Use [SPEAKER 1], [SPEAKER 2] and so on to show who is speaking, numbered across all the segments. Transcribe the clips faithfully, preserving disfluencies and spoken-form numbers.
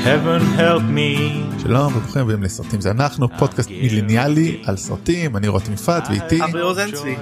[SPEAKER 1] heaven help me.
[SPEAKER 2] שלום וברוכים הבאים לסרטים, זה אנחנו פודקאסט מילניאלי על סרטים. אני רותם יפעת ואיתי
[SPEAKER 3] אברי רוזנצבי.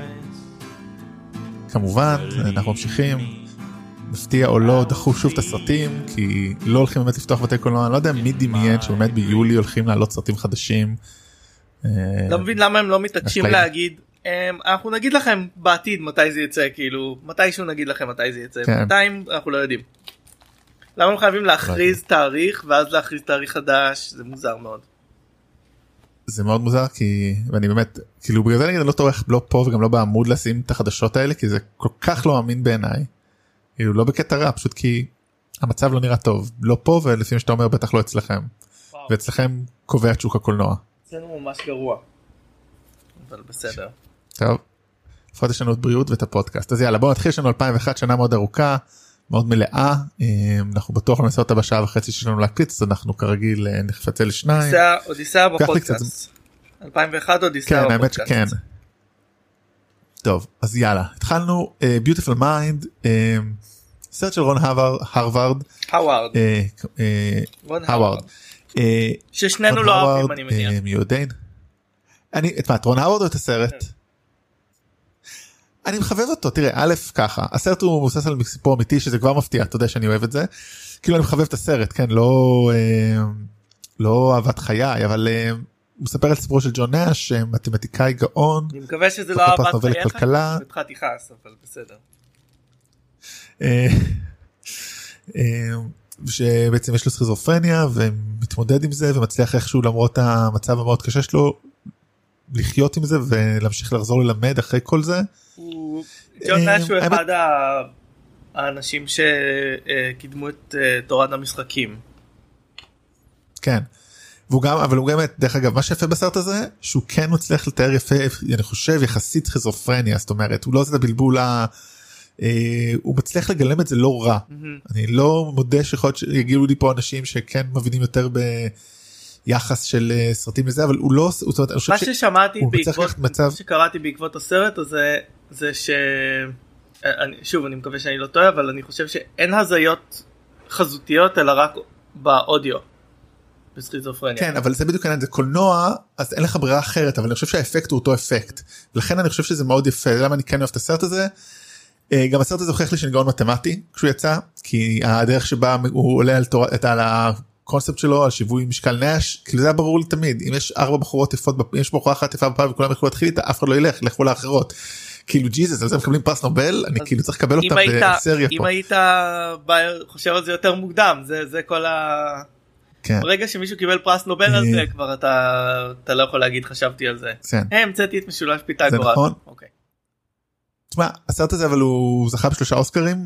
[SPEAKER 2] כמובן אנחנו ממשיכים, מפתיע או לא, דחו שוב את הסרטים כי לא הולכים באמת לפתוח בתי קולנוע. אני לא יודע מי דמיין שבאמת ביולי הולכים לעלות סרטים חדשים.
[SPEAKER 3] לא מבין למה הם לא מתעקשים להגיד אנחנו נגיד לכם בעתיד מתי זה יצא, כאילו מתישהו נגיד לכם מתי זה יצא, בינתיים אנחנו לא יודעים. למה הם חייבים להכריז תאריך ואז להכריז תאריך חדש? זה מוזר מאוד.
[SPEAKER 2] זה מאוד מוזר כי, ואני באמת, כאילו בגלל זה אני לא טורח לא פה וגם לא בעמוד לשים את החדשות האלה, כי זה כל כך לא אמין בעיניי. כאילו לא בקטע רע, פשוט כי המצב לא נראה טוב. לא פה ולפעמים שאתה אומר בטח לא אצלכם. וואו. ואצלכם קובע את שוק הקולנוע.
[SPEAKER 3] אצלנו ממש גרוע. אבל בסדר.
[SPEAKER 2] טוב. לפחות יש לנו את בריאות ואת הפודקאסט. אז יאללה, בואו נתחיל, יש לנו אלפיים ואחת, שנה מאוד ארוכה. מאוד מלאה, אנחנו בטוח לא נעשה אותה בשעה וחצי שלנו להקליט, אז אנחנו כרגיל נחפצה לשניים.
[SPEAKER 3] אודיסאה בפודקאסט. אלפיים ואחת אודיסאה
[SPEAKER 2] בפודקאסט. כן, האמת שכן. טוב, אז יאללה, התחלנו Beautiful Mind, סרט של רון הרווארד.
[SPEAKER 3] הווארד.
[SPEAKER 2] רון הרווארד.
[SPEAKER 3] ששנינו לא אוהבים, אני מניח.
[SPEAKER 2] מיודעין. את מה, את רון הרווארד או את הסרט? אני מחבב אותו, תראה, א' ככה, הסרט הוא מבוסס על סיפור אמיתי, שזה כבר מפתיע, אתה יודע שאני אוהב את זה, כאילו אני מחבב את הסרט, כן, לא, לא אהבת חיי, אבל הוא מספר על סיפורו של ג'ון נאש, מתמטיקאי גאון,
[SPEAKER 3] אני מקווה שזה לא אהבת חייך, התחלתי חס, אבל בסדר.
[SPEAKER 2] שבעצם יש לו סכיזופרניה, ומתמודד עם זה, ומצליח איכשהו למרות המצב המאוד קשה שלו, לחיות עם זה ולהמשיך לחזור ללמד אחרי כל זה.
[SPEAKER 3] ג'ון נאש הוא אחד האנשים שקידמו את תורת המשחקים.
[SPEAKER 2] כן. והוא גם, אבל הוא גם, דרך אגב, מה שיפה בסרט הזה, שהוא כן מצליח לתאר יפה, אני חושב, יחסית סכיזופרניה, זאת אומרת, הוא לא עושה את הבלבול, הוא מצליח לגלם את זה לא רע. אני לא מודה שיכול להיות שיגיעו לי פה אנשים שכן מבינים יותר ב... יחס של סרטים לזה, אבל הוא לא,
[SPEAKER 3] מה ששמעתי בעקבות, מה שקראתי בעקבות הסרט הזה, זה ש, שוב אני מקווה שאני לא טועה, אבל אני חושב שאין הזיות חזותיות, אלא רק באודיו, בסכיזופרניה.
[SPEAKER 2] כן, אבל זה בדיוק, זה קולנוע, אז אין לך ברירה אחרת, אבל אני חושב שהאפקט הוא אותו אפקט, ולכן אני חושב שזה מאוד יפה, למה אני כן אוהב את הסרט הזה, גם הסרט הזה הוכיח לי שאני גאון מתמטי, כשהוא יצא, כי הדרך שבה הוא עולה על תורת, על ה... קונספט שלו על שיווי משקל נאש, כאילו זה היה ברור לי תמיד, אם יש ארבע בחורות יפות, אם יש בחורה אחת יפה בפעם וכולם יכולו להתחיל איתה, אף אחד לא ילך, לכו לאחרות. כאילו ג'יזוס, על זה מקבלים פרס נובל, אני כאילו צריך לקבל אותם בסריה פה.
[SPEAKER 3] אם היית חושב על זה יותר מוקדם, זה כל ה... ברגע שמישהו קיבל פרס נובל על זה, כבר אתה לא יכול להגיד חשבתי על זה. המצאתי את משולש פיתגורס.
[SPEAKER 2] זה נכון. תשמע, הסרט הזה אבל הוא זכה בשלושה אוסקרים,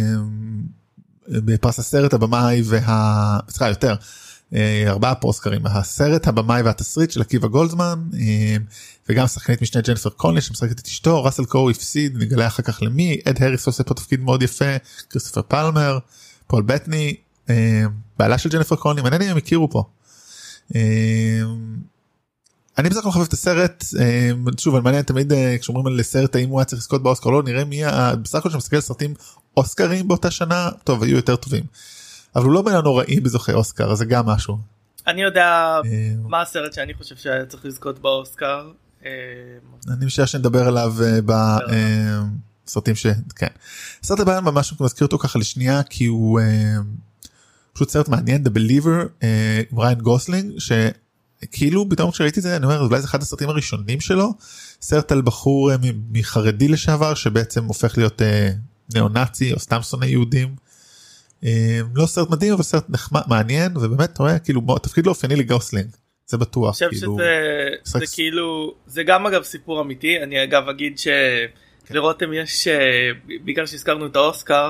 [SPEAKER 2] בפרס הסרט, הבמאי וה... סליחה, יותר, ארבעה אוסקרים, הסרט, הבמאי והתסריט של עקיבא גולדזמן, וגם שחקנית משנה ג'ניפר קונלי שמשחקת את אשתו, ראסל קרו הפסיד, נגלה אחר כך למי, אד הריס עושה פה תפקיד מאוד יפה, כריסטופר פלמר, פול בטני, בעלה של ג'ניפר קונלי, מעניין אם הם הכירו פה. אני בסך הכל חובב את הסרט, שוב, אני מעניין תמיד כשאומרים על סרט האם הוא היה צריך לזכות באוסקר, לא נראה מי, בסך הכל שמסתכל על סרטים אוסקרים באותה שנה, טוב, היו יותר טובים. אבל הוא לא בין הנוראים בזוכי אוסקר, אז זה גם משהו.
[SPEAKER 3] אני יודע מה הסרט שאני חושב שהיה צריך לזכות באוסקר.
[SPEAKER 2] אני משער שנדבר עליו בסרטים ש... כן. הסרט הבא ממש מזכיר אותו ככה לשנייה, כי הוא פשוט סרט מעניין, The Believer, עם ריין גוסלינג, שכאילו פתאום כשראיתי את זה, אני אומר, אולי זה אחד הסרטים הראשונים שלו, סרט על בחור מחרדי לשעבר, שבעצם הופך להיות... נאו-נאצי או סתם שונא יהודים, לא סרט מדהים אבל סרט נחמד, מעניין, ובאמת אתה רואה כאילו תפקיד לא אופייני לגוסלינג, זה בטוח.
[SPEAKER 3] אני חושב שזה זה כאילו, זה גם אגב סיפור אמיתי, אני אגב אגיד שלרותם יש, בעיקר שהזכרנו את האוסקר,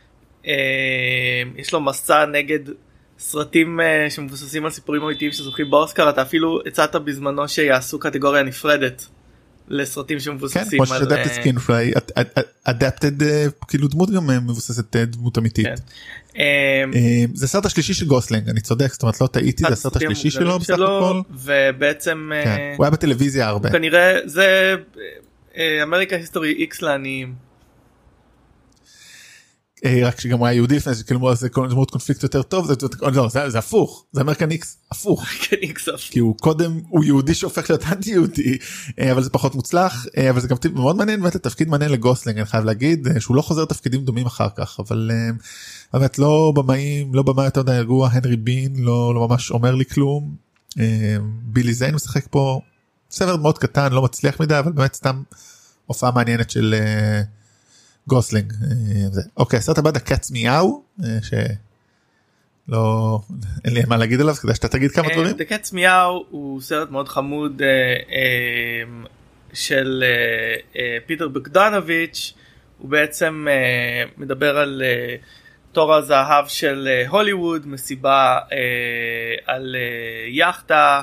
[SPEAKER 3] יש לו מסע נגד סרטים שמבוססים על סיפורים אמיתיים שזוכים באוסקר, אתה אפילו הצעת בזמנו שיעשו קטגוריה נפרדת, לסרטים שמבוססים
[SPEAKER 2] על... כן, כמו שדפטד סקינפליי, אדפטד, כאילו דמות גם מבוססת דמות אמיתית. זה הסרט השלישי של גוסלינג, אני צודק, זאת אומרת לא טעיתי, זה הסרט השלישי שלו בסך הכל.
[SPEAKER 3] ובעצם...
[SPEAKER 2] הוא היה בטלוויזיה הרבה.
[SPEAKER 3] כנראה זה אמריקה היסטורי איקס לעניים.
[SPEAKER 2] רק שגם הוא היה יהודי לפני שכאילו זה דמות קונפליקט יותר טוב, זה, לא, זה, זה הפוך, זה אמריקן איקס הפוך, כי הוא קודם הוא יהודי שהופך להיות אנטי יהודי, אבל זה פחות מוצלח, אבל זה גם מאוד מעניין, באמת לתפקיד מעניין לגוסלינג, אני חייב להגיד שהוא לא חוזר תפקידים דומים אחר כך, אבל באמת לא במאים, לא במאי יותר די רגוע, הנרי בין לא, לא ממש אומר לי כלום, בילי זיין משחק פה סבר מאוד קטן, לא מצליח מדי, אבל באמת סתם הופעה מעניינת של גוסלינג. אוקיי, הסרט הבא, The Cat's Meow, שלא, אין לי מה להגיד עליו, כדי שאתה תגיד כמה דברים.
[SPEAKER 3] The Cat's Meow הוא סרט מאוד חמוד של פיטר בוגדנוביץ', הוא בעצם מדבר על תור הזהב של הוליווד, מסיבה על יאכטה,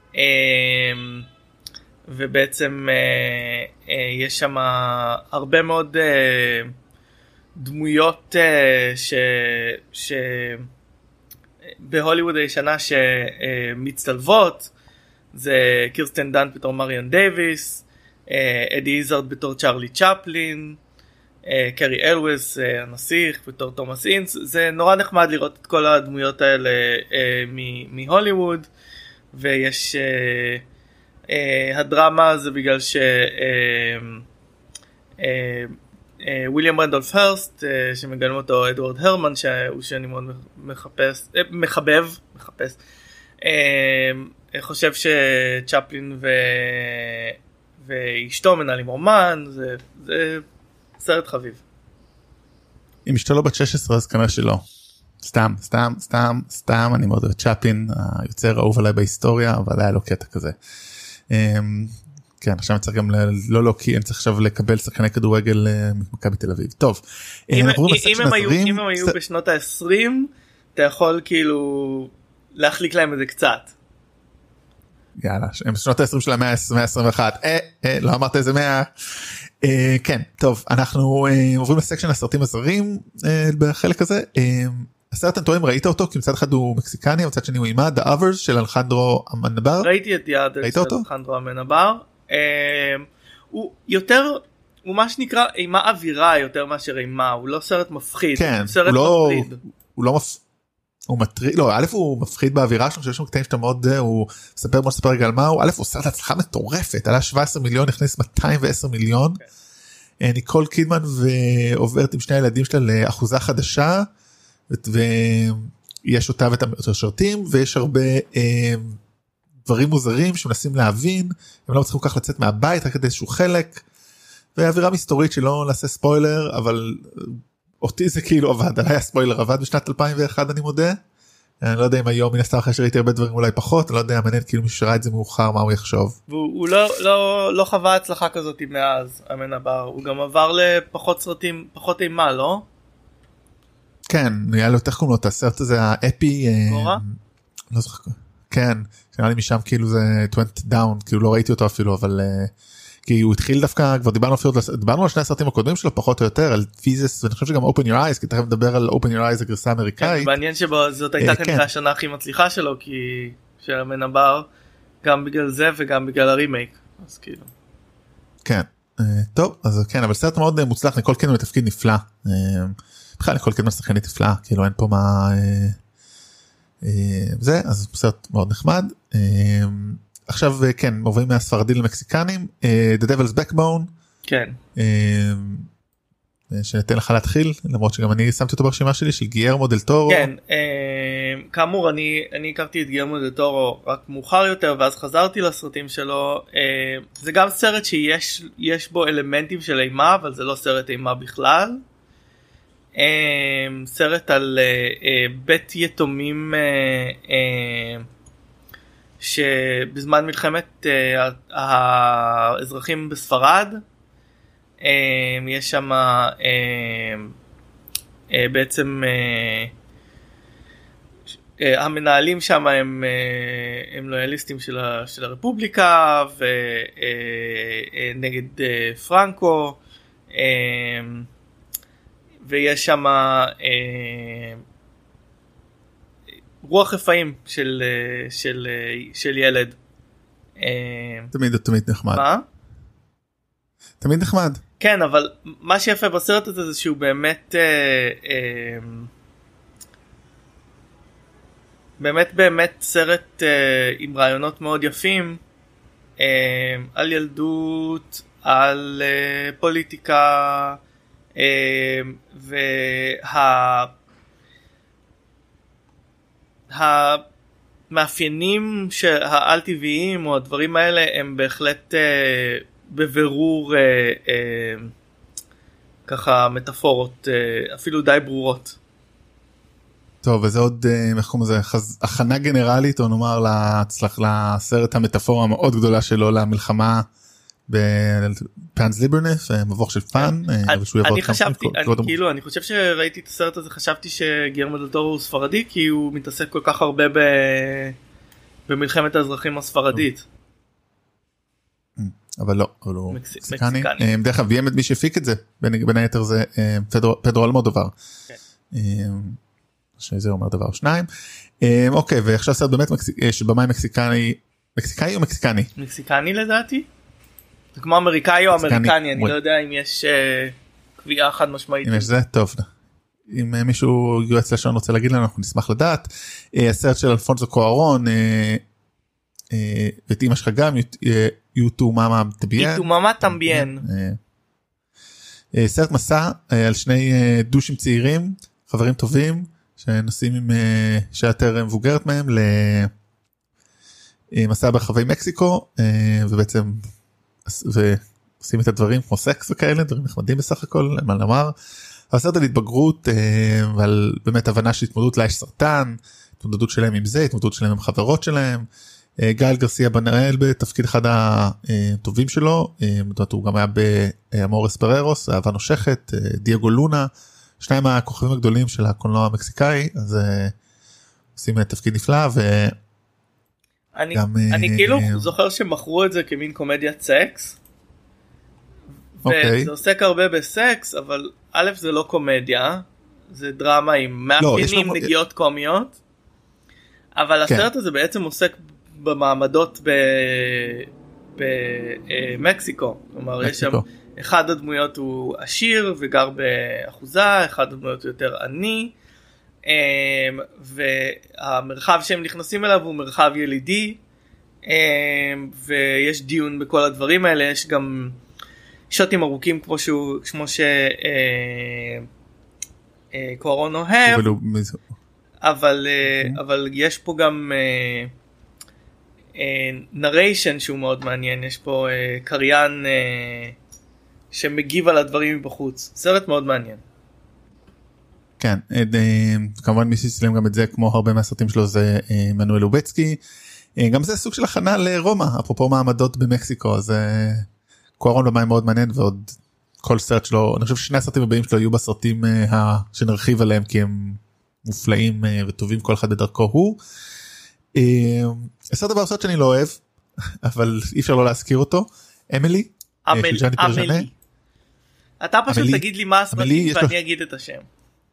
[SPEAKER 3] ובעצם אה, אה, יש שם הרבה מאוד אה, דמויות אה, ש, ש בהוליווד הישנה שמצטלבות, זה קירסטן דאנט בתור מריון דייביס, אה, אדי איזרד בתור צ'רלי צ'פלין, אה, קרי אלוויס אה, הנסיך בתור תומאס אינס, זה נורא נחמד לראות את כל הדמויות האלה אה, מהוליווד, ויש אה, Uh, הדרמה זה בגלל ש וויליאם רנדולף הרסט שמגלם אותו אדוארד הרמן שהוא שאני מאוד מחפש uh, מחבב מחפש uh, חושב שצ'פלין ו... ואשתו מנהלים רומן, זה, זה סרט חביב.
[SPEAKER 2] אם אשתו לא בת שש עשרה אז כנראה שלא, סתם סתם סתם סתם אני מאוד אוהב צ'פלין, היוצר האהוב עליי בהיסטוריה, אבל היה לו קטע כזה. כן, עכשיו אני צריך גם לא לא כי אני צריך עכשיו לקבל שחקני כדורגל ממכבי תל אביב. טוב,
[SPEAKER 3] אם הם היו בשנות ה-עשרים אתה יכול כאילו להחליק להם את זה קצת.
[SPEAKER 2] יאללה, הם בשנות ה-עשרים של המאה ה-עשרים ואחת, לא אמרת איזה מאה. כן, טוב, אנחנו עוברים לסקשן הסרטים הזרים בחלק הזה. הסרט הנטורים, ראית אותו? כי מצד אחד הוא מקסיקני, מצד שני הוא אימה, The Others של אלחנדרו אמנבר.
[SPEAKER 3] ראיתי את The Others של אלחנדרו אמנבר. הוא יותר, הוא מה שנקרא אימה אווירה יותר מאשר אימה, הוא לא סרט מפחיד.
[SPEAKER 2] כן, הוא לא, הוא לא מפחיד. הוא מטריד, לא, א' הוא מפחיד באווירה שלו, שיש שם קטעים שאתה מאוד, הוא ספר מאוד ספר רגע על מה הוא, א' הוא סרט הצלחה מטורפת, עלה שבע עשרה מיליון, נכנס מאתיים ועשר מיליון, ניקול קידמן ועוברת עם שני הילדים שלה לאחוזה חדשה, ויש אותה ואת המשרתים, ויש הרבה דברים מוזרים שמנסים להבין, הם לא מצליחים כל כך לצאת מהבית, רק כדי איזשהו חלק, ואווירה מסתורית שלא נעשה ספוילר, אבל אותי זה כאילו עבד, עליי הספוילר עבד בשנת אלפיים ואחת אני מודה, אני לא יודע אם היום מן הסתם אחרי שראיתי הרבה דברים אולי פחות, אני לא יודע, מעניין כאילו מי שראה את זה מאוחר מה הוא יחשוב.
[SPEAKER 3] והוא לא, לא, לא חווה הצלחה כזאת מאז אמנבר, הוא גם עבר לפחות סרטים, פחות אימה, לא?
[SPEAKER 2] כן, נהיה לו יותר קוראים לו את הסרט הזה, האפי,
[SPEAKER 3] גורה?
[SPEAKER 2] לא זוכר, כן, שנראה לי משם כאילו זה it went down, כאילו לא ראיתי אותו אפילו, אבל כי הוא התחיל דווקא, כבר דיברנו אפילו, דיברנו על שני הסרטים הקודמים שלו פחות או יותר, על פיזס, ואני חושב שגם Open Your Eyes, כי תכף מדבר על Open Your Eyes, הגרסה האמריקאית.
[SPEAKER 3] מעניין שזאת הייתה כנראה השנה הכי מצליחה שלו, כי של אמנבר, גם בגלל זה וגם בגלל הרימייק, אז כאילו.
[SPEAKER 2] כן, טוב, אז כן, אבל סרט מאוד מוצלח, ניקול קידמן בתפקיד נפלא, בכלל ניקול קידמן שחקנית נפלא, כאילו אין פה מה, זה, אז סרט מאוד נחמד. עכשיו כן, עוברים מהספרדים למקסיקנים, The Devil's Backbone.
[SPEAKER 3] כן.
[SPEAKER 2] שניתן לך להתחיל, למרות שגם אני שמתי אותו ברשימה שלי, של גיירמו דל טורו.
[SPEAKER 3] כן, כאמור, אני, אני הכרתי את גיירמו דל טורו רק מאוחר יותר, ואז חזרתי לסרטים שלו. זה גם סרט שיש יש בו אלמנטים של אימה, אבל זה לא סרט אימה בכלל. סרט על בית יתומים שבזמן מלחמת האזרחים בספרד יש שם בעצם המנהלים שם הם הם לויאליסטים של של הרפובליקה ונגד פרנקו, ויש שם רוח רפאים של של של ילד.
[SPEAKER 2] תמיד תמיד נחמד.
[SPEAKER 3] מה?
[SPEAKER 2] תמיד נחמד.
[SPEAKER 3] כן, אבל מה שיפה בסרט הזה זה שהוא באמת אה, אה, באמת באמת סרט אה, עם רעיונות מאוד יפים אה, על ילדות, על אה, פוליטיקה, אה, וה המאפיינים העל טבעיים או הדברים האלה הם בהחלט אה, בבירור אה, אה, ככה מטאפורות אה, אפילו די ברורות.
[SPEAKER 2] טוב, וזה עוד מחום הזה, הכנה גנרלית, או נאמר להצלח לסרט המטאפורה המאוד גדולה שלו למלחמה בפאנס ליברנף, מבוך של פאן.
[SPEAKER 3] אני חשבתי, כאילו, אני חושב שראיתי את הסרט הזה, חשבתי שגילרמו דל טורו הוא ספרדי, כי הוא מתעסק כל כך הרבה במלחמת האזרחים הספרדית.
[SPEAKER 2] אבל לא, אבל הוא מקסיקני. בדרך כלל, ביים את מי שהפיק את זה, בין היתר זה פדרו אלמודובר. שזה אומר דבר שניים. אוקיי, ועכשיו סרט באמת שבמאי מקסיקני, מקסיקאי או מקסיקני?
[SPEAKER 3] מקסיקני לדעתי. זה כמו אמריקאי או אמריקני, אני לא יודע אם יש קביעה חד משמעית.
[SPEAKER 2] אם יש זה, טוב. אם מישהו יועץ לשון רוצה להגיד לנו, אנחנו נשמח לדעת. הסרט של אלפונסו קוארון, ואת אמא שלך גם, יוטו מאמה טמביין.
[SPEAKER 3] יוטו מאמה טמביין.
[SPEAKER 2] סרט מסע על שני דושים צעירים, חברים טובים, שנוסעים עם שעתר מבוגרת מהם למסע ברחבי מקסיקו, ובעצם ועושים את הדברים כמו סקס וכאלה, דברים נחמדים בסך הכל, מה לומר. הסרט על התבגרות ועל באמת הבנה של התמודדות לאש סרטן, התמודדות שלהם עם זה, התמודדות שלהם עם חברות שלהם. גאל גרסיה בנאל בתפקיד אחד הטובים שלו, הוא גם היה באמורס בררוס, אהבה נושכת, דיאגו לונה, שניים הכוכבים הגדולים של הקולנוע המקסיקאי, אז עושים תפקיד נפלא. ו...
[SPEAKER 3] אני,
[SPEAKER 2] גם,
[SPEAKER 3] אני כאילו זוכר שמכרו את זה כמין קומדיית סקס, וזה עוסק הרבה בסקס, אבל א' זה לא קומדיה, זה דרמה עם מאפיינים, לא, נגיעות קומיות, אבל כן. הסרט הזה בעצם עוסק במעמדות במקסיקו, כלומר יש שם אחד הדמויות הוא עשיר וגר באחוזה, אחד הדמויות הוא יותר עני, והמרחב שהם נכנסים אליו הוא מרחב ילידי, ויש דיון בכל הדברים האלה, יש גם שוטים ארוכים כמו שהוא, כמו שקוארון אוהב, אבל, אבל יש פה גם נריישן שהוא מאוד מעניין, יש פה קריין שמגיב על הדברים מבחוץ. סרט מאוד מעניין.
[SPEAKER 2] כן, כמובן מי שצילם גם את זה, כמו הרבה מהסרטים שלו, זה מנואל לובצקי. גם זה סוג של הכנה לרומא, אפרופו מעמדות במקסיקו, אז קוארון במים מאוד מעניין, ועוד כל סרט שלו, אני חושב ששני הסרטים הבאים שלו יהיו בסרטים שנרחיב עליהם, כי הם מופלאים וטובים כל אחד בדרכו הוא. הסרט הבא סרט שאני לא אוהב, אבל אי אפשר לא להזכיר אותו, אמילי.
[SPEAKER 3] אמילי. אתה פשוט תגיד לי מה הסרטים ואני אגיד את השם.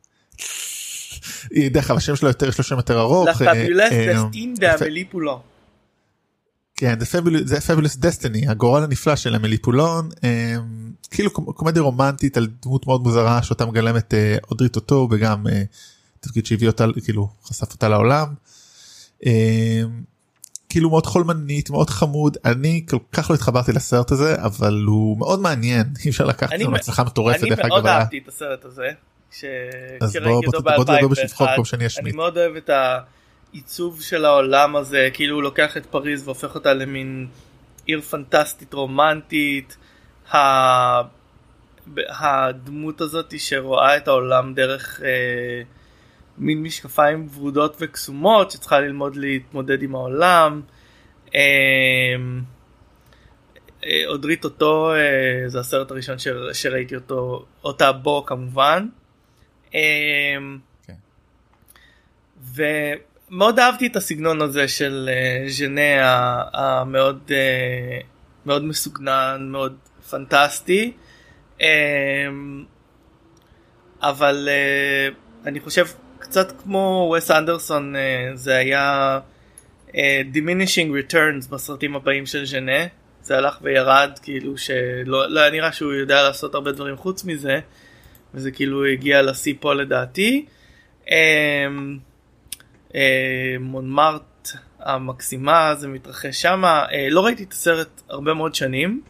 [SPEAKER 2] דרך השם שלו יותר, יש לו שם יותר ארוך.
[SPEAKER 3] La Fabuleuse Destinée d'Amélie Poulain.
[SPEAKER 2] כן, זה Fabulous Destiny, הגורל הנפלא של אמילי פולון, כאילו קומדיה רומנטית על דמות מאוד מוזרה שאותה מגלמת אודרי טוטו, וגם תפקיד שהביא אותה, כאילו חשף אותה לעולם. כאילו מאוד חולמנית, מאוד חמוד. אני כל כך לא התחברתי לסרט הזה, אבל הוא מאוד מעניין, אי אפשר לקחת את זה מהצלחה מטורפת.
[SPEAKER 3] אני מאוד אהבתי את הסרט הזה, כשראיתי אותו ב-אלפיים ואחת. אני מאוד אוהב את העיצוב של העולם הזה, כאילו הוא לוקח את פריז והופך אותה למין עיר פנטסטית רומנטית, הדמות הזאת שרואה את העולם דרך מין משקפיים ורודות וקסומות, שצריכה ללמוד להתמודד עם העולם. אודרי טוטו, זה הסרט הראשון שראיתי אותו, אותה בו כמובן. ומאוד אהבתי את הסגנון הזה של ז'נה המאוד מאוד מסוגנן, מאוד פנטסטי. אבל אני חושב קצת כמו וס אנדרסון, זה היה diminishing returns בסרטים הבאים של ז'נה, זה הלך וירד, כאילו שלא לא היה נראה שהוא יודע לעשות הרבה דברים חוץ מזה, וזה כאילו הגיע לשיא פה לדעתי. מונמרט המקסימה, זה מתרחש שמה, לא ראיתי את הסרט הרבה מאוד שנים,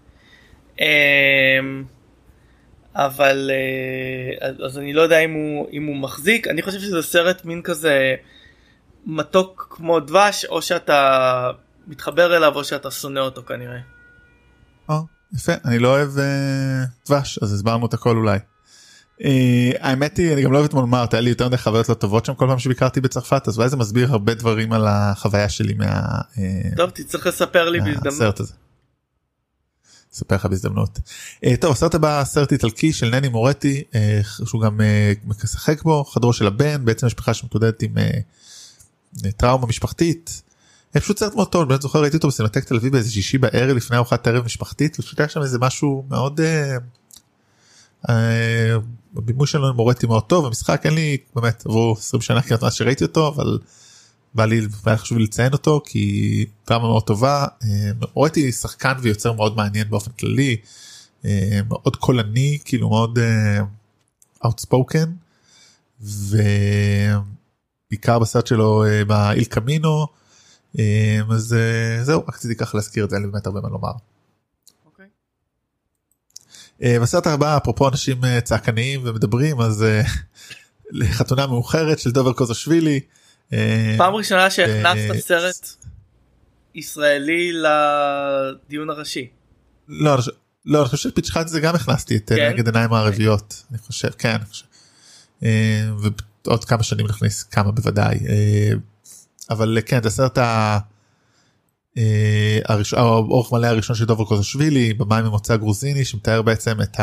[SPEAKER 3] אבל אז אני לא יודע אם הוא, אם הוא מחזיק. אני חושב שזה סרט מין כזה מתוק כמו דבש, או שאתה מתחבר אליו או שאתה שונא אותו כנראה.
[SPEAKER 2] או, יפה, אני לא אוהב דבש, אז הסברנו את הכל אולי. האמת היא, אני גם לא אוהב את מונמרט, היה לי יותר מדי חוויות לא טובות שם כל פעם שביקרתי בצרפת, אז אולי זה מסביר הרבה דברים על החוויה שלי מה...
[SPEAKER 3] טוב, תצטרך לספר לי בהזדמנות.
[SPEAKER 2] הסרט הזה. אספר לך בהזדמנות. טוב, הסרט הבא, סרט איטלקי של נני מורטי, שהוא גם משחק בו, חדרו של הבן, בעצם משפחה שמתמודדת עם טראומה משפחתית. פשוט סרט מאוד טוב, אני באמת זוכר, ראיתי אותו בסינמטק תל אביב באיזה שישי בערב לפני ארוחת ערב משפחתית, ופשוט היה שם איזה משהו מאוד... הבימוי שלנו מורטי מאוד טוב, המשחק אין לי באמת עברו עשרים שנה כמעט מאז שראיתי אותו, אבל בא לי, היה חשוב לי לציין אותו כי דרמה מאוד טובה. מורטי שחקן ויוצר מאוד מעניין באופן כללי, מאוד קולני, כאילו מאוד outspoken, ובעיקר בסרט שלו באיל קמינו, אז זהו, רק רציתי ככה להזכיר את זה, אין לי באמת הרבה מה לומר. בסרט הבא, אפרופו אנשים צעקניים ומדברים, אז לחתונה מאוחרת של דובר קוזשווילי.
[SPEAKER 3] פעם ראשונה שהכנסת סרט ישראלי לדיון הראשי.
[SPEAKER 2] לא, לא, אני חושב שפיצ'חת את זה גם הכנסתי את נגד עיניים הערביות, אני חושב, כן, אני חושב. ועוד כמה שנים נכניס כמה בוודאי. אבל כן, זה הסרט ה... האורך מלא הראשון של דובר קוזשווילי, במים ממוצא גרוזיני, שמתאר בעצם את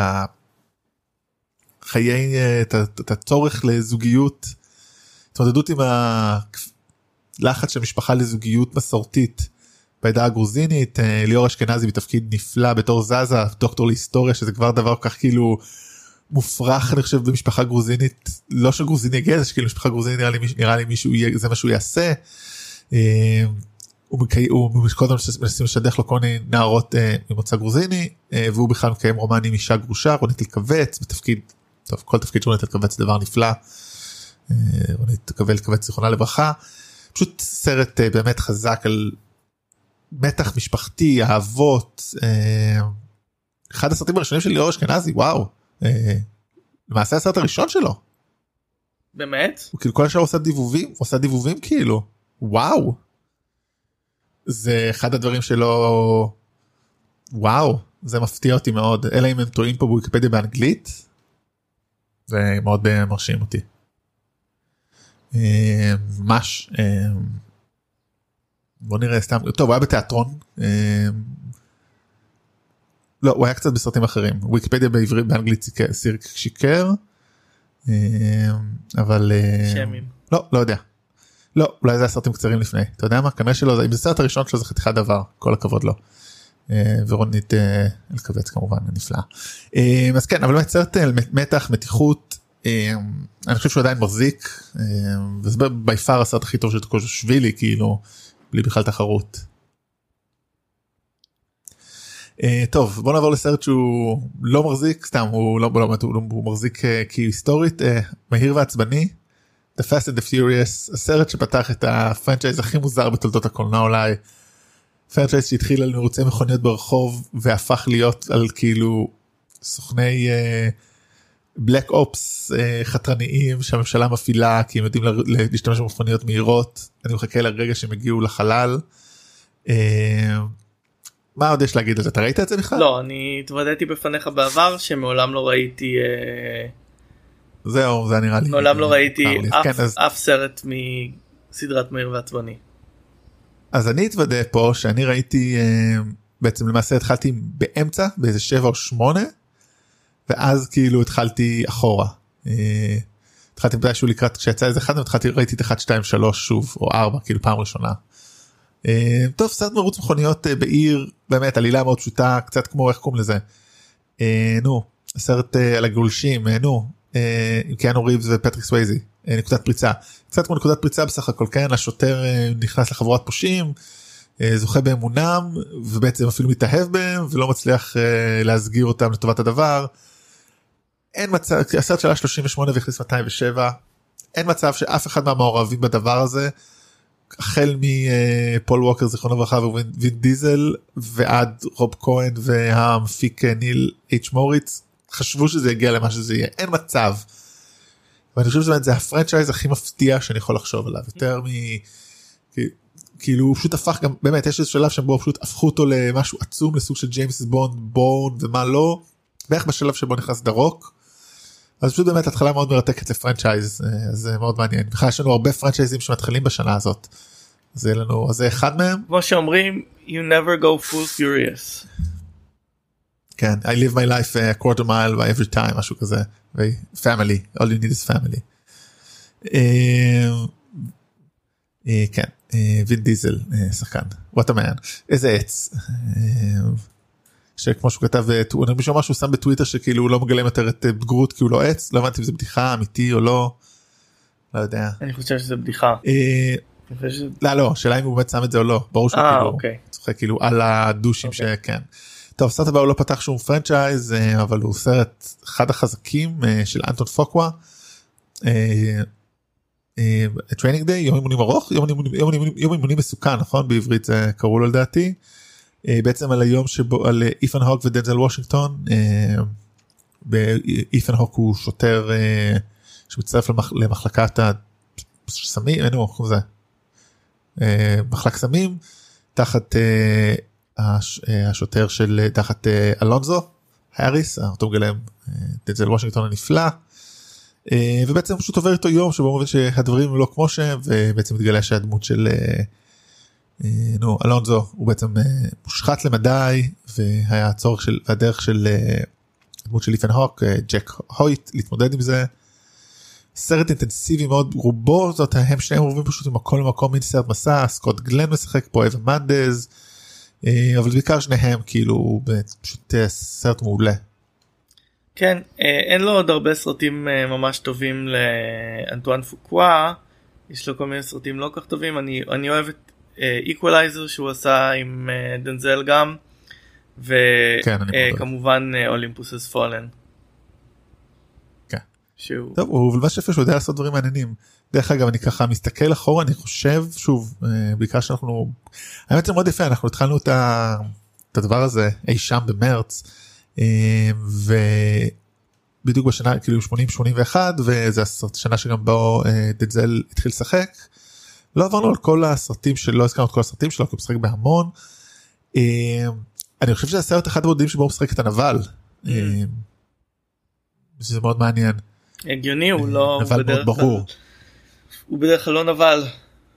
[SPEAKER 2] החיי, את הצורך לזוגיות, התמודדות עם הלחץ של משפחה לזוגיות מסורתית בעדה הגרוזינית. ליאור אשכנזי בתפקיד נפלא בתור זזה, דוקטור להיסטוריה, שזה כבר דבר כל כך כאילו מופרך, אני חושב, במשפחה גרוזינית, לא של גרוזיני יגיע, זה שכאילו משפחה גרוזינית נראה לי, נראה לי מישהו, זה מה שהוא יעשה. הוא קודם מנסים לשדך לו כל מיני נערות ממוצא גרוזיני, והוא בכלל מקיים רומן עם אישה גרושה, רונית אלקבץ, בתפקיד, טוב, כל תפקיד של רונית אלקבץ זה דבר נפלא, רונית אלקבץ זיכרונה לברכה, פשוט סרט באמת חזק על מתח משפחתי, אהבות, אחד הסרטים הראשונים של ליאור אשכנזי, וואו, למעשה הסרט הראשון שלו.
[SPEAKER 3] באמת?
[SPEAKER 2] הוא כאילו כל השאר עושה דיבובים, הוא עושה דיבובים כאילו, וואו. זה אחד הדברים שלו, וואו, זה מפתיע אותי מאוד, אלא אם הם טועים פה בוויקיפדיה באנגלית, זה מאוד מרשים אותי. ממש, בוא נראה סתם, טוב, הוא היה בתיאטרון, לא, הוא היה קצת בסרטים אחרים, וויקיפדיה בעברית, באנגלית שיקר, אבל,
[SPEAKER 3] שמים.
[SPEAKER 2] לא, לא יודע. לא, אולי זה הסרטים קצרים לפני, אתה יודע מה? כנראה שלא, אם זה סרט הראשון שלו זה חתיכת דבר, כל הכבוד לו. ורונית אלקבץ כמובן, נפלא. אז כן, אבל באמת סרט מתח, מתיחות, אני חושב שהוא עדיין מחזיק, וזה ביפר הסרט הכי טוב של קוזשווילי, כאילו, בלי בכלל תחרות. טוב, בוא נעבור לסרט שהוא לא מחזיק, סתם, הוא לא, הוא מחזיק כהיסטורית, מהיר ועצבני, The Fast and the Furious, הסרט שפתח את הפרנצ'ייז הכי מוזר בתולדות הקולנוע אולי, פרנצ'ייז שהתחיל על מרוצי מכוניות ברחוב, והפך להיות על כאילו סוכני בלק אופס חתרניים שהממשלה מפעילה, כי הם יודעים להשתמש במכוניות מהירות. אני מחכה לרגע שהם הגיעו לחלל. מה עוד יש להגיד על זה? אתה ראית את זה בכלל?
[SPEAKER 3] לא, אני התוודעתי בפניך בעבר שמעולם לא ראיתי...
[SPEAKER 2] זהו, זה נראה לי.
[SPEAKER 3] מעולם לא ראיתי אף סרט מסדרת מהיר ועצבני.
[SPEAKER 2] אז אני אתוודע פה שאני ראיתי, בעצם למעשה התחלתי באמצע, באיזה שבע או שמונה, ואז כאילו התחלתי אחורה. התחלתי מתישהו לקראת, כשיצא איזה אחד, התחלתי, ראיתי את אחד, שתיים, שלוש שוב, או ארבע, כאילו פעם ראשונה. טוב, סרט מרוץ מכוניות בעיר, באמת, עלילה מאוד פשוטה, קצת כמו, איך קוראים לזה? נו, סרט על הגולשים, נו, עם קיאנו ריבס ופטריק סווייזי, נקודת פריצה. קצת כמו נקודת פריצה בסך הכל, כן, השוטר נכנס לחבורת פושעים, זוכה באמונם, ובעצם אפילו מתאהב בהם, ולא מצליח להסגיר אותם לטובת הדבר. אין מצב, הסרט שלה שלושים ושמונה והכניס מאתיים ושבע, אין מצב שאף אחד מהמעורבים בדבר הזה, החל מפול ווקר זיכרונו לברכה ווין דיזל, ועד רוב כהן והמפיק ניל אייץ' מוריץ, חשבו שזה יגיע למה שזה יהיה, אין מצב. ואני חושב שזה הפרנצ'ייז הכי מפתיע שאני יכול לחשוב עליו, יותר מ... כאילו הוא פשוט הפך גם, באמת יש איזה שלב שבו פשוט הפכו אותו למשהו עצום, לסוג של ג'יימס בונד, בורן ומה לא, בערך בשלב שבו נכנס דרוק, אז פשוט באמת התחלה מאוד מרתקת לפרנצ'ייז, אז זה מאוד מעניין. בכלל יש לנו הרבה פרנצ'ייזים שמתחילים בשנה הזאת, אז זה לנו, אז זה אחד מהם.
[SPEAKER 3] כמו שאומרים, you never go full furious.
[SPEAKER 2] כן, I live my life a quarter mile by every time, משהו כזה, family, all you need is family. כן, וין דיזל, שחקן, what a man, איזה עץ. שכמו שהוא כתב, אני משהו משהו שם בטוויטר שכאילו הוא לא מגלם יותר את בגרות כי הוא לא עץ, לא הבנתי אם זה בדיחה אמיתי או לא, לא יודע.
[SPEAKER 3] אני חושב שזה בדיחה.
[SPEAKER 2] לא, לא, שאלה אם הוא באמת שם את זה או לא, ברור שהוא כאילו, צוחק כאילו על הדושים שכן. טוב, סרט הבא הוא לא פתח שום פרנצ'ייז, אבל הוא סרט אחד החזקים של אנטון פוקווה, טריינינג דיי, יום אימונים ארוך, יום אימונים מסוכן, נכון? בעברית זה קראו לו לדעתי. בעצם על היום שבו, על אית'ן הוק ודנזל וושינגטון, אית'ן הוק הוא שוטר שמצטרף למחלקת הסמים, אין הוא, זה, מחלק סמים, תחת השוטר של, תחת אלונזו, האריס, אותו מגלם דנזל וושינגטון הנפלא, ובעצם פשוט עובר איתו יום שבו מבין שהדברים לא כמו שהם, ובעצם מתגלה שהדמות של נו, אלונזו הוא בעצם מושחת למדי, והיה הצורך של, והדרך של דמות של אית'ן הוק, ג'ק הויט, להתמודד עם זה. סרט אינטנסיבי מאוד, רובו זאת, הם שניהם רובים פשוט ממקום למקום, מין סרט מסע, סקוט גלן משחק פה, אבן מנדז, אבל בעיקר שניהם כאילו, פשוט סרט מעולה.
[SPEAKER 3] כן, אין לו עוד הרבה סרטים ממש טובים לאנטואן פוקווה, יש לו כל מיני סרטים לא כך טובים, אני, אני אוהב את איקוולייזר שהוא עשה עם דנזל גם, וכמובן אולימפוס אס פולן.
[SPEAKER 2] שהוא... טוב, הוא ולמה שפה שהוא יודע לעשות דברים מעניינים. דרך אגב, אני ככה מסתכל אחורה, אני חושב, שוב, בעיקר שאנחנו, האמת זה מאוד יפה, אנחנו התחלנו את, ה... את הדבר הזה אי שם במרץ, ובדיוק בשנה, כאילו שמונים שמונים ואחת, וזה השנה שגם בו דנזל התחיל לשחק, לא עברנו על כל הסרטים שלו, לא הזכרנו את כל הסרטים שלו, כי הוא משחק בהמון, אני חושב שזה הסרט אחד הבודדים שבו הוא משחק את הנבל, זה מאוד מעניין.
[SPEAKER 3] הגיוני, הוא לא...
[SPEAKER 2] נבל מאוד ברור.
[SPEAKER 3] הוא בדרך כלל לא נבל.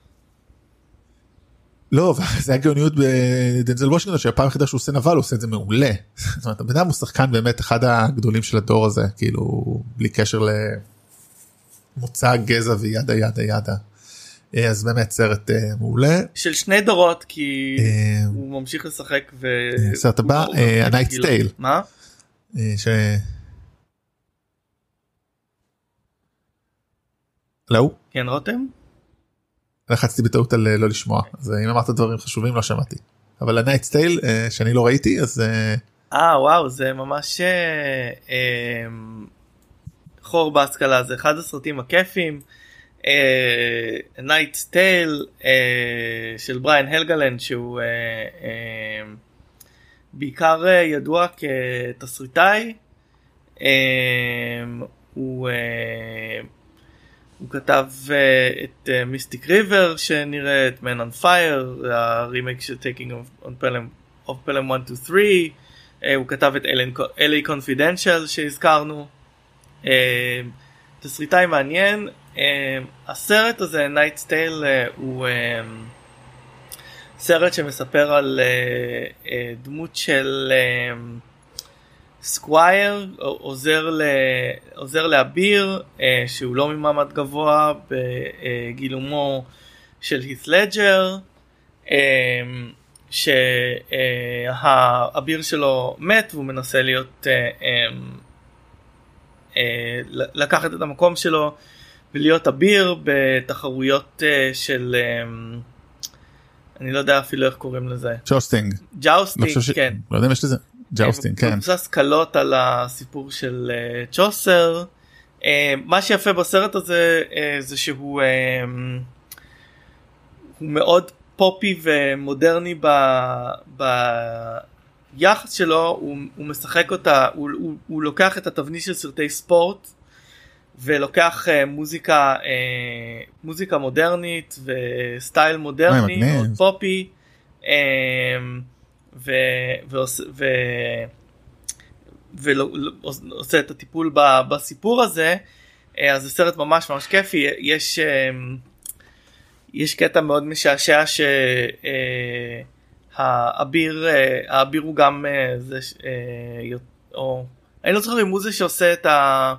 [SPEAKER 2] לא, זה הגיוניות בדנזל וושינגטון, שהפעם היחידה שהוא עושה נבל, הוא עושה את זה מעולה. זאת אומרת, הבן אדם הוא שחקן באמת אחד הגדולים של הדור הזה, כאילו, בלי קשר למוצא גזע וידה ידה ידה. אז באמת סרט מעולה.
[SPEAKER 3] של שני דורות, כי הוא ממשיך לשחק ו...
[SPEAKER 2] סרט הבא, A Knight's Tale.
[SPEAKER 3] מה?
[SPEAKER 2] ש... לא?
[SPEAKER 3] כן, רותם?
[SPEAKER 2] לחצתי בטעות על לא לשמוע, אז אם אמרת דברים חשובים לא שמעתי. אבל ה-Knight's Tale שאני לא ראיתי, אז...
[SPEAKER 3] אה, וואו, זה ממש חור בהשכלה, זה אחד הסרטים הכיפים. Knight's Tale של בריין הלגלנד, שהוא בעיקר ידוע כתסריטאי. הוא... הוא כתב uh, את מיסטיק uh, ריבר שנראה את Man on Fire, הרימייק של Taking of, of Pelham one two three, uh, הוא כתב את L A Confidential שהזכרנו, uh, תסריטאי מעניין. uh, הסרט הזה, Knight's Tale, uh, הוא uh, סרט שמספר על uh, uh, דמות של uh, סקווייר, עוזר, ל... עוזר לאביר, אה, שהוא לא ממעמד גבוה, בגילומו של הית' לג'ר, אה, שהאביר שלו מת, והוא מנסה להיות, אה, אה, לקחת את המקום שלו, ולהיות אביר בתחרויות אה, של, אני לא יודע אפילו איך קוראים לזה.
[SPEAKER 2] ג'אוסטינג.
[SPEAKER 3] ג'אוסטינג, כן.
[SPEAKER 2] לא יודע אם יש לזה. ג'אוסטינג, כן.
[SPEAKER 3] מבוסס קלות על הסיפור של צ'וסר. מה שיפה בסרט הזה זה שהוא הוא מאוד פופי ומודרני ביחס שלו, הוא, הוא משחק אותה, הוא, הוא, הוא לוקח את התבנית של סרטי ספורט ולוקח uh, מוזיקה uh, מוזיקה מודרנית וסטייל מודרני, מאוד פופי, um, ו, ועושה, ו, ועושה את הטיפול ב, בסיפור הזה. uh, אז זה סרט ממש ממש כיפי. יש um, יש קטע מאוד משעשע שהאביר האביר הוא גם זה, או אני לא זוכר אם הוא זה שעושה את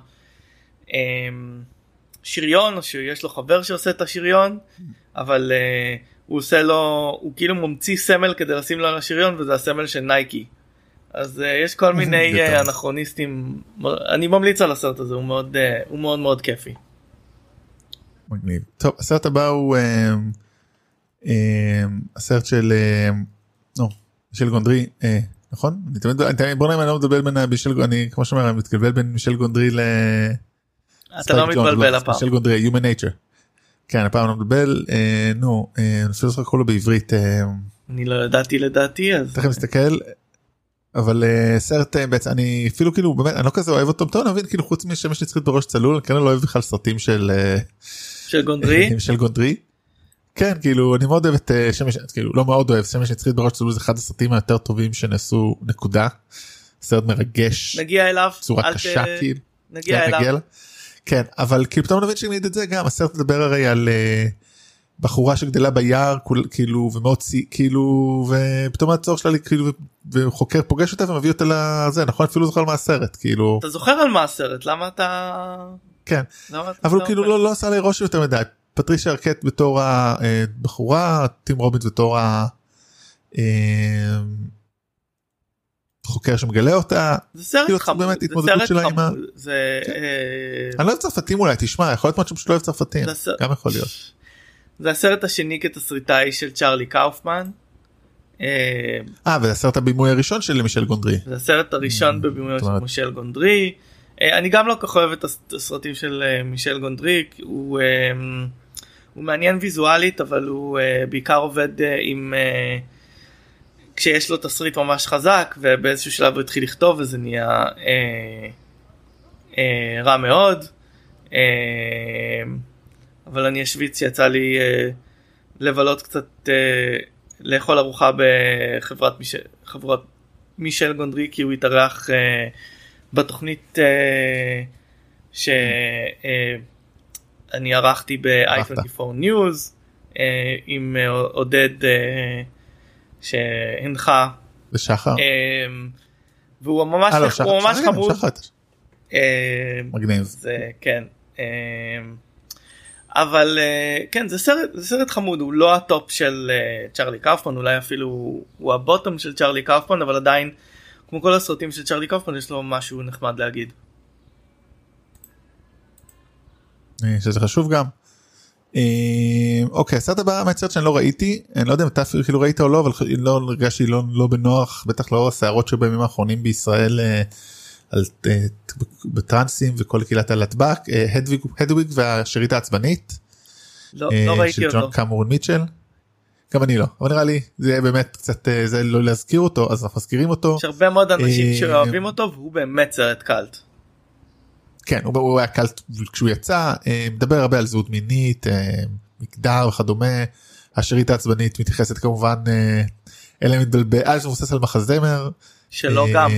[SPEAKER 3] השריון או שיש לו חבר שעושה את השריון, אבל הוא עושה לו, הוא כאילו ממציא סמל כדי לשים לו על השריון, וזה הסמל של נייקי. אז יש כל מיני אנכרוניסטים. אני ממליץ על הסרט הזה, הוא מאוד הוא מאוד מאוד כיפי.
[SPEAKER 2] מגניב. טוב, הסרט הבא הוא אה, אה, הסרט של אה, לא, מישל גונדרי, אה, נכון? אני תמיד, אני, בוא נעים, אני לא מדבר בין מישל, אני כמו שאומר, אני מתגלבל בין מישל גונדרי ל...
[SPEAKER 3] אתה לא מתבלבל הפעם.
[SPEAKER 2] מישל גונדרי, Human Nature. כן, הפעם אני לא מדבר, אה, נו, אה, אני חושב לזכור כל לו בעברית. אה,
[SPEAKER 3] אני לא ידעתי לדעתי, אז...
[SPEAKER 2] תכף נסתכל, אבל uh, סרט uh, בעצם, אני אפילו כאילו, באמת, אני לא כזה אוהב אותו, טוב, אני מבין, כאילו, חוץ משמש נצחית בראש צלול, אני כנראה לא אוהב בכלל סרטים של...
[SPEAKER 3] של גונדרי?
[SPEAKER 2] של גונדרי. כן, כאילו, אני מאוד אוהב את uh, שמש, כאילו, לא מאוד אוהב, שמש נצחית בראש צלול, זה אחד הסרטים היותר טובים שנעשו, נקודה. סרט מרגש.
[SPEAKER 3] נגיע אליו.
[SPEAKER 2] צורה קשה,
[SPEAKER 3] ת...
[SPEAKER 2] כאילו.
[SPEAKER 3] נגיע אליו. נגיע.
[SPEAKER 2] כן, אבל כאילו, פתאום נבין שמעיד את זה גם, הסרט מדבר הרי על... Uh, בחורה שגדלה ביער, כאילו, ומאוד צי, כאילו, ופתאום הצורך שלה, כאילו, וחוקר פוגש אותה ומביא אותה לזה, נכון? אפילו זוכר על מה הסרט, כאילו.
[SPEAKER 3] אתה זוכר על מה הסרט, למה אתה...
[SPEAKER 2] כן, אבל הוא כאילו לא עשה לי רושם יותר מדי. פטרישיה ארקט בתור הבחורה, טים רובינס בתור החוקר שמגלה אותה.
[SPEAKER 3] זה סרט חמוד.
[SPEAKER 2] באמת התמודדות שלה עם ה...
[SPEAKER 3] זה...
[SPEAKER 2] אני לא אוהב צרפתים אולי, תשמע, יכול להיות משהו שלא אוהב צרפתים, גם יכול להיות.
[SPEAKER 3] זה הסרט השני כתסריטאי של צ'רלי קאופמן.
[SPEAKER 2] אה, וזה הסרט הבימוי הראשון של מישל גונדרי.
[SPEAKER 3] זה הסרט הראשון בבימוי של מישל גונדרי. אני גם לא כך אוהב את הסרטים של מישל גונדרי, הוא מעניין ויזואלית, אבל הוא בעיקר עובד עם, כשיש לו תסריט ממש חזק, ובאיזשהו שלב הוא התחיל לכתוב, וזה נהיה רע מאוד. אבל אני אשוויץ, יצא לי uh, לבלות קצת, uh, לאכול ארוחה בחברת מישל, חברת מישל גונדרי, כי הוא התארח uh, בתוכנית uh, שאני uh, ערכתי ב-איי עשרים וארבע News, uh, עם uh, עודד uh, שהנחה.
[SPEAKER 2] ושחר. Uh,
[SPEAKER 3] והוא ממש,
[SPEAKER 2] לא,
[SPEAKER 3] הוא
[SPEAKER 2] שחר,
[SPEAKER 3] ממש
[SPEAKER 2] שחר,
[SPEAKER 3] חמוד.
[SPEAKER 2] שחר. Uh, מגניב.
[SPEAKER 3] זה, כן. Uh, אבל כן, זה סרט, זה סרט חמוד, הוא לא הטופ של צ'רלי קאופמן, אולי אפילו הוא הבוטום של צ'רלי קאופמן, אבל עדיין, כמו כל הסרטים של צ'רלי קאופמן, יש לו משהו נחמד להגיד.
[SPEAKER 2] שזה חשוב גם. אוקיי, הסרט הבא מהסרט שאני לא ראיתי, אני לא יודע אם אתה אפילו ראית או לא, אבל לא הרגשתי לא בנוח, בטח לאור הסערות שבימים האחרונים בישראל, על בטרנסים וכל קהילת הלטבק, הדוויג והשארית העצבנית,
[SPEAKER 3] לא ראיתי אותו,
[SPEAKER 2] של ג'ון קמרון מיטשל. גם אני לא, אבל נראה לי זה באמת קצת, זה לא להזכיר אותו, אז אנחנו מזכירים אותו.
[SPEAKER 3] יש הרבה מאוד אנשים שאוהבים אותו, והוא באמת סרט קלט.
[SPEAKER 2] כן, הוא היה קלט כשהוא יצא, מדבר הרבה על זהות מינית, מגדר וכדומה. השארית העצבנית מתייחסת כמובן אלה מתבלבל, אז הוא מבוסס על מחזמר
[SPEAKER 3] שלא גם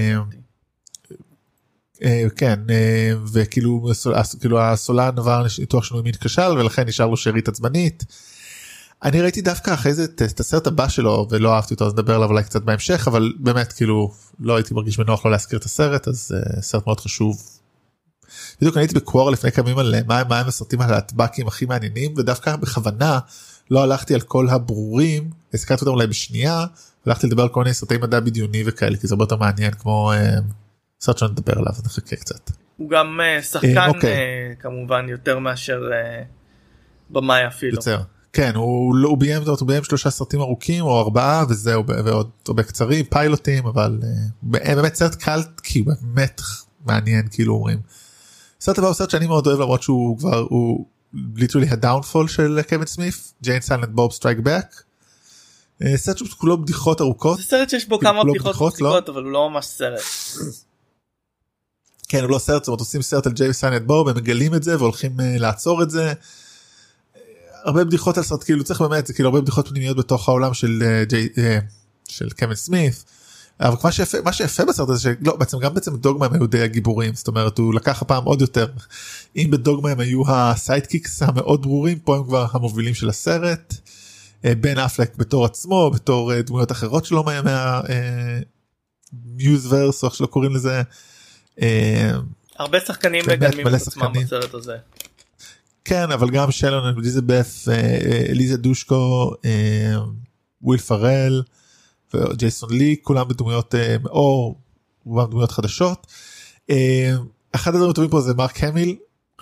[SPEAKER 2] כן, וכאילו הסולן עבר ניתוח שינוי מין כשל, ולכן נשאר לו שארית עצבנית. אני ראיתי דווקא אחרי זה את הסרט הבא שלו, ולא אהבתי אותו, אז נדבר עליו אולי קצת בהמשך, אבל באמת כאילו לא הייתי מרגיש בנוח לא להזכיר את הסרט, אז סרט מאוד חשוב. בדיוק אני הייתי בקוואר לפני כמה ימים על מה הם הסרטים הלהטבקים הכי מעניינים, ודווקא בכוונה לא הלכתי על כל הברורים, הזכרתי אותם אולי בשנייה, והלכתי לדבר על כל מיני סרטי מדע בדיוני וכאלה, כי זה הרבה יותר מעניין כמו... סרט שאני נדבר עליו, אז נחכה קצת.
[SPEAKER 3] הוא גם שחקן כמובן יותר מאשר במאי אפילו.
[SPEAKER 2] יוצר, כן, הוא, הוא ביים, הוא ביים שלושה סרטים ארוכים או ארבעה וזהו, ועוד הרבה קצרים, פיילוטים, אבל באמת סרט קלט, כי הוא באמת מעניין, כאילו אומרים. סרט הבא הוא סרט שאני מאוד אוהב, למרות שהוא כבר, הוא literally הדאונפול של קווין סמית, ג'יין סיילנט בוב סטרייק בק. סרט שהוא כולו בדיחות ארוכות.
[SPEAKER 3] זה סרט שיש בו כמה בדיחות מצחיקות, אבל הוא לא ממש סרט.
[SPEAKER 2] כן, הוא לא סרט, זאת אומרת, עושים סרט על ג'יין סיילנט בוב, הם מגלים את זה והולכים לעצור את זה. הרבה בדיחות על סרט, כאילו צריך באמת, זה כאילו הרבה בדיחות פנימיות בתוך העולם של ג'יי, של קווין סמית. אבל מה שיפה, מה שיפה בסרט הזה, שלא, בעצם גם בעצם דוגמה הם היו די הגיבורים, זאת אומרת, הוא לקח הפעם עוד יותר. אם בדוגמה הם היו הסיידקיקס המאוד ברורים, פה הם כבר המובילים של הסרט. בן אפלק בתור עצמו, בתור דמויות אחרות שלו מהמיוזוורס, או איך שלא קוראים לזה.
[SPEAKER 3] הרבה שחקנים מגלמים את עצמם בסרט הזה.
[SPEAKER 2] כן, אבל גם שלון, אליזבת, אליזה דושקו, וויל פרל, וג'ייסון לי, כולם בדמויות, או רובם דמויות חדשות. אחד הדברים טובים פה זה מרק המיל,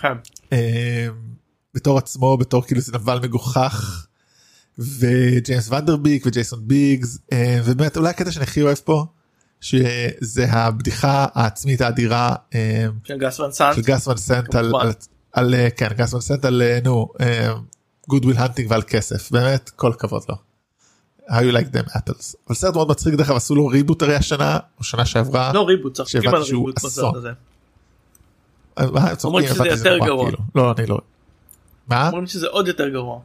[SPEAKER 2] בתור עצמו, בתור כאילו זה נבל מגוחך, וג'יימס ונדרביק וג'ייסון ביגס, ובאמת אולי הקטע שאני הכי אוהב פה, שזה הבדיחה העצמית האדירה
[SPEAKER 3] של גס ון סנט,
[SPEAKER 2] של גס ון סנט על, על, על, כן, גס ון סנט על, נו, Good Will Hunting ועל כסף, באמת כל הכבוד לו. How you like them apples. אבל סרט מאוד מצחיק, דרך עשו לו ריבוט הרי השנה, או שנה שעברה.
[SPEAKER 3] לא ריבוט, צחקים על ריבוט בסרט הזה. אומרים שזה יותר גרוע.
[SPEAKER 2] לא, אני לא. מה?
[SPEAKER 3] אומרים שזה עוד יותר גרוע.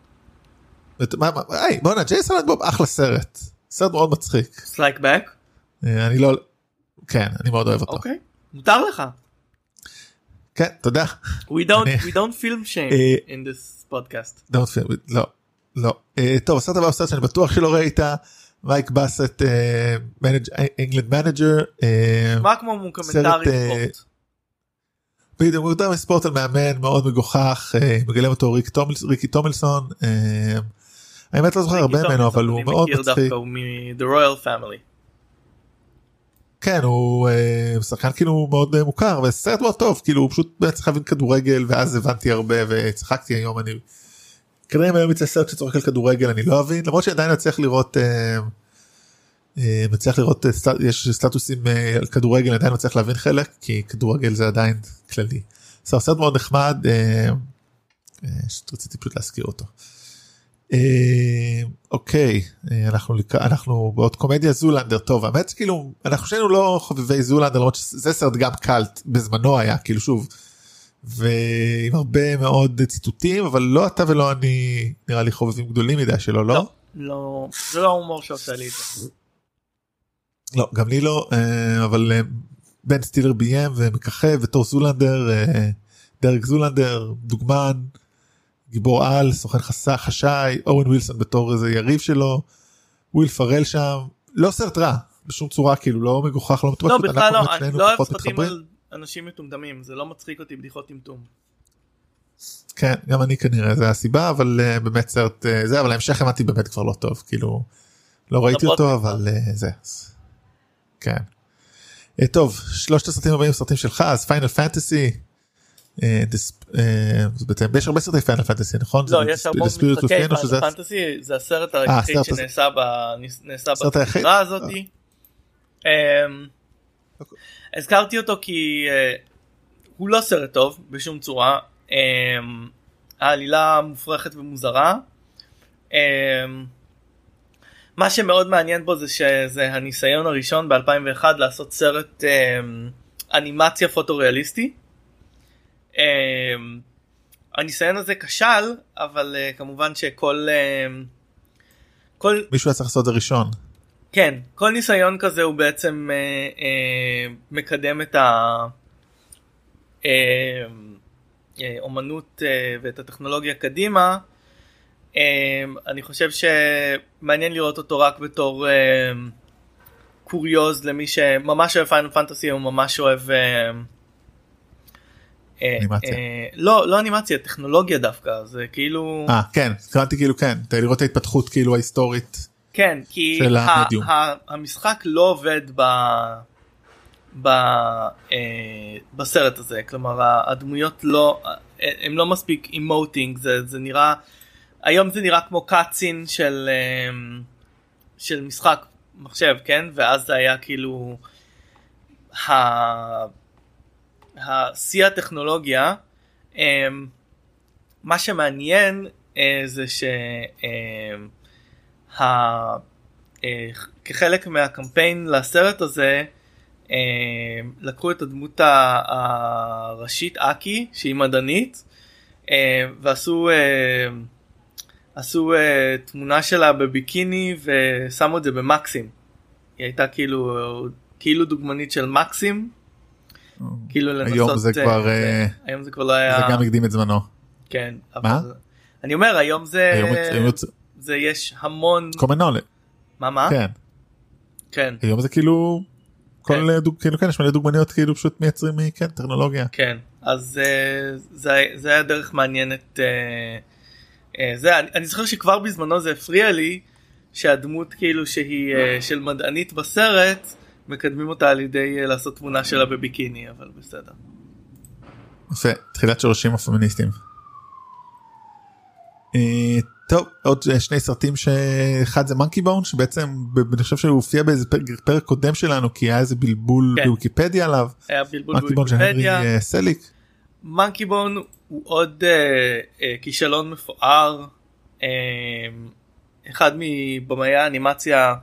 [SPEAKER 2] היי, בוא נה, ג'ייסון לנדבוב, אחלה סרט. סרט מאוד מצחיק.
[SPEAKER 3] סלייק בק?
[SPEAKER 2] אני לא, כן, אני מאוד אוהב אותו.
[SPEAKER 3] אוקיי, מותר לך.
[SPEAKER 2] כן, תודה.
[SPEAKER 3] We don't, we don't film shame in this podcast.
[SPEAKER 2] Don't film, לא, לא. טוב, הסרט הבא הוא סרט שאני בטוח שלא ראית, מייק בסט, אנגלנד מנג'ר.
[SPEAKER 3] מה כמו מוקומנטרי ספורט?
[SPEAKER 2] בדיוק, מוקומנטרי ספורט על מאמן מאוד מגוחך, מגלם אותו ריקי טומלסון. האמת לא זוכר הרבה ממנו, אבל הוא מאוד מצחיק. אני מכיר דווקא,
[SPEAKER 3] הוא מ-The Royal Family.
[SPEAKER 2] כן, הוא שחקן כאילו מאוד מוכר, וסרט מאוד טוב, כאילו הוא פשוט צריך להבין כדורגל, ואז הבנתי הרבה, וצחקתי היום, אני כנראה אם היום יצא סרט שצורך על כדורגל, אני לא אבין, למרות שעדיין מצליח לראות, מצליח לראות, יש סטטוסים על כדורגל, עדיין מצליח להבין חלק, כי כדורגל זה עדיין כללי. סרט מאוד נחמד, שרציתי פשוט להזכיר אותו. אוקיי, אנחנו אנחנו בעוד קומדיה זולנדר, טוב, האמת כאילו אנחנו שנינו לא חובבי זולנדר, למרות שזה סרט גם קלט בזמנו היה, כאילו שוב, ועם הרבה מאוד ציטוטים, אבל לא אתה ולא אני נראה לי חובבים גדולים מדי שלו, לא?
[SPEAKER 3] לא, לא, זה לא ההומור שעושה לי את זה.
[SPEAKER 2] לא, גם לי לא, אבל בן סטילר ביים ומככב בתור זולנדר, דרק זולנדר, דוגמן, גיבור על, סוכן חסך, חשאי, אורן ווילסון בתור איזה יריב שלו, וויל פרל שם, לא סרט רע, בשום צורה, כאילו, לא מגוחך, לא מטורף.
[SPEAKER 3] לא, בכלל לא, אני לא אוהב סרטים על אנשים מטומטמים, זה לא מצחיק אותי בדיחות טמטום.
[SPEAKER 2] כן, גם אני כנראה, זה הסיבה, אבל באמת סרט, זה, אבל ההמשך אמרתי באמת כבר לא טוב, כאילו, לא ראיתי אותו, אבל זה, כן. טוב, שלושת הסרטים הבאים סרטים שלך, אז פיינל פנטסי, יש הרבה סרטי פיינל פנטסי, נכון?
[SPEAKER 3] לא, יש הרבה משחקי פיינל פנטסי, זה הסרט היחיד שנעשה בסדרה הזאת. הזכרתי אותו כי הוא לא סרט טוב בשום צורה, העלילה מופרכת ומוזרה, מה שמאוד מעניין בו זה שזה הניסיון הראשון ב-אלפיים ואחת לעשות סרט אנימציה פוטו-ריאליסטי. Uh, הניסיון הזה כשל, אבל uh, כמובן שכל uh, כל...
[SPEAKER 2] מישהו היה צריך לעשות את זה ראשון.
[SPEAKER 3] כן, כל ניסיון כזה הוא בעצם uh, uh, מקדם את האומנות uh, uh, ואת הטכנולוגיה קדימה. uh, אני חושב שמעניין לראות אותו רק בתור uh, קוריוז למי שממש אוהב פיינל פנטסי, הוא ממש אוהב uh,
[SPEAKER 2] אנימציה.
[SPEAKER 3] לא, לא אנימציה, טכנולוגיה דווקא, זה כאילו...
[SPEAKER 2] אה, כן, קראתי כאילו כן, אתה לראות ההתפתחות כאילו ההיסטורית.
[SPEAKER 3] כן, כי המשחק לא עובד בסרט הזה, כלומר הדמויות לא, הם לא מספיק אימוטינג, זה נראה, היום זה נראה כמו קאצין של, של משחק מחשב, כן? ואז זה היה כאילו, השיא הטכנולוגיה. מה שמעניין זה שכחלק מהקמפיין לסרט הזה, לקחו את הדמות הראשית אקי שהיא מדענית ועשו עשו תמונה שלה בביקיני ושמו את זה במקסים. היא הייתה כאילו כאילו דוגמנית של מקסים, כאילו לנסות.
[SPEAKER 2] היום זה כבר
[SPEAKER 3] היום זה כבר לא היה,
[SPEAKER 2] זה גם הקדים את זמנו.
[SPEAKER 3] כן, אבל אני אומר היום זה זה יש המון
[SPEAKER 2] קומנולה.
[SPEAKER 3] מה מה?
[SPEAKER 2] כן.
[SPEAKER 3] כן.
[SPEAKER 2] היום זה כאילו כל דוג, כאילו כן, יש מלא דוגמניות כאילו פשוט מייצרים מכן טכנולוגיה.
[SPEAKER 3] כן, אז זה זה היה דרך מעניינת. זה אני, אני זוכר שכבר בזמנו זה הפריע לי שהדמות כאילו שהיא של מדענית בסרט מקדמים אותה על ידי לעשות תמונה שלה בביקיני, אבל בסדר.
[SPEAKER 2] יפה, תחילת שורשים הפמיניסטים. טוב, עוד שני סרטים, שאחד זה מונקי בון, שבעצם אני חושב שהוא הופיע באיזה פרק קודם שלנו, כי היה איזה בלבול בוויקיפדיה עליו.
[SPEAKER 3] היה בלבול בוויקיפדיה.
[SPEAKER 2] סליק.
[SPEAKER 3] מונקי בון הוא עוד כישלון מפואר, אחד מבמאי האנימציה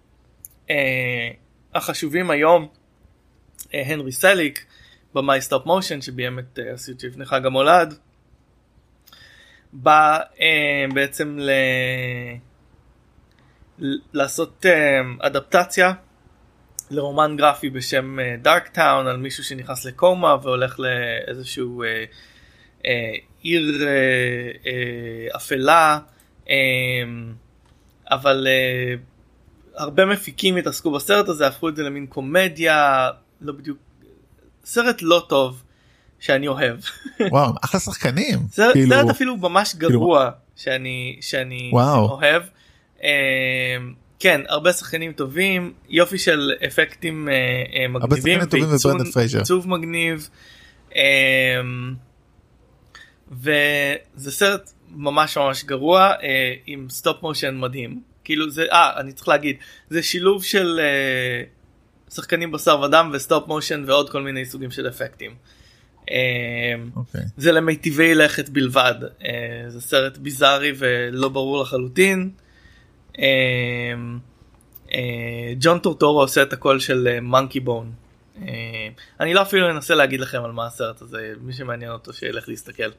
[SPEAKER 3] החשובים היום, הנרי סליק, במאי סטופ מושן שביים את הסרט שלפני חג המולד, בא בעצם ל... לעשות אדפטציה לרומן גרפי בשם דארק טאון, על מישהו שנכנס לקומה והולך לאיזשהו עיר אפלה, אבל הרבה מפיקים התעסקו בסרט הזה, הפכו את זה למין קומדיה, לא בדיוק, סרט לא טוב שאני אוהב.
[SPEAKER 2] וואו, אחלה שחקנים.
[SPEAKER 3] סרט, כאילו... סרט אפילו ממש גרוע כאילו... שאני, שאני אוהב. כן, הרבה שחקנים טובים, יופי של אפקטים מגניבים, ועיצוב מגניב, וזה סרט ממש ממש גרוע, עם סטופ מושן מדהים. כאילו זה, אה, אני צריך להגיד, זה שילוב של uh, שחקנים בשר ודם וסטופ מושן ועוד כל מיני סוגים של אפקטים. Uh, okay. זה למיטיבי לכת בלבד. Uh, זה סרט ביזארי ולא ברור לחלוטין. Uh, uh, ג'ון טורטורו עושה את הקול של מונקי uh, בון. Uh, אני לא אפילו אנסה להגיד לכם על מה הסרט הזה, מי שמעניין אותו שילך להסתכל.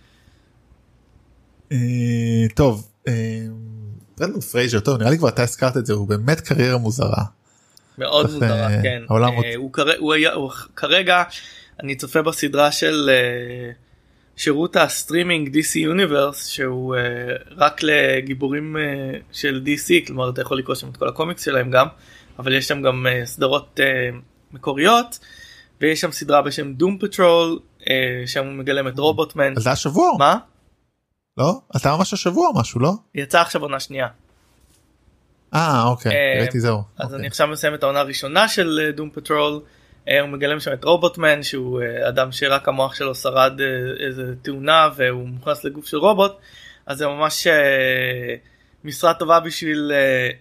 [SPEAKER 2] Uh, טוב, uh... ברנדון פרייזר, טוב, נראה לי כבר אתה הזכרת את זה, הוא באמת קריירה מוזרה.
[SPEAKER 3] מאוד מוזרה, כן. הוא כרגע, אני צופה בסדרה של שירות הסטרימינג די סי Universe, שהוא רק לגיבורים של די סי, כלומר אתה יכול לקרוא שם את כל הקומיקס שלהם גם, אבל יש שם גם סדרות מקוריות, ויש שם סדרה בשם דום פטרול, שם הוא מגלם את רובוטמן.
[SPEAKER 2] אז זה השבוע?
[SPEAKER 3] מה? לא?
[SPEAKER 2] אתה ממש השבוע משהו, לא?
[SPEAKER 3] יצא עכשיו עונה שנייה.
[SPEAKER 2] אה, אוקיי, ראיתי זהו.
[SPEAKER 3] אז אני עכשיו מסיים את העונה הראשונה של דום פטרול, הוא מגלם שם את רובוטמן, שהוא אדם שרק המוח שלו שרד איזה תאונה, והוא מוכנס לגוף של רובוט, אז זה ממש משרה טובה בשביל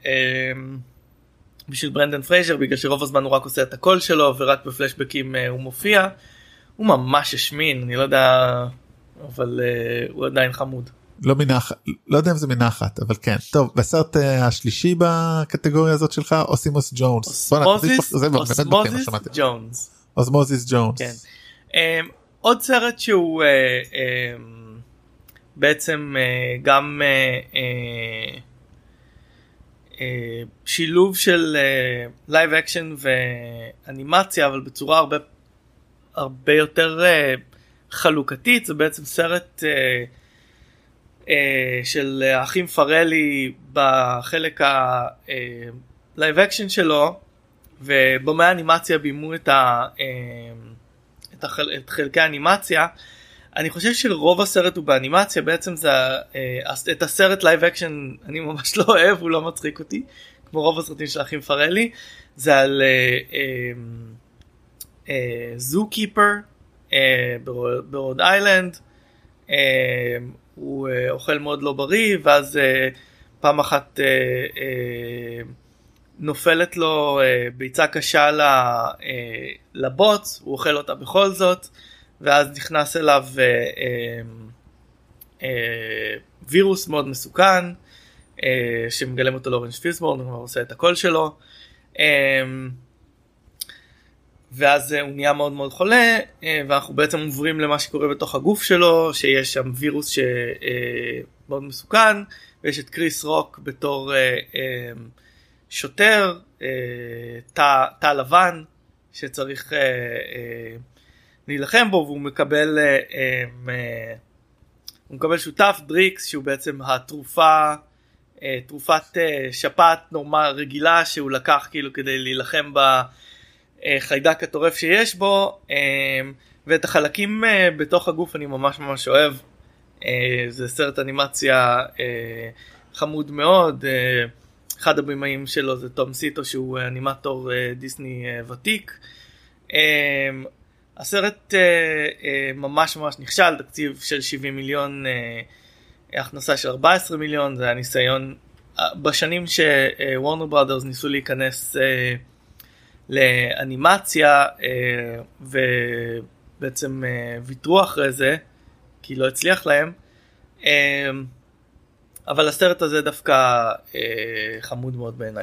[SPEAKER 3] בשביל ברנדון פרייזר, בגלל שרוב הזמן הוא רק עושה את הקול שלו, ורק בפלשבקים הוא מופיע. הוא ממש השמין, אני לא יודע... אבל uh, הוא עדיין חמוד.
[SPEAKER 2] לא מנחת, לא יודע אם זה מנחת, אבל כן. טוב, בסרט uh, השלישי בקטגוריה הזאת שלך, אוסימוס ג'ונס.
[SPEAKER 3] אוסמוזיס ג'ונס.
[SPEAKER 2] אוסמוזיס ג'ונס.
[SPEAKER 3] כן. Um, עוד סרט שהוא uh, um, בעצם uh, גם uh, uh, uh, שילוב של לייב uh, אקשן ואנימציה, אבל בצורה הרבה, הרבה יותר... Uh, חלוקתית. זה בעצם סרט אה, אה, של האחים פרלי בחלק הלייב אקשן שלו, ובמאי האנימציה בימו את, ה, אה, את, החל, את חלקי האנימציה. אני חושב שרוב הסרט הוא באנימציה, בעצם זה אה, את הסרט לייב אקשן אני ממש לא אוהב, הוא לא מצחיק אותי כמו רוב הסרטים של האחים פרלי. זה על זו קיפר ברוד איילנד, הוא uh, אוכל מאוד לא בריא, ואז uh, פעם אחת uh, uh, נופלת לו uh, ביצה קשה ל, uh, לבוץ, הוא אוכל אותה בכל זאת, ואז נכנס אליו uh, uh, uh, וירוס מאוד מסוכן, uh, שמגלם אותו לאורנג' פיסבורן, הוא עושה את הכל שלו, uh, ואז הוא נהיה מאוד מאוד חולה, ואנחנו בעצם עוברים למה שקורה בתוך הגוף שלו, שיש שם וירוס שמאוד מסוכן, ויש את קריס רוק בתור שוטר, תא לבן, שצריך להילחם בו, והוא מקבל, הוא מקבל שותף, דריקס, שהוא בעצם התרופה, תרופת שפעת נורמה רגילה, שהוא לקח כאילו כדי להילחם בה, חיידק הטורף שיש בו, ואת החלקים בתוך הגוף אני ממש ממש אוהב. זה סרט אנימציה חמוד מאוד, אחד הבמאים שלו זה תום סיטו שהוא אנימטור דיסני ותיק. הסרט ממש ממש נכשל, תקציב של שבעים מיליון, הכנסה של ארבעה עשר מיליון, זה הניסיון בשנים שוורנר ברודרס ניסו להיכנס לאנימציה, ובעצם ויתרו אחרי זה, כי לא הצליח להם, אבל הסרט הזה דווקא חמוד מאוד בעיניי.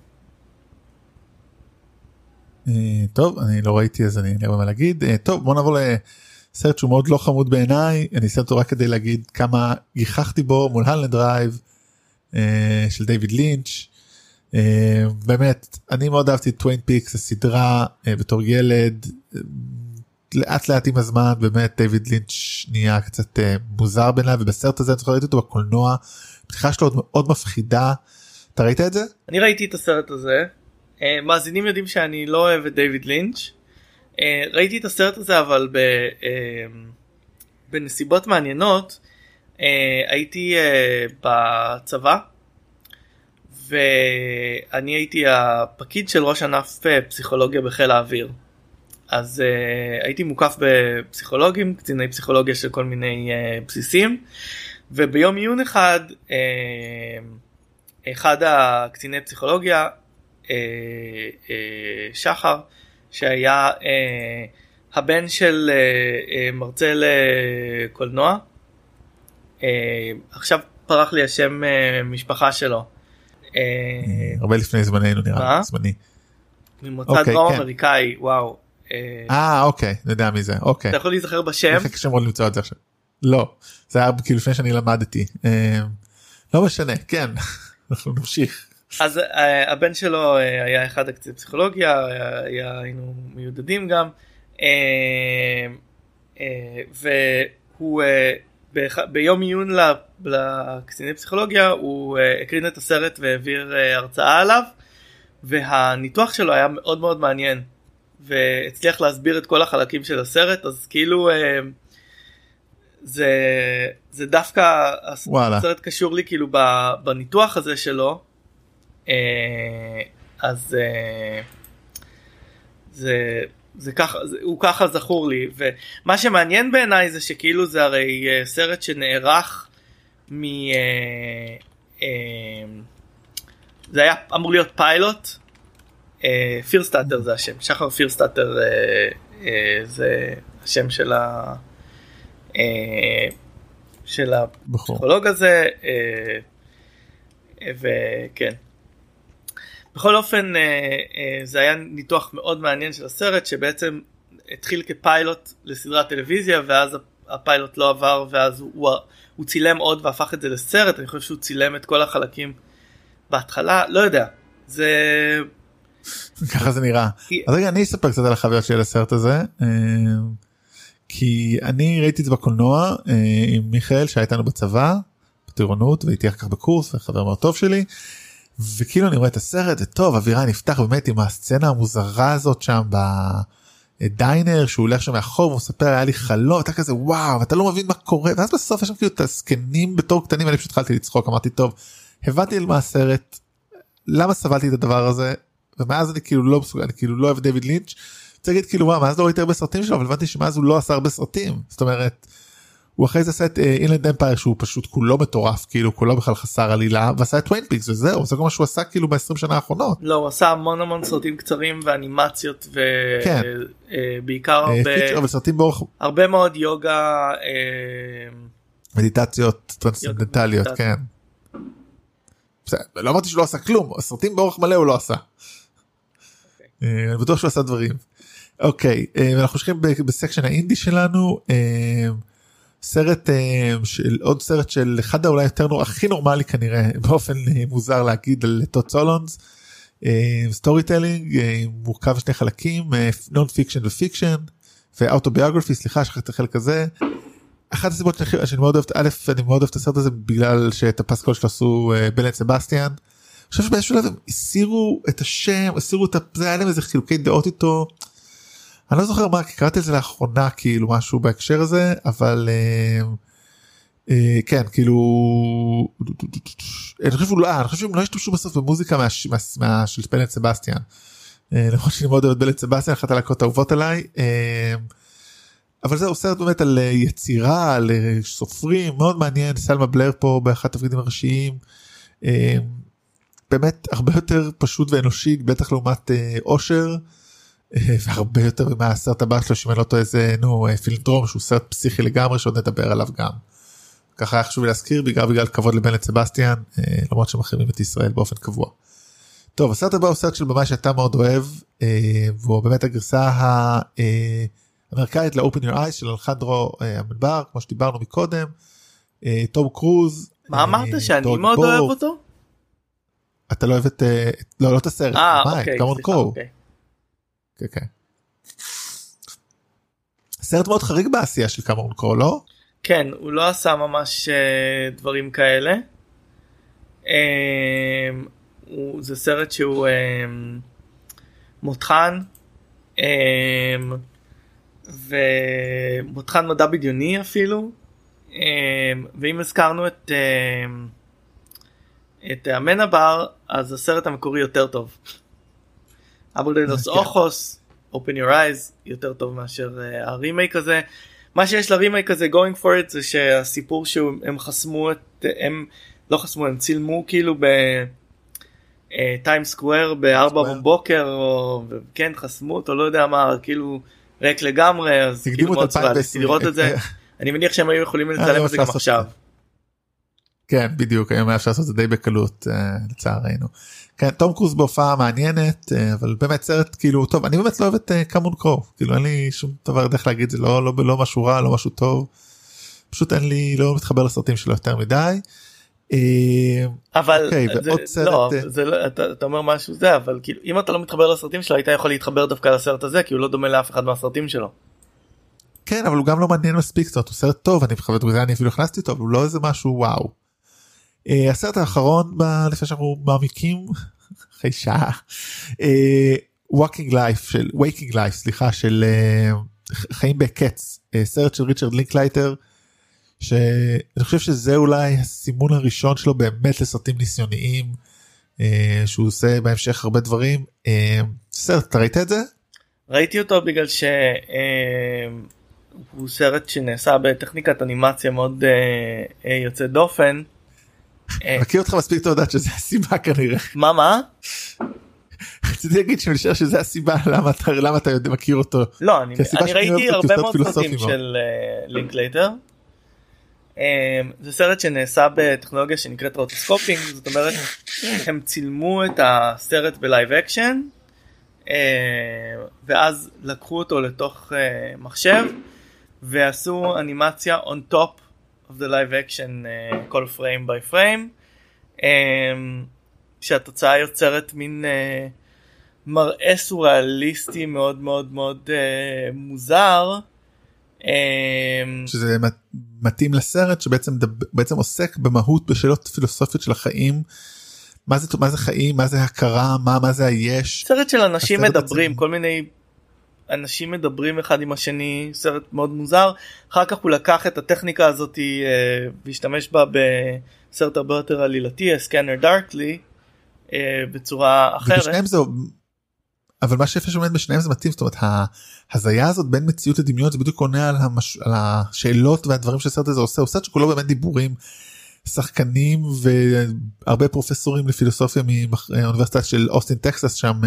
[SPEAKER 2] טוב, אני לא ראיתי אז אני נראה מה להגיד. טוב, בוא נעבור לסרט שהוא מאוד לא חמוד בעיניי, אני אעשה אותו רק כדי להגיד כמה גיחכתי בו, מולהלנד דרייב של דיוויד לינץ'. Uh, באמת אני מאוד אהבתי את טווין פיקס, הסדרה uh, בתור ילד, uh, לאט לאט עם הזמן באמת דיוויד לינץ' נהיה קצת uh, מוזר בעיניי, ובסרט הזה אני זוכר ראיתי אותו בקולנוע, הפתיחה שלו מאוד מפחידה. אתה ראית את זה?
[SPEAKER 3] אני ראיתי את הסרט הזה, uh, מאזינים יודעים שאני לא אוהב את דיוויד לינץ', uh, ראיתי את הסרט הזה אבל ב, uh, בנסיבות מעניינות, uh, הייתי uh, בצבא, ואני הייתי הפקיד של ראש ענף פסיכולוגיה בחיל האוויר. אז uh, הייתי מוקף בפסיכולוגים, קציני פסיכולוגיה של כל מיני uh, בסיסים, וביום עיון אחד, uh, אחד הקציני פסיכולוגיה, uh, uh, שחר, שהיה uh, הבן של uh, uh, מרצה לקולנוע, uh, עכשיו פרח לי השם uh, משפחה שלו,
[SPEAKER 2] הרבה לפני זמננו נראה זמני,
[SPEAKER 3] ממוצא דרום אמריקאי. וואו,
[SPEAKER 2] אה אוקיי, אני יודע מי זה. אוקיי,
[SPEAKER 3] אתה יכול להיזכר בשם?
[SPEAKER 2] איך קשה מאוד למצוא את זה עכשיו. לא, זה היה כאילו לפני שאני למדתי, לא משנה. כן, אנחנו נמשיך. אז
[SPEAKER 3] הבן שלו היה אחד הקציני פסיכולוגיה, היינו מיודדים גם, והוא ביום עיון לקציני פסיכולוגיה הוא הקרין את הסרט והעביר הרצאה עליו, והניתוח שלו היה מאוד מאוד מעניין והצליח להסביר את כל החלקים של הסרט. אז כאילו זה זה דווקא הסרט קשור לי כאילו בניתוח הזה שלו, אז זה זה ככה, זה, הוא ככה זכור לי. ומה שמעניין בעיניי זה שכאילו זה הרי uh, סרט שנערך מ... Uh, uh, זה היה אמור להיות פיילוט, פירסטאטר uh, זה השם, שחר פירסטאטר uh, uh, זה השם של ה... Uh, של הפסיכולוג הזה, uh, uh, וכן. בכל אופן, זה היה ניתוח מאוד מעניין של הסרט, שבעצם התחיל כפיילוט לסדרת טלוויזיה, ואז הפיילוט לא עבר, ואז הוא, הוא צילם עוד והפך את זה לסרט. אני חושב שהוא צילם את כל החלקים בהתחלה, לא יודע. זה...
[SPEAKER 2] ככה זה נראה. אז רגע, אני אספר קצת על החוויות שלי לסרט הזה, כי אני ראיתי את זה בקולנוע עם מיכאל שהיה איתנו בצבא, בטירונות, והייתי אחר כך בקורס, וחבר מאוד טוב שלי, וכאילו אני רואה את הסרט, זה טוב, אווירה נפתח באמת עם הסצנה המוזרה הזאת שם בדיינר, שהוא הולך שם מאחור, והוא מספר, היה לי חלום, אתה כזה וואו, אתה לא מבין מה קורה, ואז בסוף יש שם כאילו את הסקנים בתור קטנים, ואני פשוט התחלתי לצחוק, אמרתי טוב, הבנתי על מה הסרט, למה סבלתי את הדבר הזה, ומאז אני כאילו לא מסוגל, אני כאילו לא אוהב דיוויד לינץ', צריך להגיד כאילו וואו, מאז לא ראיתי הרבה סרטים שלו, אבל הבנתי שמאז הוא לא עשה הרבה סרטים, זאת אומרת, הוא אחרי זה עשה את אינלנד אמפייר שהוא פשוט כולו מטורף, כאילו כולו בכלל חסר עלילה, ועשה את טווין פיקס וזהו, זה כל מה שהוא עשה כאילו ב-עשרים שנה האחרונות.
[SPEAKER 3] לא, הוא עשה המון המון סרטים קצרים ואנימציות, ובעיקר הרבה מאוד יוגה,
[SPEAKER 2] מדיטציות טרנסצנדנטליות, כן. לא אמרתי שלא עשה כלום, סרטים באורך מלא הוא לא עשה. אני בטוח שהוא עשה דברים. אוקיי, אנחנו שכים בסקשן האינדי שלנו, סרט של עוד סרט של אחד האולי יותר נורא הכי נורמלי כנראה באופן מוזר להגיד על טוד סולונס, סטורי טלינג מורכב שני חלקים, נון פיקשן ופיקשן ואוטוביוגרפי, סליחה שכחת את החלק הזה. אחת הסיבות שאני מאוד אוהבת, א' אני מאוד אוהבת את הסרט הזה בגלל שאת הפסקול שלו עשו בלן סבסטיאן. אני חושב שבאיזשהו לב הם הסירו את השם, הסירו את זה, היה להם איזה חילוקי דעות איתו. אני לא זוכר מה, כי קראתי את זה לאחרונה, כאילו משהו בהקשר הזה, אבל אה, אה, כן, כאילו, אני חושב שהוא לא, אני חושב שהם לא השתמשו בסוף במוזיקה מה, מה, מה, של בלן סבסטיאן. אה, למרות שאני מאוד אוהבת בלן סבסטיאן, אחת הלהקות האהובות עליי, אה, אבל זה סרט באמת על יצירה, על סופרים, מאוד מעניין, סלמה בלר פה באחת התפקידים הראשיים, אה, באמת הרבה יותר פשוט ואנושי, בטח לעומת אה, אושר, והרבה יותר מהסרט הבא שלו, שאם אני לא טועה איזה, נו, פילנטרום, שהוא סרט פסיכי לגמרי, שעוד נדבר עליו גם. ככה היה חשוב לי להזכיר, בגלל בגלל כבוד לבן לסבסטיאן, למרות שמחרימים את ישראל באופן קבוע. טוב, הסרט הבא הוא סרט של ממש שאתה מאוד אוהב, והוא באמת הגרסה האמריקאית ל-Open Your Eyes, של אלחנדרו המדבר, כמו שדיברנו מקודם, טום קרוז.
[SPEAKER 3] מה אמרת, שאני מאוד אוהב אותו?
[SPEAKER 2] אתה לא אוהב את, לא, לא את הסרט,
[SPEAKER 3] אה, אוקיי, סליחה, אוקיי.
[SPEAKER 2] כן. סרט מאוד חריג בעשייה של קמרון קרו, לא?
[SPEAKER 3] כן, הוא לא עשה ממש uh, דברים כאלה. Uh, הוא, זה סרט שהוא uh, מותחן, uh, ומותחן מדע בדיוני אפילו. Uh, ואם הזכרנו את, uh, את המנבר, אז הסרט המקורי יותר טוב. אבולדנוס אוחוס, Open Your Eyes, יותר טוב מאשר uh, הרימייק הזה. מה שיש לרימייק הזה, Going for it, זה שהסיפור שהם חסמו את, הם לא חסמו, הם צילמו כאילו בטיים סקוואר בארבע בבוקר, או כן, חסמו אותו, לא יודע מה, כאילו ריק לגמרי, אז כאילו מאוד סבלתי לראות את זה. אני מניח שהם היו יכולים לצלם את זה גם עכשיו.
[SPEAKER 2] כן, בדיוק, היום היה אפשר לעשות את זה די בקלות, לצערנו. כן, תום קרוז בהופעה מעניינת, אבל באמת סרט כאילו טוב, אני באמת לא אוהב את קמון קרו, כאילו אין לי שום דבר דרך להגיד, זה לא, לא, לא משהו רע, לא משהו טוב, פשוט אין לי, לא מתחבר לסרטים שלו יותר מדי.
[SPEAKER 3] אבל, אוקיי, זה, סרט... לא, זה לא, אתה, אתה אומר משהו זה, אבל כאילו, אם אתה לא מתחבר לסרטים שלו, היית יכול להתחבר דווקא לסרט הזה, כי הוא לא דומה לאף אחד מהסרטים שלו.
[SPEAKER 2] כן, אבל הוא גם לא מעניין מספיק, זאת אומרת, הוא סרט טוב, אני מחבר את זה, אני אפילו הכנסתי טוב, הוא לא איזה משהו וואו. הסרט האחרון לפני שאנחנו מעמיקים אחרי שעה, Walking Life של Waking Life סליחה של חיים בקץ, סרט של ריצ'רד לינקלייטר, שאני חושב שזה אולי הסימון הראשון שלו באמת לסרטים ניסיוניים, שהוא עושה בהמשך הרבה דברים. סרט, אתה ראית את זה?
[SPEAKER 3] ראיתי אותו בגלל שהוא סרט שנעשה בטכניקת אנימציה מאוד יוצא דופן.
[SPEAKER 2] מכיר אותך מספיק תעודת שזה הסיבה כנראה.
[SPEAKER 3] מה מה?
[SPEAKER 2] רציתי להגיד שאני שזה הסיבה למה אתה למה אתה מכיר אותו.
[SPEAKER 3] לא, אני ראיתי הרבה מאוד סרטים של לינקלייטר. זה סרט שנעשה בטכנולוגיה שנקראת רוטוסקופינג, זאת אומרת הם צילמו את הסרט בלייב אקשן ואז לקחו אותו לתוך מחשב ועשו אנימציה on top of the live action uh, כל frame by frame, um, שהתוצאה יוצרת מין uh, מראה סוריאליסטי מאוד מאוד מאוד uh, מוזר, um,
[SPEAKER 2] שזה מתאים לסרט שבעצם בעצם עוסק במהות בשאלות פילוסופיות של החיים, מה זה מה זה חיים, מה זה הכרה, מה מה זה היש.
[SPEAKER 3] סרט של אנשים מדברים, כל מיני אנשים מדברים אחד עם השני, סרט מאוד מוזר. אחר כך הוא לקח את הטכניקה הזאת והשתמש בה בסרט הרבה יותר עלילתי, Scanner Darkly, בצורה אחרת.
[SPEAKER 2] ובשניהם זה, אבל מה שיפה שעומד בשניהם זה מתאים, זאת אומרת, ההזיה הזאת בין מציאות לדמיון, זה בדיוק עונה על, המש... על השאלות והדברים שהסרט הזה עושה, הוא סרט שכולו באמת דיבורים, שחקנים והרבה פרופסורים לפילוסופיה מהאוניברסיטה של אוסטין טקסס, שם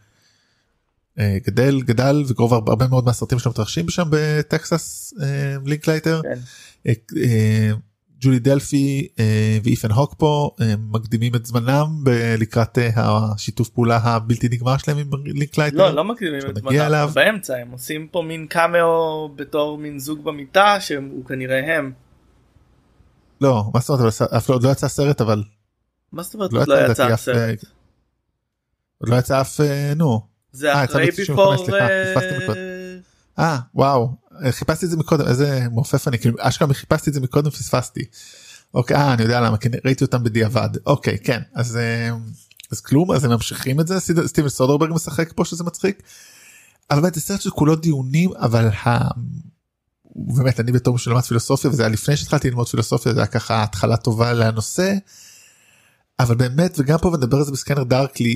[SPEAKER 2] גדל, גדל, וקרוב הרבה מאוד מהסרטים שלו מתרחשים שם בטקסס, לינקלייטר. כן. ג'ולי דלפי ואיפן הוק פה מקדימים את זמנם לקראת השיתוף פעולה הבלתי נגמר שלהם עם לינקלייטר.
[SPEAKER 3] לא, לא מקדימים את זמנם, באמצע הם עושים פה מין קאמאו בתור מין זוג במיטה שהוא כנראה הם.
[SPEAKER 2] לא, מה זאת אומרת, אף לא יצא סרט, אבל...
[SPEAKER 3] מה זאת אומרת, לא יצא סרט?
[SPEAKER 2] עוד לא יצא אף, נו.
[SPEAKER 3] זה אחרי ביפור...
[SPEAKER 2] אה, וואו, חיפשתי את זה מקודם, איזה מופף אני, כאילו, אשכרה חיפשתי את זה מקודם, פספסתי. אוקיי, אה, אני יודע למה, כי ראיתי אותם בדיעבד. אוקיי, כן, אז, אז כלום, אז הם ממשיכים את זה, סטיבן סודרברג משחק פה שזה מצחיק, אבל באמת, זה סרט שכולו דיונים, אבל ה... באמת, אני בתור שלמד פילוסופיה, וזה היה לפני שהתחלתי ללמוד פילוסופיה, זה היה ככה התחלה טובה לנושא, אבל באמת, וגם פה ונדבר על זה בסקנר דארקלי,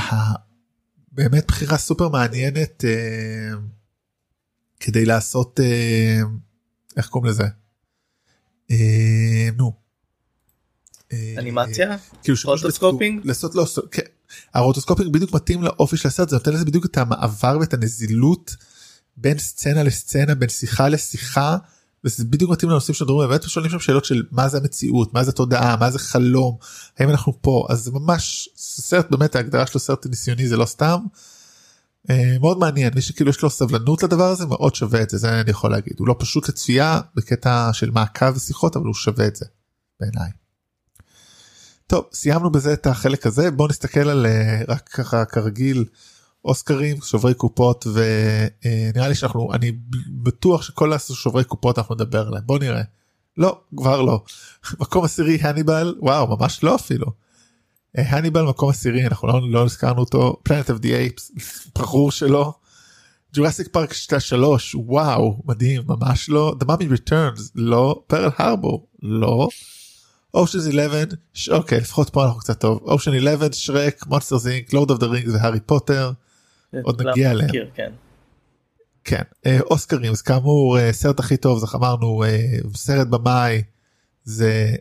[SPEAKER 2] באמת בחירה סופר מעניינת, אה, כדי לעשות, אה, איך קוראים לזה? אה, נו.
[SPEAKER 3] אנימציה?
[SPEAKER 2] אה, כאילו
[SPEAKER 3] רוטוסקופינג?
[SPEAKER 2] לעשות, לא, כן. הרוטוסקופינג בדיוק מתאים לאופי של הסרט, זה נותן לזה בדיוק את המעבר ואת הנזילות, בין סצנה לסצנה, בין שיחה לשיחה, וזה בדיוק מתאים לנושאים שדברים, באמת שואלים שם שאלות של מה זה המציאות, מה זה תודעה, מה זה חלום, האם אנחנו פה, אז זה ממש, סרט באמת, ההגדרה שלו סרט ניסיוני, זה לא סתם, מאוד מעניין, מי שכאילו יש לו סבלנות לדבר הזה, מאוד שווה את זה, זה אני יכול להגיד, הוא לא פשוט לצפייה, בקטע של מעקב ושיחות, אבל הוא שווה את זה, בעיניי. טוב, סיימנו בזה את החלק הזה, בואו נסתכל על, רק ככה כרגיל, אוסקרים, שוברי קופות, ונראה לי שאנחנו, אני בטוח שכל השוברי קופות אנחנו נדבר עליהם, בוא נראה. לא, כבר לא. מקום עשירי, הניבל, וואו, ממש לא אפילו. הניבל, מקום עשירי, אנחנו לא, לא הזכרנו אותו, Planet of the Apes, ברור שלא. Jurassic Park שלוש, וואו, מדהים, ממש לא. The Mummy Returns, לא. Pearl Harbor, לא. Ocean's eleven, ש... אוקיי, לפחות פה אנחנו קצת טוב. Ocean eleven, שרק, Monsters Inc, Lord of the Rings והארי פוטר. עוד נגיע אליהם.
[SPEAKER 3] כן.
[SPEAKER 2] כן, אוסקרים, אז כאמור, סרט הכי טוב, זה אמרנו, סרט במאי, זה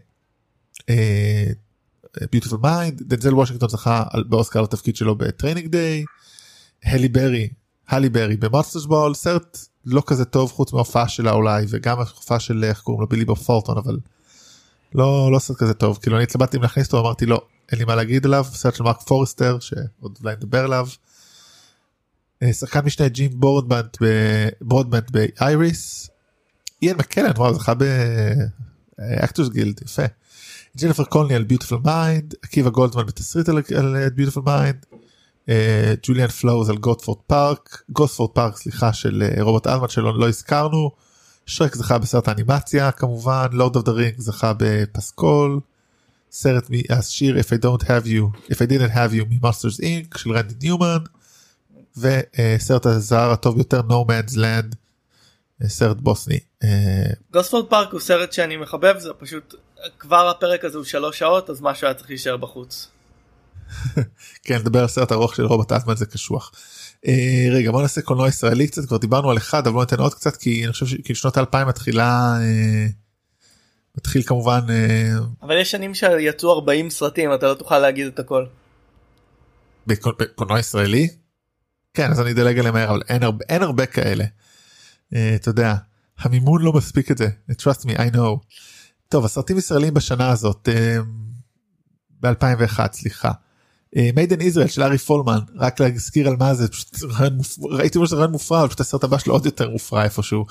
[SPEAKER 2] Beautiful Mind, דנזל וושינגטון זכה באוסקר לתפקיד שלו בטריינינג דיי, הלי ברי, הלי ברי במאסטרס בול, סרט לא כזה טוב חוץ מההופעה שלה אולי, וגם ההופעה של, איך קוראים לו, בילי בו פולטון, אבל לא, לא סרט כזה טוב, כאילו אני התלבטתי אם להכניס אותו, אמרתי לא, אין לי מה להגיד עליו, סרט של מרק פורסטר, שעוד אולי נדבר עליו, שחקן משנה ג'ים ברודבנט באייריס, איין מקלן, וואו, זכה באקטורס גילד, יפה. ג'ניפר קונלי על ביוטיפול מיינד, עקיבא גולדמן בתסריט על ביוטיפול מיינד, ג'וליאן פלוז על גוספורד פארק, גוספורד פארק, סליחה, של רוברט אלמן שלו לא הזכרנו, שרק זכה בסרט האנימציה כמובן, לורד אוף דה רינג זכה בפסקול, סרט מהשיר If I don't have you, If I didn't have you מ-Monsters אינק של רנדי ניומן, וסרט הזר הטוב יותר No Man's Land, סרט בוסני.
[SPEAKER 3] גוספורד פארק הוא סרט שאני מחבב, זה פשוט כבר הפרק הזה הוא שלוש שעות, אז משהו היה צריך להישאר בחוץ.
[SPEAKER 2] כן, לדבר על סרט ארוך של רוברט אלטמן זה קשוח. רגע, בוא נעשה קולנוע ישראלי קצת, כבר דיברנו על אחד, אבל בוא ניתן עוד קצת, כי אני חושב ששנות האלפיים מתחילה, מתחיל כמובן...
[SPEAKER 3] אבל יש שנים שיצאו ארבעים סרטים, אתה לא תוכל להגיד את הכל.
[SPEAKER 2] בקולנוע ישראלי? כן, אז אני אדלג עליהם מהר, אבל אין הרבה, אין הרבה כאלה. אתה יודע, המימון לא מספיק את זה. Trust me, I know. טוב, הסרטים ישראלים בשנה הזאת, ב-אלפיים ואחת, סליחה. Made in Israel של ארי פולמן, רק להזכיר על מה זה, ראיתי שזה רעיון מופרע, אבל פשוט הסרט הבא שלו עוד יותר מופרע איפשהו.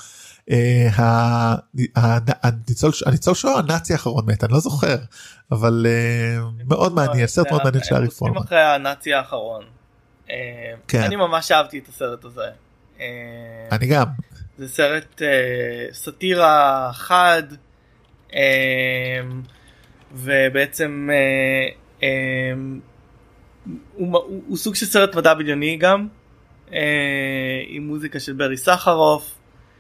[SPEAKER 2] הניצול שואה, הנאצי האחרון מת, אני לא זוכר, אבל מאוד מעניין, סרט מאוד מעניין של ארי פולמן.
[SPEAKER 3] אחרי הנאצי האחרון. אני ממש אהבתי את הסרט הזה.
[SPEAKER 2] אני גם.
[SPEAKER 3] זה סרט סאטירה חד, ובעצם הוא סוג של סרט מדע בדיוני גם, עם מוזיקה של ברי סחרוף,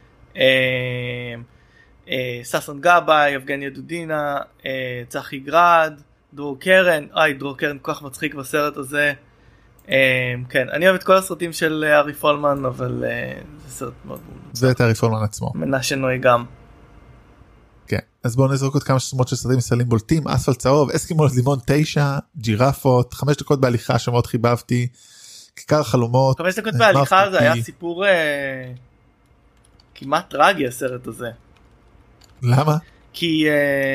[SPEAKER 3] ססון גבאי, יבגניה דודינה, צחי גרד, דרור קרן. איי, דרור קרן כל כך מצחיק בסרט הזה. כן, אני אוהב את כל הסרטים של ארי פולמן, אבל זה סרט מאוד
[SPEAKER 2] זה את ארי פולמן עצמו.
[SPEAKER 3] מנשה נוי גם.
[SPEAKER 2] כן, אז בואו נזרוק עוד כמה שמות של סרטים ישראלים בולטים. אספלט צהוב, אסקימוס לימון תשע, ג'ירפות, חמש דקות בהליכה שמאוד חיבבתי, כיכר החלומות.
[SPEAKER 3] חמש דקות בהליכה זה היה סיפור כמעט טרגי הסרט הזה.
[SPEAKER 2] למה?
[SPEAKER 3] כי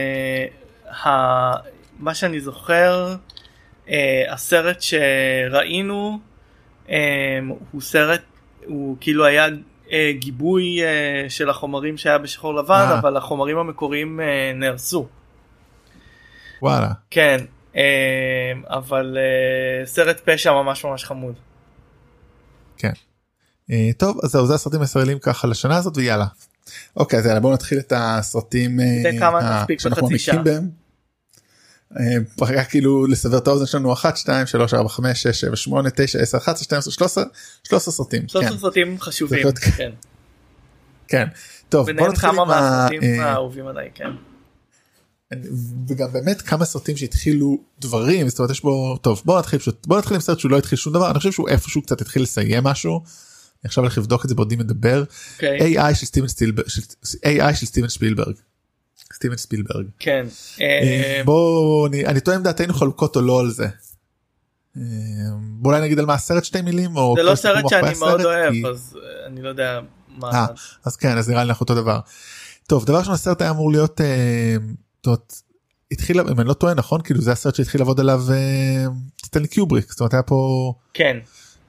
[SPEAKER 3] מה שאני זוכר, הסרט שראינו הוא סרט, הוא כאילו היה גיבוי של החומרים שהיה בשחור לבן, אבל החומרים המקוריים נהרסו.
[SPEAKER 2] וואלה.
[SPEAKER 3] כן, אבל סרט פשע ממש ממש חמוד.
[SPEAKER 2] כן. טוב, אז זהו, זה הסרטים הישראלים ככה לשנה הזאת, ויאללה. אוקיי, אז יאללה, בואו נתחיל את הסרטים שאנחנו מקים בהם. פרקה כאילו לסבר את האוזן שלנו אחת, שתיים, שלוש, ארבע, חמש, שש, שבע, שמונה, תשע, עשר, אחת עשרה, שתים עשרה, שלוש עשרה, שלוש עשרה סרטים.
[SPEAKER 3] שלוש עשרה סרטים חשובים, כן.
[SPEAKER 2] כן, טוב, בואו נתחיל עם
[SPEAKER 3] הסרטים האהובים עליי, כן.
[SPEAKER 2] וגם באמת כמה סרטים שהתחילו דברים, זאת אומרת יש בו, טוב בואו נתחיל פשוט, בואו נתחיל עם סרט שהוא לא התחיל שום דבר, אני חושב שהוא איפשהו קצת התחיל לסיים משהו, אני עכשיו הולך לבדוק את זה בעודי מדבר, איי איי של סטיבן ספילברג. סטיבן ספילברג.
[SPEAKER 3] כן.
[SPEAKER 2] בואו, אני טועה אם דעתנו חלוקות או לא על זה. בואו אולי נגיד על מה הסרט שתי מילים,
[SPEAKER 3] זה לא סרט שאני מאוד אוהב, אז אני לא יודע מה.
[SPEAKER 2] אז כן, אז נראה לי אנחנו אותו דבר. טוב, דבר ראשון, הסרט היה אמור להיות, התחיל, אם אני לא טועה, נכון? כאילו זה הסרט שהתחיל לעבוד עליו סטנלי קיובריק, זאת אומרת היה פה...
[SPEAKER 3] כן,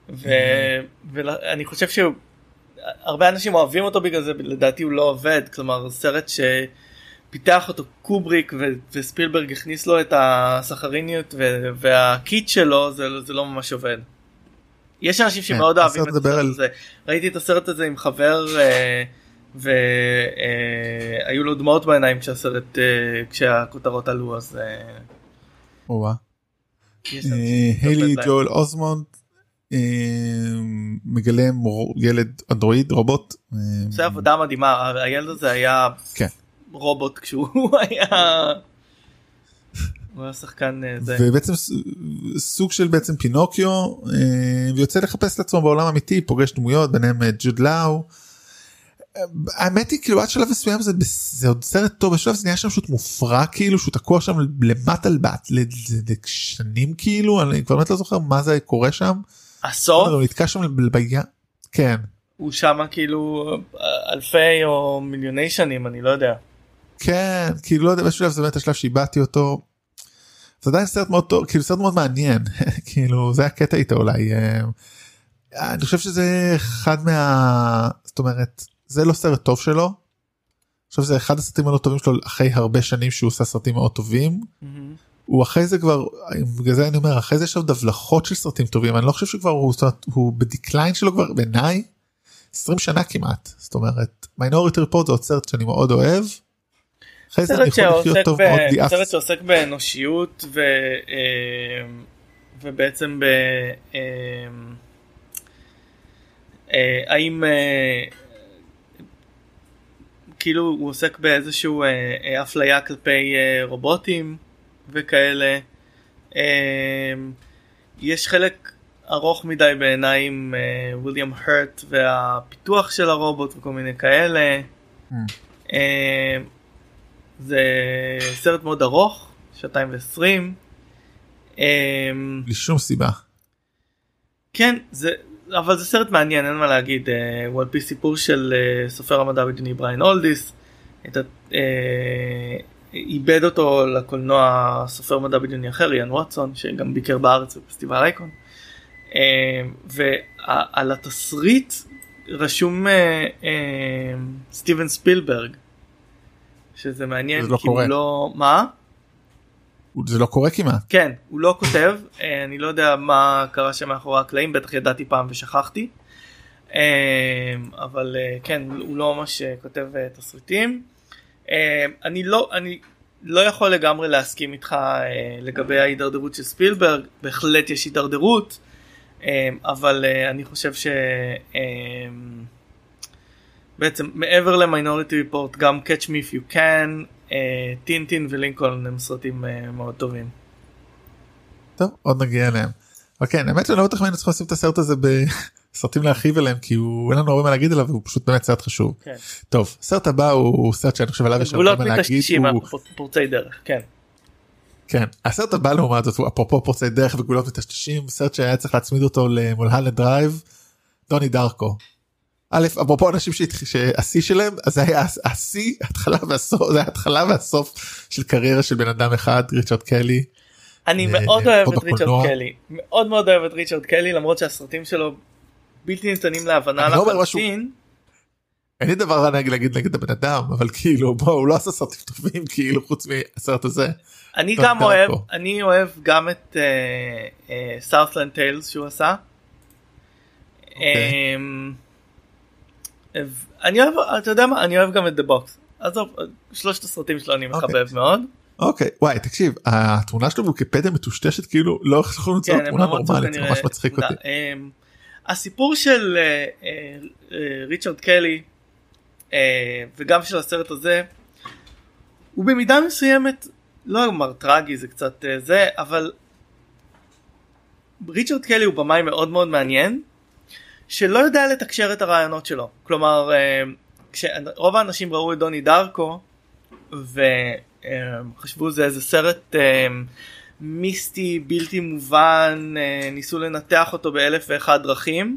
[SPEAKER 3] ואני חושב שהרבה אנשים אוהבים אותו בגלל זה, לדעתי הוא לא עובד, כלומר סרט שפיתח אותו קובריק וספילברג הכניס לו את הסחריניות והקיט שלו, זה לא ממש עובד. יש אנשים שמאוד אוהבים את הסרט הזה, ראיתי את הסרט הזה עם חבר... והיו לו דמעות בעיניים כשהסרט, כשהכותרות עלו, אז...
[SPEAKER 2] וואה. היילי ג'ואל אוזמונד מגלם ילד אנדרואיד, רובוט.
[SPEAKER 3] זה עבודה מדהימה, הילד הזה היה רובוט כשהוא היה... הוא היה שחקן זה.
[SPEAKER 2] ובעצם סוג של בעצם פינוקיו, ויוצא לחפש לעצמו בעולם אמיתי, פוגש דמויות, ביניהם ג'וד לאו, האמת היא כאילו עד שלב מסוים זה, זה עוד סרט טוב, בשלב זה נהיה שם פשוט מופרע כאילו, שהוא תקוע שם למטה לבט לשנים כאילו, אני כבר באמת לא זוכר מה זה קורה שם.
[SPEAKER 3] הסוף?
[SPEAKER 2] הוא נתקע שם לבעיה, כן.
[SPEAKER 3] הוא שם כאילו אלפי או מיליוני שנים, אני לא יודע.
[SPEAKER 2] כן, כאילו לא יודע, בשלב זה באמת השלב שאיבדתי אותו, זה עדיין סרט מאוד טוב, כאילו סרט מאוד מעניין, כאילו זה הקטע איתו אולי, אני חושב שזה אחד מה, זאת אומרת, זה לא סרט טוב שלו, אני חושב שזה אחד הסרטים הלא טובים שלו אחרי הרבה שנים שהוא עושה סרטים מאוד טובים, mm-hmm. הוא אחרי זה כבר, בגלל זה אני אומר, אחרי זה יש עוד הבלחות של סרטים טובים, אני לא חושב שכבר הוא, הוא בדקליין שלו כבר בעיניי, עשרים שנה כמעט, זאת אומרת, מיינוריטי ריפורט זה עוד סרט שאני מאוד אוהב, אחרי זה אני יכול לחיות טוב מאוד בלי אף.
[SPEAKER 3] סרט שעוסק באנושיות ו, ובעצם ב... האם כאילו הוא עוסק באיזשהו אפליה כלפי רובוטים וכאלה. יש חלק ארוך מדי בעיניי עם וויליאם הרט והפיתוח של הרובוט וכל מיני כאלה. זה סרט מאוד ארוך, שעתיים ועשרים.
[SPEAKER 2] בלי שום סיבה.
[SPEAKER 3] כן, זה... אבל זה סרט מעניין, אין מה להגיד, הוא על פי סיפור של סופר המדע הבדיוני בריין הולדיס, איבד אותו לקולנוע סופר מדע בדיוני אחר, איאן ווטסון, שגם ביקר בארץ בפסטיבל אייקון, ועל התסריט רשום סטיבן ספילברג, שזה מעניין,
[SPEAKER 2] זה לא
[SPEAKER 3] כי הוא
[SPEAKER 2] קורה.
[SPEAKER 3] לא... מה?
[SPEAKER 2] זה לא קורה כמעט.
[SPEAKER 3] כן, הוא לא כותב, אני לא יודע מה קרה שם מאחורי הקלעים, בטח ידעתי פעם ושכחתי, אבל כן, הוא לא ממש כותב תסריטים. אני לא, אני לא יכול לגמרי להסכים איתך לגבי ההידרדרות של ספילברג, בהחלט יש הידרדרות, אבל אני חושב ש... בעצם מעבר למיינוריטי ריפורט, גם Catch Me If You Can, טינטין ולינקולן הם סרטים מאוד טובים.
[SPEAKER 2] טוב, עוד נגיע אליהם. כן, האמת שאני לא בטוח היינו צריכים לשים את הסרט הזה בסרטים להרחיב אליהם, כי הוא אין לנו הרבה מה להגיד עליו, והוא פשוט באמת סרט חשוב. טוב, הסרט הבא הוא סרט שאני חושב עליו יש הרבה מה להגיד.
[SPEAKER 3] פורצי דרך, כן.
[SPEAKER 2] כן, הסרט הבא לעומת זאת הוא אפרופו פורצי דרך וגבולות מטשטשים, סרט שהיה צריך להצמיד אותו למולהלנד דרייב, דוני דרקו. א', אפרופו אנשים שהשיא שלהם, אז זה היה השיא, ההתחלה והסוף, זה היה ההתחלה והסוף של קריירה של בן אדם אחד, ריצ'רד קלי.
[SPEAKER 3] אני מאוד אוהב את ריצ'רד קלי, מאוד מאוד אוהב את ריצ'רד קלי, למרות שהסרטים שלו בלתי ניתנים להבנה לחלוטין.
[SPEAKER 2] אין לי דבר רע להגיד נגד הבן אדם, אבל כאילו בוא, הוא לא עשה סרטים טובים כאילו חוץ מהסרט הזה.
[SPEAKER 3] אני גם אוהב, אני אוהב גם את Southland Tales שהוא עשה. אני אוהב, אתה יודע מה, אני אוהב גם את The Box. עזוב, שלושת הסרטים שלו אני מחבב מאוד.
[SPEAKER 2] אוקיי, וואי, תקשיב, התמונה שלו בוויקיפדיה מטושטשת כאילו, לא יכולנו למצוא תמונה נורמלית, זה ממש מצחיק אותי.
[SPEAKER 3] הסיפור של ריצ'רד קלי, וגם של הסרט הזה, הוא במידה מסוימת, לא אמר טרגי, זה קצת זה, אבל ריצ'רד קלי הוא במאי מאוד מאוד מעניין, שלא יודע לתקשר את הרעיונות שלו. כלומר, כשרוב האנשים ראו את דוני דרקו, וחשבו זה איזה סרט מיסטי, בלתי מובן, ניסו לנתח אותו באלף ואחד דרכים,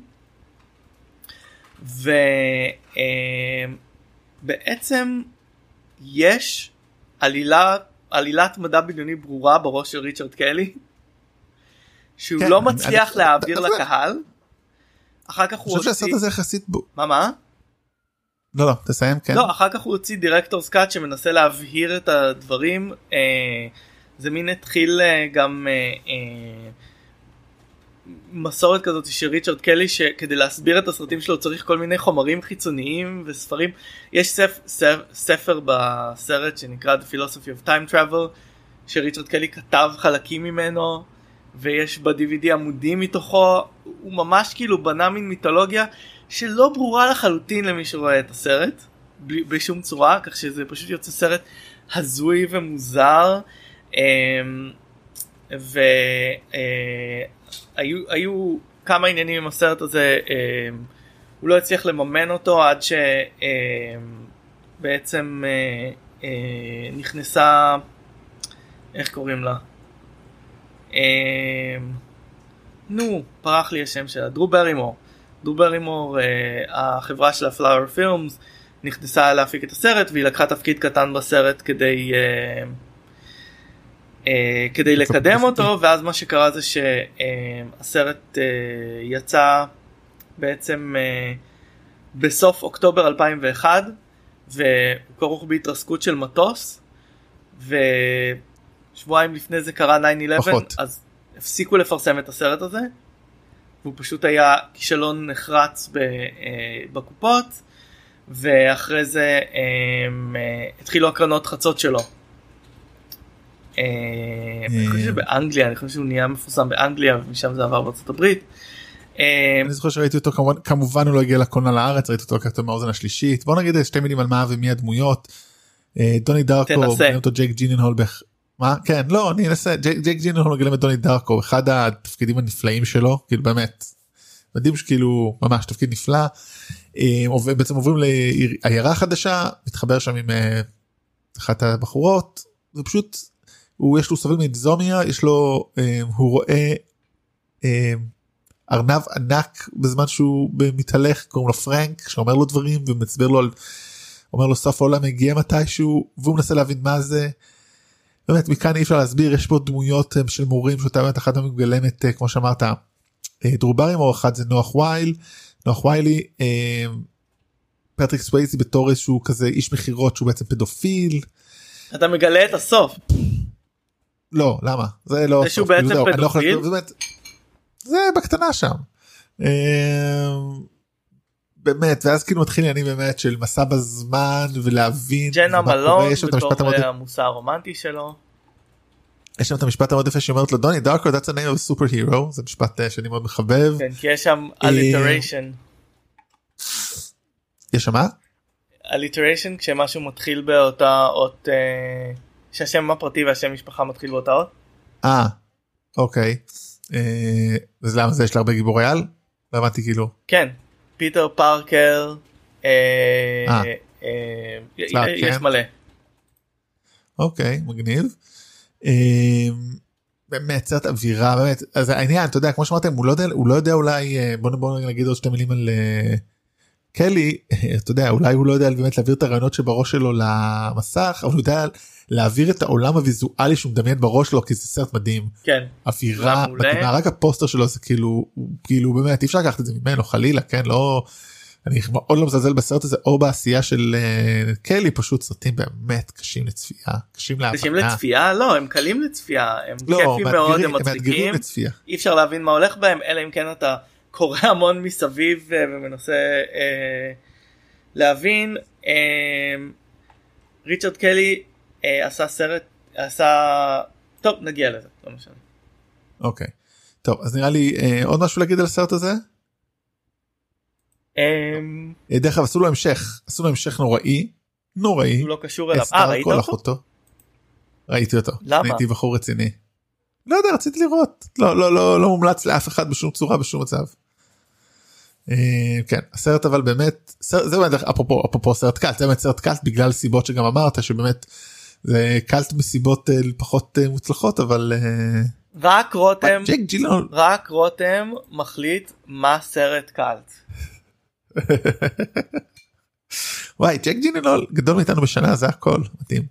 [SPEAKER 3] ובעצם יש עלילה, עלילת מדע בדיוני ברורה בראש של ריצ'רד קלי, שהוא כן, לא מצליח אני, להעביר אני, לקהל. אחר כך הוא
[SPEAKER 2] הוציא... אני חושב שהסרט הזה יחסית בו.
[SPEAKER 3] מה מה?
[SPEAKER 2] לא לא, תסיים, כן.
[SPEAKER 3] לא, אחר כך הוא הוציא דירקטורס קאט שמנסה להבהיר את הדברים. אה, זה מין התחיל אה, גם אה, אה, מסורת כזאת של ריצ'רד קלי, שכדי להסביר את הסרטים שלו צריך כל מיני חומרים חיצוניים וספרים. יש ספ, ספ, ספר בסרט שנקרא The Philosophy of Time Travel, שריצ'רד קלי כתב חלקים ממנו, ויש ב-די וי די עמודים מתוכו. הוא ממש כאילו בנה מין מיתולוגיה שלא ברורה לחלוטין למי שרואה את הסרט, בלי, בשום צורה, כך שזה פשוט יוצא סרט הזוי ומוזר, והיו כמה עניינים עם הסרט הזה, הוא לא הצליח לממן אותו עד שבעצם נכנסה, איך קוראים לה? נו, פרח לי השם שלה, דרו ברימור. דרו ברימור, החברה של הפלאואר פילמס, נכנסה להפיק את הסרט, והיא לקחה תפקיד קטן בסרט כדי כדי לקדם אותו, ואז מה שקרה זה שהסרט יצא בעצם בסוף אוקטובר אלפיים ואחת, והוא כרוך בהתרסקות של מטוס, ושבועיים לפני זה קרה נין אחת עשרה, אז הפסיקו לפרסם את הסרט הזה, והוא פשוט היה כישלון נחרץ בקופות, ואחרי זה התחילו הקרנות חצות שלו. אני חושב שבאנגליה, אני חושב שהוא נהיה מפורסם באנגליה, ומשם זה עבר בארצות הברית.
[SPEAKER 2] אני זוכר שראיתי אותו, כמובן הוא לא הגיע לקולנוע לארץ, ראיתי אותו כתוב מהאוזן השלישית. בוא נגיד שתי מילים על מה ומי הדמויות. דוני דרקו, מגלם אותו ג'ייק ג'יננהול, מה? כן, לא, אני אנסה, ג'ייק ג'יננהול מגלם את דוני דרקו, אחד התפקידים הנפלאים שלו, כאילו באמת, מדהים שכאילו ממש תפקיד נפלא, בעצם עוברים לעיירה חדשה, מתחבר שם עם אחת הבחורות, זה פשוט, הוא יש לו סובל מאקזומיה, יש לו, הוא רואה ארנב ענק בזמן שהוא מתהלך, קוראים לו פרנק, שאומר לו דברים ומצבר לו, אומר לו סוף העולם הגיע מתישהו, והוא מנסה להבין מה זה, באמת מכאן אי אפשר להסביר, יש פה דמויות של מורים, שאותה באמת אחת המגלמת, כמו שאמרת, דרו ברימור, אחד זה נוח וייל, נוח ויילי, פטריק סווייזי בתור איזשהו כזה איש מחירות, שהוא בעצם פדופיל.
[SPEAKER 3] אתה מגלה את הסוף.
[SPEAKER 2] לא, למה? זה לא...
[SPEAKER 3] זה שהוא בעצם פדופיל?
[SPEAKER 2] זה בקטנה שם. באמת, ואז כאילו מתחיל אני באמת של מסע בזמן ולהבין
[SPEAKER 3] ג'נה מלון בתור המוסר הרומנטי שלו.
[SPEAKER 2] יש שם את המשפט המאוד יפה שאומרת לו, דוני דרקו, that's the name of a superhero, זה משפט שאני מאוד מחבב.
[SPEAKER 3] כן, כי יש שם alliteration.
[SPEAKER 2] יש שם מה?
[SPEAKER 3] alliteration, כשמשהו מתחיל באותה אות, שהשם הפרטי והשם משפחה מתחיל באותה אות.
[SPEAKER 2] אה, אוקיי. אז למה זה יש לה הרבה גיבורי על? לא הבנתי כאילו.
[SPEAKER 3] כן, פיטר פארקר, יש מלא.
[SPEAKER 2] אוקיי, מגניב. באמת, סרט אווירה, באמת, אז העניין, אתה יודע, כמו שאמרתם, הוא לא יודע אולי, בואו נגיד עוד שתי מילים על קלי, אתה יודע, אולי הוא לא יודע באמת להעביר את הרעיונות שבראש שלו למסך, אבל הוא יודע להעביר את העולם הוויזואלי שהוא מדמיין בראש שלו, כי זה סרט מדהים.
[SPEAKER 3] כן.
[SPEAKER 2] אווירה, רק הפוסטר שלו זה כאילו, כאילו באמת, אי אפשר לקחת את זה ממנו, חלילה, כן, לא, אני מאוד לא מזלזל בסרט הזה, או בעשייה של קלי, פשוט סרטים באמת קשים לצפייה, קשים להבנה.
[SPEAKER 3] קשים לצפייה? לא, הם קלים לצפייה, הם כיפים מאוד, הם מצחיקים, אי אפשר להבין מה הולך בהם, אלא אם כן אתה קורא המון מסביב ומנסה אה, להבין. אה, ריצ'רד קלי אה, עשה סרט, עשה, טוב נגיע לזה, לא משנה.
[SPEAKER 2] אוקיי, טוב אז נראה לי אה, עוד משהו להגיד על הסרט הזה? אה, דרך אגב עשו לו המשך, עשו לו המשך נוראי, נוראי.
[SPEAKER 3] הוא לא קשור אליו, אה ראית אותו?
[SPEAKER 2] אותו? ראיתי אותו.
[SPEAKER 3] למה?
[SPEAKER 2] הייתי בחור רציני. לא יודע, רציתי לראות, לא, לא, לא, לא מומלץ לאף אחד בשום צורה, בשום מצב. כן, הסרט אבל באמת, זה באמת, אפרופו, אפרופו סרט קלט, זה באמת סרט קלט בגלל סיבות שגם אמרת, שבאמת זה קלט מסיבות פחות מוצלחות, אבל...
[SPEAKER 3] רק רותם, רק רותם מחליט מה סרט קלט.
[SPEAKER 2] וואי, ג'ק ג'ילנהול גדול מאיתנו בשנה, זה הכל, מתאים.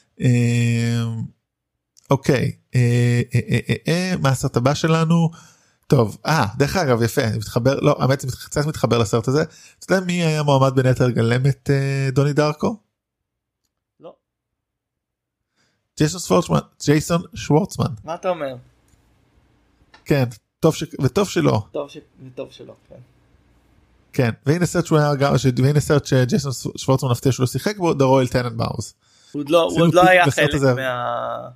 [SPEAKER 2] אוקיי, מה הסרט הבא שלנו? טוב, אה, דרך אגב, יפה, אני מתחבר, לא, האמת, זה קצת מתחבר לסרט הזה. אתה יודע מי היה מועמד בין היתר לגלם את דוני דארקו?
[SPEAKER 3] לא.
[SPEAKER 2] ג'ייסון שוורצמן, ג'ייסון שוורצמן.
[SPEAKER 3] מה אתה אומר?
[SPEAKER 2] כן, טוב ש... וטוב שלא.
[SPEAKER 3] טוב ש... וטוב שלא, כן.
[SPEAKER 2] כן, והנה סרט שהוא היה גם, והנה סרט שג'ייסון שוורצמן נפתיע שלא שיחק בו, The Royal Tenenbaums.
[SPEAKER 3] הוא עוד לא היה חלק מה...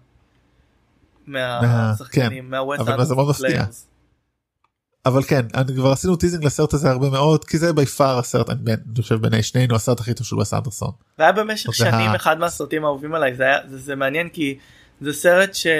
[SPEAKER 3] מהשחקנים, מהווסט אנדרסון.
[SPEAKER 2] אבל כן, אני כבר עשינו טיזינג לסרט הזה הרבה מאוד, כי זה ביפר הסרט, אני חושב ביני שנינו, הסרט הכי טוב של ווסט אנדרסון.
[SPEAKER 3] זה היה במשך שנים אחד מהסרטים האהובים עליי, זה מעניין כי זה סרט ש...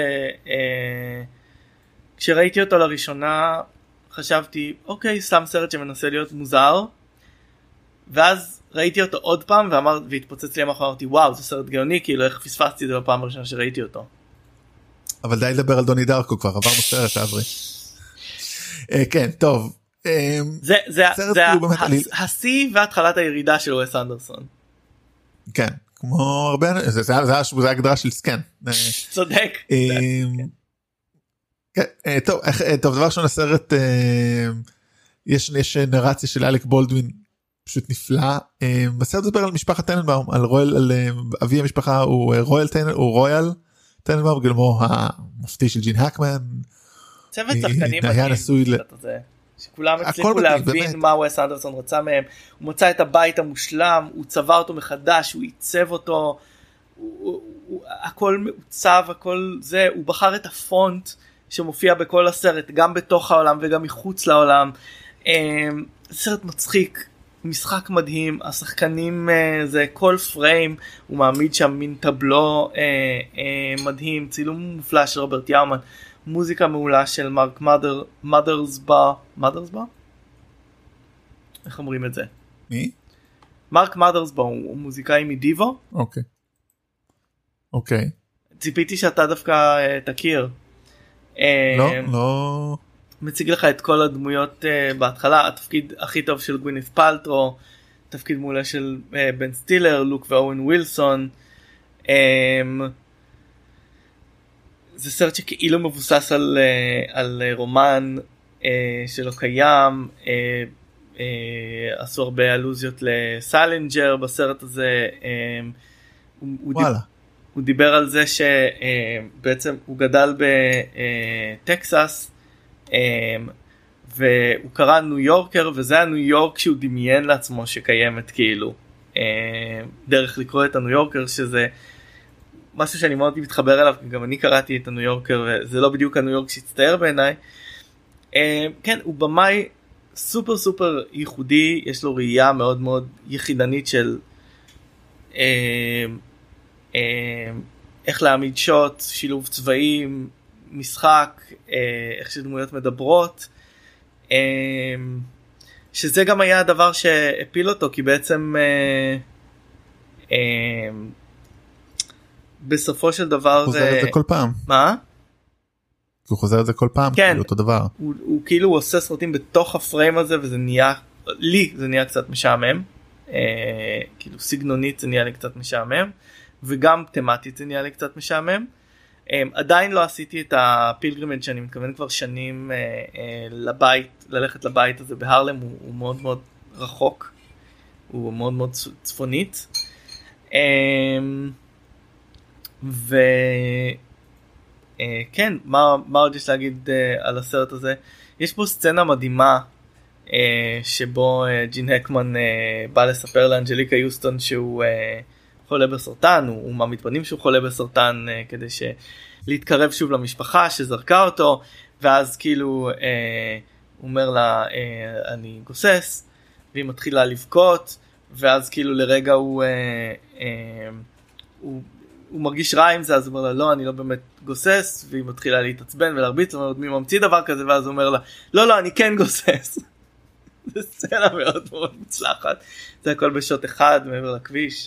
[SPEAKER 3] כשראיתי אותו לראשונה, חשבתי, אוקיי, סתם סרט שמנסה להיות מוזר, ואז ראיתי אותו עוד פעם, והתפוצץ לי המחר, אמרתי, וואו, זה סרט גאוני, כאילו איך פספסתי את זה בפעם הראשונה שראיתי אותו.
[SPEAKER 2] אבל די לדבר על דוני דארקו כבר, עברנו סרט, אברי. כן, טוב.
[SPEAKER 3] זה השיא והתחלת הירידה של וס אנדרסון.
[SPEAKER 2] כן, כמו הרבה, זה היה הגדרה של סקן.
[SPEAKER 3] צודק.
[SPEAKER 2] טוב, דבר ראשון הסרט, יש נרציה של אלק בולדווין, פשוט נפלא. הסרט מדבר על משפחת טננבאום, על אבי המשפחה הוא רויאל טננבאום, גלמו המפתי של ג'ין הקמן.
[SPEAKER 3] צוות שחקנים מדהים, שכולם הצליחו להבין מה וס אנדרסון רצה מהם. הוא מצא את הבית המושלם, הוא צבע אותו מחדש, הוא עיצב אותו, הכל מעוצב, הכל זה, הוא בחר את הפונט שמופיע בכל הסרט, גם בתוך העולם וגם מחוץ לעולם. סרט מצחיק, משחק מדהים, השחקנים זה כל פריים, הוא מעמיד שם מין טבלו מדהים, צילום מופלא של רוברט יאומן, מוזיקה מעולה של מרק מדרסבא, מדרסבא? איך אומרים את זה?
[SPEAKER 2] מי?
[SPEAKER 3] מרק מדרסבא הוא מוזיקאי מדיבו.
[SPEAKER 2] אוקיי. אוקיי.
[SPEAKER 3] ציפיתי שאתה דווקא תכיר.
[SPEAKER 2] לא, לא.
[SPEAKER 3] מציג לך את כל הדמויות בהתחלה, התפקיד הכי טוב של גווינית פלטרו, תפקיד מעולה של בן סטילר, לוק ואוון ווילסון. זה סרט שכאילו מבוסס על, על רומן שלא קיים, עשו הרבה אלוזיות לסלינג'ר בסרט הזה.
[SPEAKER 2] וואלה.
[SPEAKER 3] הוא, הוא דיבר על זה שבעצם הוא גדל בטקסס, והוא קרא ניו יורקר, וזה הניו יורק שהוא דמיין לעצמו שקיימת כאילו, דרך לקרוא את הניו יורקר, שזה משהו שאני מאוד מתחבר אליו, גם אני קראתי את הניו יורקר, וזה לא בדיוק הניו יורק שהצטער בעיניי. כן, הוא במאי סופר סופר ייחודי, יש לו ראייה מאוד מאוד יחידנית של איך להעמיד שוט, שילוב צבעים, משחק, איך שדמויות מדברות, שזה גם היה הדבר שהפיל אותו, כי בעצם בסופו של דבר...
[SPEAKER 2] הוא חוזר את זה כל פעם.
[SPEAKER 3] מה?
[SPEAKER 2] הוא חוזר את זה כל פעם,
[SPEAKER 3] כן.
[SPEAKER 2] כאילו אותו דבר.
[SPEAKER 3] הוא, הוא כאילו עושה סרטים בתוך הפריים הזה, וזה נהיה, לי זה נהיה קצת משעמם. כאילו סגנונית זה נהיה לי קצת משעמם, וגם תמטית זה נהיה לי קצת משעמם. עדיין לא עשיתי את הפילגרימג' שאני מתכוון כבר שנים לבית, ללכת לבית הזה בהרלם, הוא, הוא מאוד מאוד רחוק, הוא מאוד מאוד צפונית, וכן, מה, מה עוד יש להגיד על הסרט הזה? יש פה סצנה מדהימה, שבו ג'ין הקמן בא לספר לאנג'ליקה יוסטון שהוא חולה בסרטן, הוא, הוא מעמיד פנים שהוא חולה בסרטן כדי ש... להתקרב שוב למשפחה שזרקה אותו, ואז כאילו הוא אומר לה אני גוסס, והיא מתחילה לבכות, ואז כאילו לרגע הוא, הוא, הוא מרגיש רע עם זה, אז הוא אומר לה לא, אני לא באמת גוסס, והיא מתחילה להתעצבן ולהרביץ, הוא אומר מי ממציא דבר כזה, ואז הוא אומר לה לא לא אני כן גוסס. זה סצנה מאוד מאוד מוצלחת, זה הכל בשוט אחד מעבר לכביש,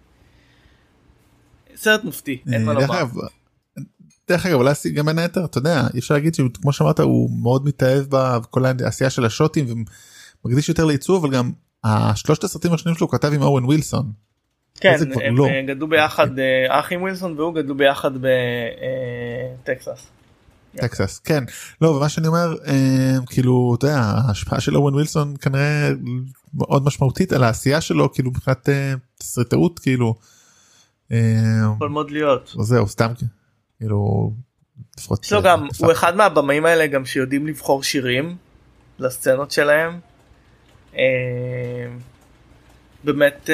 [SPEAKER 3] סרט מופתי, אין מה לומר.
[SPEAKER 2] דרך אגב, אולי גם בין היתר, אתה יודע, אי אפשר להגיד שכמו שאמרת, הוא מאוד מתאהב בכל העשייה של השוטים, ומקדיש יותר לעיצוב, אבל גם השלושת הסרטים השונים שלו הוא כתב עם אורן ווילסון.
[SPEAKER 3] כן, הם לא. גדלו ביחד, אחים ווילסון והוא גדלו ביחד בטקסס.
[SPEAKER 2] טקסס, כן. לא, ומה שאני אומר, כאילו, אתה יודע, ההשפעה של אורן ווילסון כנראה מאוד משמעותית על העשייה שלו, כאילו, מבחינת תסריטאות, כאילו.
[SPEAKER 3] יכול מאוד להיות.
[SPEAKER 2] זהו, סתם כאילו,
[SPEAKER 3] יש לו גם, הוא אחד מהבמאים האלה גם שיודעים לבחור שירים לסצנות שלהם, באמת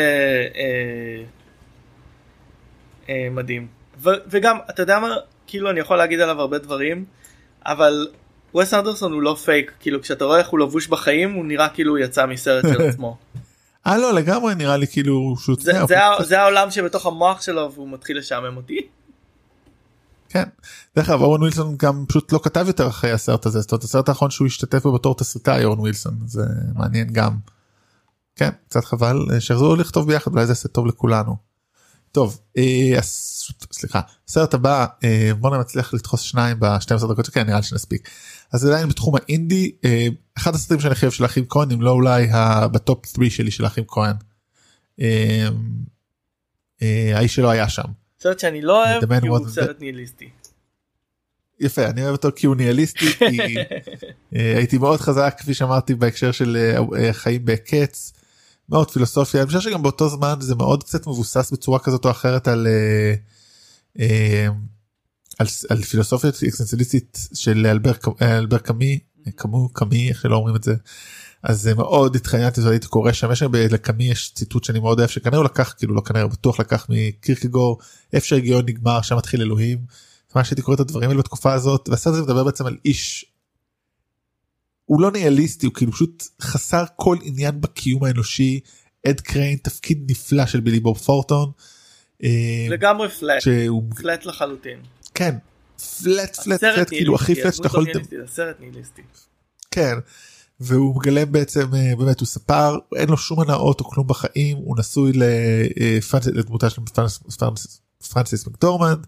[SPEAKER 3] מדהים. וגם, אתה יודע מה, כאילו אני יכול להגיד עליו הרבה דברים, אבל ווס אנדרסון הוא לא פייק, כאילו כשאתה רואה איך הוא לבוש בחיים, הוא נראה כאילו הוא יצא מסרט של עצמו.
[SPEAKER 2] אה לא, לגמרי נראה לי כאילו,
[SPEAKER 3] זה העולם שבתוך המוח שלו, והוא מתחיל לשעמם אותי.
[SPEAKER 2] כן, דרך אגב, אורן ווילסון גם פשוט לא כתב יותר אחרי הסרט הזה, זאת אומרת, הסרט האחרון שהוא השתתף בו בתור תסריטאי, אורן ווילסון, זה מעניין גם. כן, קצת חבל, שיחזרו לכתוב ביחד, אולי זה יעשה טוב לכולנו. טוב, אה, סליחה, הסרט הבא, אה, בוא נמצליח לדחוס שניים ב-שתים עשרה דקות, כן, נראה לי שנספיק. אז זה עדיין בתחום האינדי, אה, אחד הסרטים שאני חייב של אחים כהן, אם לא אולי בטופ שלוש שלי של אחים כהן. אה, אה, האיש שלו היה שם.
[SPEAKER 3] סרט שאני לא אוהב, כי הוא סרט ניהליסטי.
[SPEAKER 2] יפה, אני אוהב אותו כי הוא ניהליסטי, כי הייתי מאוד חזק, כפי שאמרתי, בהקשר של חיים בקץ, מאוד פילוסופיה, אני חושב שגם באותו זמן זה מאוד קצת מבוסס בצורה כזאת או אחרת על, על, על פילוסופיה אקסטנציאליסטית של אלבר קאמי, קאמו, קאמי, איך שלא אומרים את זה, אז זה מאוד התחיינתי, זה הייתי קורא שם, יש לקאמי יש ציטוט שאני מאוד אוהב, שכנראה הוא לקח, כאילו לא כנראה, בטוח לקח מקירקגור, איפה שהגיון נגמר, שם מתחיל אלוהים, מה שהייתי קורא את הדברים האלה בתקופה הזאת, והסרט הזה מדבר בעצם על איש, הוא לא ניהליסטי, הוא כאילו פשוט חסר כל עניין בקיום האנושי, אד קריין, תפקיד נפלא של בילי בוב פורטון.
[SPEAKER 3] לגמרי פלט, פלט לחלוטין.
[SPEAKER 2] כן, פלט, פלט, פלט, כאילו הכי פלט שאתה יכול...
[SPEAKER 3] הסרט ניהליסטי. כן.
[SPEAKER 2] והוא מגלם בעצם, באמת הוא ספר, אין לו שום הנאות או כלום בחיים, הוא נשוי לדמותה של פרנסיס מקדורמנד,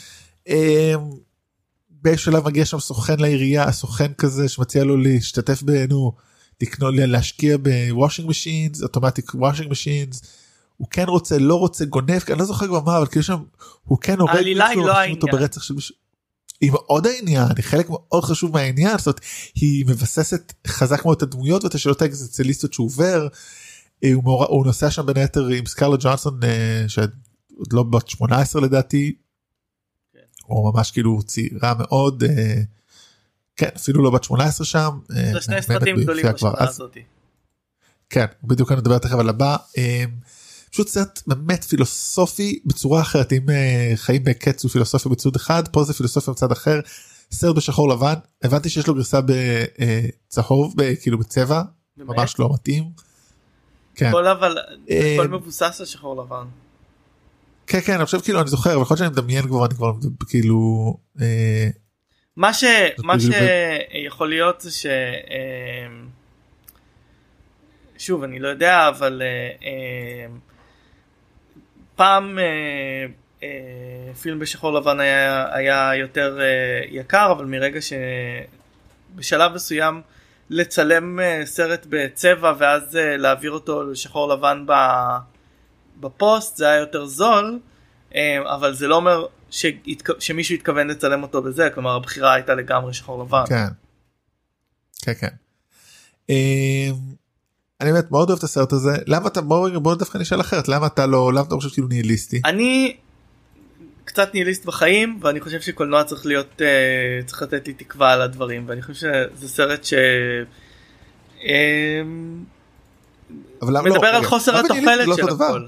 [SPEAKER 2] בשלב מגיע שם סוכן לעירייה, הסוכן כזה שמציע לו להשתתף בנו, לקנות, להשקיע בוושינג משינס, אוטומטיק וושינג משינס, הוא כן רוצה, לא רוצה, גונב, אני לא זוכר כבר מה, אבל כאילו שם, הוא כן הורג,
[SPEAKER 3] העלילה היא לא העניין.
[SPEAKER 2] היא מאוד העניין, היא חלק מאוד חשוב מהעניין, זאת אומרת, היא מבססת חזק מאוד את הדמויות ואת השאלות האקזיסטנציאליסטיות שהוא עובר, הוא, מאור... הוא נוסע שם בין היתר עם סקרלט ג'ונסון, שעוד לא בת שמונה עשרה לדעתי, כן. או ממש כאילו צעירה מאוד, כן, אפילו לא בת שמונה עשרה שם.
[SPEAKER 3] זה שני סרטים גדולים בשנה הזאת.
[SPEAKER 2] כן, בדיוק אני מדבר תכף על הבא, פשוט סרט באמת פילוסופי בצורה אחרת, אם חיים בקץ הוא פילוסופיה בצוד אחד, פה זה פילוסופיה בצד אחר, סרט בשחור לבן, הבנתי שיש לו גרסה בצהוב, כאילו בצבע, ממש לא מתאים.
[SPEAKER 3] כל אבל, הכל מבוסס על שחור לבן.
[SPEAKER 2] כן, כן, אני חושב כאילו, אני זוכר, אבל יכול להיות שאני מדמיין כבר, אני כבר כאילו...
[SPEAKER 3] מה ש... מה שיכול להיות זה ש... שוב, אני לא יודע, אבל פעם פילם בשחור לבן היה, היה יותר יקר, אבל מרגע שבשלב מסוים לצלם סרט בצבע ואז להעביר אותו לשחור לבן בפוסט, זה היה יותר זול, אבל זה לא אומר שמישהו התכוון לצלם אותו בזה, כלומר הבחירה הייתה לגמרי שחור לבן.
[SPEAKER 2] כן, כן, כן. אני באמת מאוד אוהב את הסרט הזה. למה אתה, בוא דווקא נשאל אחרת, למה אתה לא, למה אתה חושב כאילו ניהיליסטי?
[SPEAKER 3] אני קצת ניהיליסט בחיים, ואני חושב שקולנוע צריך להיות, צריך לתת לי תקווה על הדברים, ואני חושב שזה סרט ש... מדבר על חוסר התוחלת של הכל.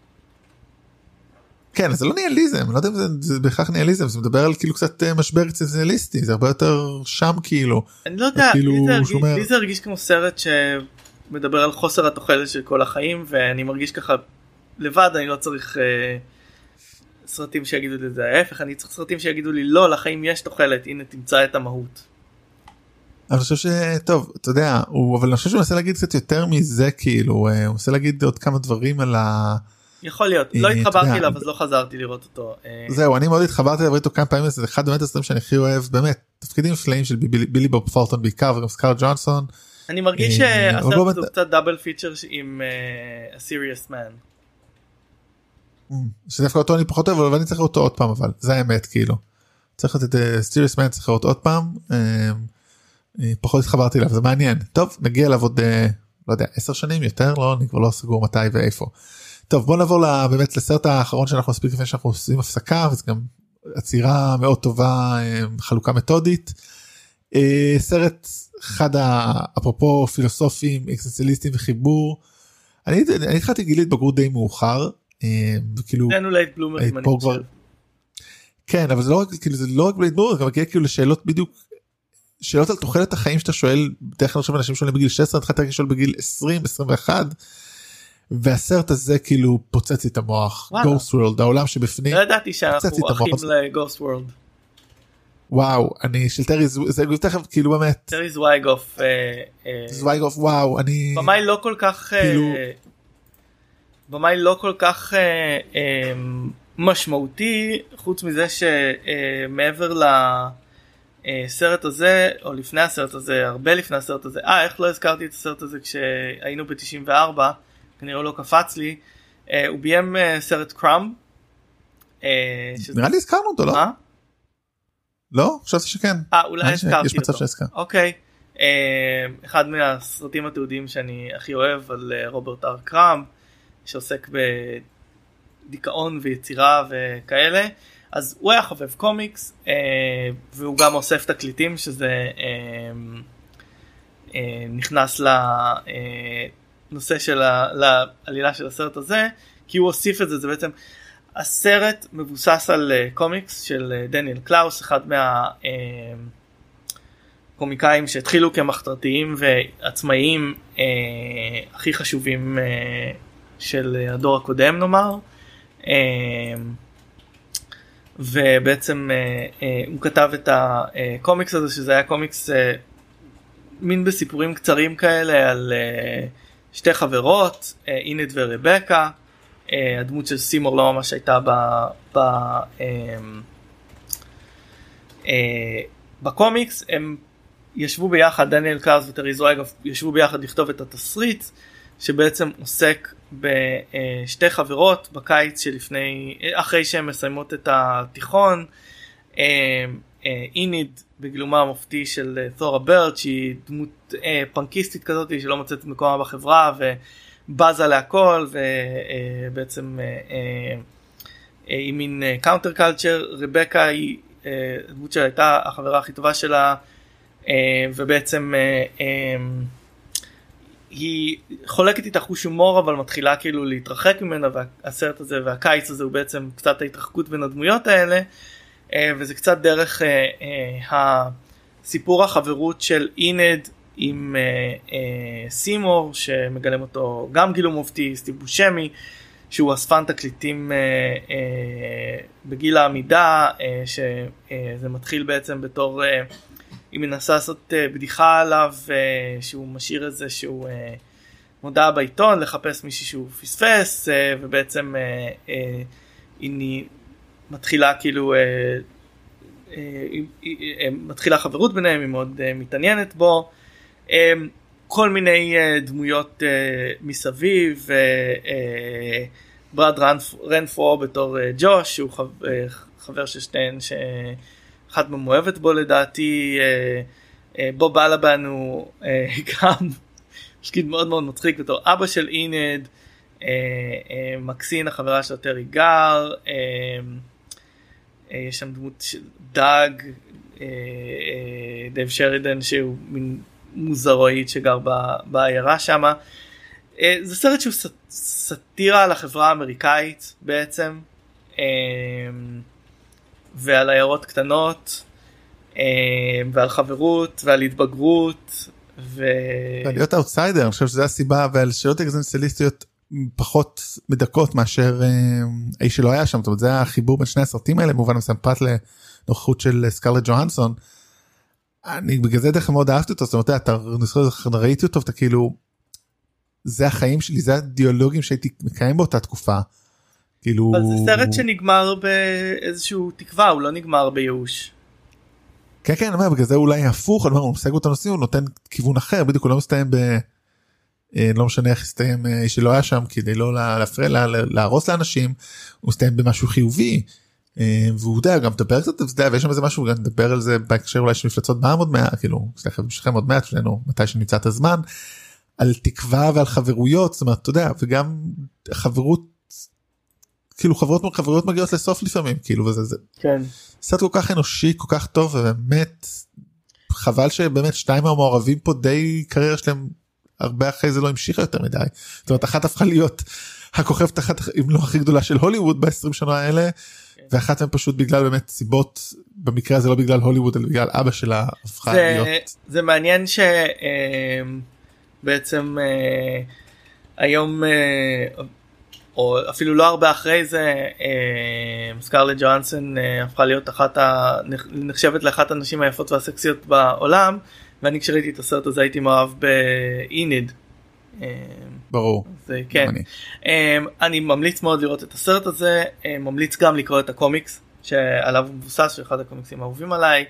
[SPEAKER 2] כן, זה לא ניהיליזם, לא יודע אם זה בהכרח ניהיליזם, זה מדבר על כאילו קצת משבר אקזיסטנציאליסטי, זה הרבה יותר שם כאילו.
[SPEAKER 3] אני לא יודע, לי זה הרגיש כמו סרט שמדבר על חוסר התוחלת של כל החיים, ואני מרגיש ככה לבד, אני לא צריך סרטים שיגידו לי זה ההפך, אני צריך סרטים שיגידו לי לא, לחיים יש תוחלת, הנה תמצא את המהות.
[SPEAKER 2] אני חושב שטוב, אתה יודע, אבל אני חושב שהוא מנסה להגיד קצת יותר מזה כאילו, הוא מנסה להגיד עוד כמה דברים על ה...
[SPEAKER 3] יכול להיות, לא התחברתי אליו, אז לא חזרתי לראות אותו.
[SPEAKER 2] זהו, אני מאוד התחברתי לראות אותו כמה פעמים, זה אחד באמת הסרטים שאני הכי אוהב, באמת, תפקידים נפלאים של בילי בוב פורטון בעיקר, וגם סקארלט ג'ונסון.
[SPEAKER 3] אני מרגיש שהסרט הוא קצת דאבל פיצ'ר עם A Serious Man.
[SPEAKER 2] שדווקא אותו אני פחות אוהב, אבל אני צריך לראות אותו עוד פעם, אבל זה האמת, כאילו. צריך לתת Serious Man, צריך לראות עוד פעם, פחות התחברתי אליו, זה מעניין. טוב, נגיע אליו עוד, לא יודע, עשר שנים יותר, לא, אני כבר לא סגור מתי ואיפה. טוב, בוא נעבור באמת לסרט האחרון שאנחנו נספיק לפני שאנחנו עושים הפסקה, וזה גם עצירה מאוד טובה, חלוקה מתודית. סרט אחד, אפרופו פילוסופים, אקזיסטנציאליסטים וחיבור. אני התחלתי גיל התבגרות די מאוחר, וכאילו...
[SPEAKER 3] תנו לייט בלומרים, אני חושב.
[SPEAKER 2] כן, אבל זה לא רק, כאילו, זה לא רק בלייט בלומרים, זה גם מגיע כאילו לשאלות בדיוק, שאלות על תוחלת החיים שאתה שואל, בדרך כלל עכשיו אנשים שואלים בגיל שש עשרה, התחלתי לשאול בגיל עשרים, עשרים ואחת, והסרט הזה כאילו פוצץ את המוח. Ghost World, העולם שבפנים.
[SPEAKER 3] לא ידעתי שאנחנו אחים ל-Ghost World.
[SPEAKER 2] וואו, אני של טרי, זה תכף כאילו באמת.
[SPEAKER 3] טרי זווייגוף.
[SPEAKER 2] זווייגוף, וואו, אני...
[SPEAKER 3] במאי לא כל כך... במאי לא כל כך משמעותי, חוץ מזה שמעבר לסרט הזה, או לפני הסרט הזה, הרבה לפני הסרט הזה, אה, איך לא הזכרתי את הסרט הזה כשהיינו ב-תשעים וארבע, כנראה לא קפץ לי, הוא ביים סרט קראם.
[SPEAKER 2] נראה לי הזכרנו אותו, לא?
[SPEAKER 3] מה?
[SPEAKER 2] לא? חשבתי שכן.
[SPEAKER 3] אה, אולי הזכרתי
[SPEAKER 2] יש מצב
[SPEAKER 3] אותו.
[SPEAKER 2] שהזכר.
[SPEAKER 3] אוקיי. אחד מהסרטים התיעודיים שאני הכי אוהב על רוברט אר קראם, שעוסק בדיכאון ויצירה וכאלה. אז הוא היה חובב קומיקס, והוא גם אוסף תקליטים, שזה נכנס לנושא של העלילה של הסרט הזה, כי הוא הוסיף את זה, זה בעצם, הסרט מבוסס על קומיקס של דניאל קלאוס, אחד מהקומיקאים שהתחילו כמחתרתיים ועצמאיים הכי חשובים של הדור הקודם נאמר, ובעצם הוא כתב את הקומיקס הזה, שזה היה קומיקס מין בסיפורים קצרים כאלה על שתי חברות, אינד ורבקה, הדמות של סימור לא ממש הייתה ב, ב, בקומיקס, הם ישבו ביחד, דניאל קלאוס וטרי זווייגוף ישבו ביחד לכתוב את התסריט, שבעצם עוסק בשתי חברות בקיץ שלפני, אחרי שהן מסיימות את התיכון, איניד בגלומה המופתי של תורה בירד, שהיא דמות פנקיסטית כזאת שלא מוצאת מקומה בחברה ובאזה להכל, ובעצם היא מין קאונטר קלצ'ר. רבקה היא דמות שהייתה החברה הכי טובה שלה, ובעצם היא חולקת איתה חוש הומור, אבל מתחילה כאילו להתרחק ממנה, והסרט הזה והקיץ הזה הוא בעצם קצת ההתרחקות בין הדמויות האלה, וזה קצת דרך הסיפור החברות של אינד עם סימור, שמגלם אותו גם גילום מופתי, סטיב בושמי, שהוא אספן תקליטים בגיל העמידה, שזה מתחיל בעצם בתור, היא מנסה לעשות בדיחה עליו, שהוא משאיר איזה שהוא מודעה בעיתון, לחפש מישהו שהוא פספס, ובעצם היא מתחילה כאילו, מתחילה חברות ביניהם, היא מאוד מתעניינת בו, כל מיני דמויות מסביב, ברד רנפרו בתור ג'וש, שהוא חבר של שתיהן שאחת ממואבת בו לדעתי, בוב אלבן הוא גם תפקיד מאוד מאוד מצחיק בתור אבא של אינד, מקסין החברה של טרי גר, יש שם דמות של דאג, דייב שרידן שהוא מין מוזרואית שגר בעיירה שם. זה סרט שהוא סאטירה על החברה האמריקאית בעצם, ועל עיירות קטנות, ועל חברות ועל התבגרות
[SPEAKER 2] להיות אאוטסיידר. אני חושב שזה הסיבה, ועל שאלות אקזיסטנציאליסטיות פחות מדכאות מאשר האיש שלא היה שם. זאת אומרת, זה החיבור בין שני הסרטים האלה, במובן מסוים פרט לנוכחות של סקרלט ג'והנסון. אני בגלל זה דרך מאוד אהבתי אותו, זאת אומרת, אתה ראיתי אותו, אתה כאילו, זה החיים שלי, זה הדיאלוגים שהייתי מקיים באותה תקופה, כאילו...
[SPEAKER 3] אבל זה סרט שנגמר באיזשהו תקווה, הוא לא נגמר בייאוש.
[SPEAKER 2] כן, כן, אני אומר, בגלל זה אולי הפוך, אני אומר, הוא מסייג אותה נושאים, הוא נותן כיוון אחר, בדיוק הוא לא מסתיים ב... לא משנה איך הסתיים שלא היה שם, כדי לא להפריע, להרוס לאנשים, הוא מסתיים במשהו חיובי, והוא יודע, גם תדבר קצת, ויש שם איזה משהו, גם נדבר על זה בהקשר אולי של מפלצות בעם עוד מעט, כאילו, שלכם עוד מעט שלנו, מתי שנמצא את הזמן, על תקווה ועל חברויות, זאת אומרת, אתה יודע, וגם חברות, כאילו חברות חברות מגיעות לסוף לפעמים, כאילו, וזה זה.
[SPEAKER 3] כן.
[SPEAKER 2] סרט כל כך אנושי, כל כך טוב, ובאמת, חבל שבאמת שתיים מהמעורבים פה די קריירה שלהם, הרבה אחרי זה לא המשיכה יותר מדי. זאת אומרת, אחת הפכה להיות הכוכבת אחת, אם לא הכי גדולה של הוליווד ב-עשרים שנה האלה, ואחת מהם פשוט בגלל באמת סיבות, במקרה הזה לא בגלל הוליווד, אלא בגלל אבא שלה הפכה להיות.
[SPEAKER 3] זה מעניין שבעצם היום, או אפילו לא הרבה אחרי זה, סקרלט ג'והנסון הפכה להיות אחת, נחשבת לאחת הנשים היפות והסקסיות בעולם, ואני כשראיתי את הסרט הזה הייתי מאוהב באינד.
[SPEAKER 2] ברור.
[SPEAKER 3] זה, כן. אני. אני ממליץ מאוד לראות את הסרט הזה, ממליץ גם לקרוא את הקומיקס שעליו הוא מבוסס, שאחד הקומיקסים האהובים עליי.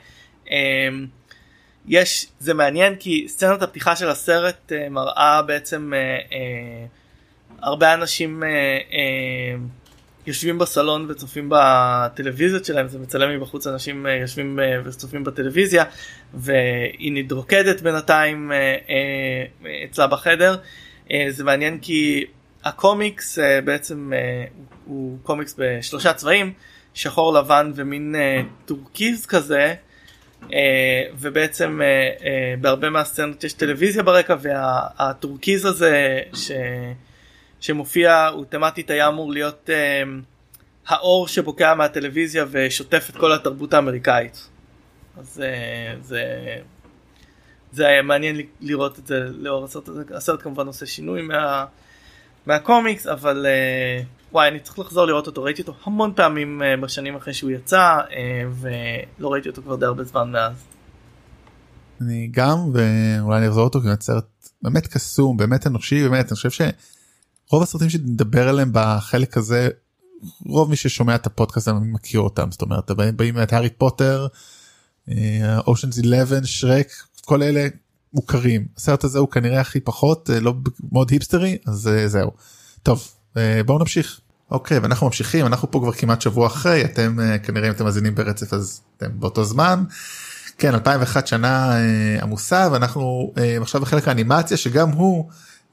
[SPEAKER 3] יש, זה מעניין כי סצנת הפתיחה של הסרט מראה בעצם הרבה אנשים יושבים בסלון וצופים בטלוויזיות שלהם, זה מצלם מבחוץ, אנשים יושבים וצופים בטלוויזיה, והיא נדרוקדת בינתיים אצלה בחדר. זה מעניין כי הקומיקס בעצם הוא קומיקס בשלושה צבעים, שחור, לבן ומין טורקיז כזה, ובעצם בהרבה מהסצנות יש טלוויזיה ברקע, והטורקיז הזה ש... שמופיע, הוא תמטית היה אמור להיות uh, האור שבוקע מהטלוויזיה ושוטף את כל התרבות האמריקאית. אז uh, זה זה היה מעניין לראות את זה לאור הסרט הזה. הסרט כמובן עושה שינוי מה, מהקומיקס, אבל uh, וואי, אני צריך לחזור לראות אותו. ראיתי אותו המון פעמים uh, בשנים אחרי שהוא יצא, uh, ולא ראיתי אותו כבר די הרבה זמן מאז.
[SPEAKER 2] אני גם, ואולי אני אחזור אותו, כי הוא סרט באמת קסום, באמת אנושי, באמת, אני חושב ש... רוב הסרטים שנדבר עליהם בחלק הזה, רוב מי ששומע את הפודקאסט אני מכיר אותם, זאת אומרת, באים את הארי פוטר, אושנס אחת עשרה, שרק, כל אלה מוכרים. הסרט הזה הוא כנראה הכי פחות, לא מאוד היפסטרי, אז זהו. טוב, בואו נמשיך. אוקיי, ואנחנו ממשיכים, אנחנו פה כבר כמעט שבוע אחרי, אתם כנראה אם אתם מאזינים ברצף, אז אתם באותו זמן. כן, אלפיים ואחת שנה עמוסה, ואנחנו עכשיו בחלק האנימציה, שגם הוא...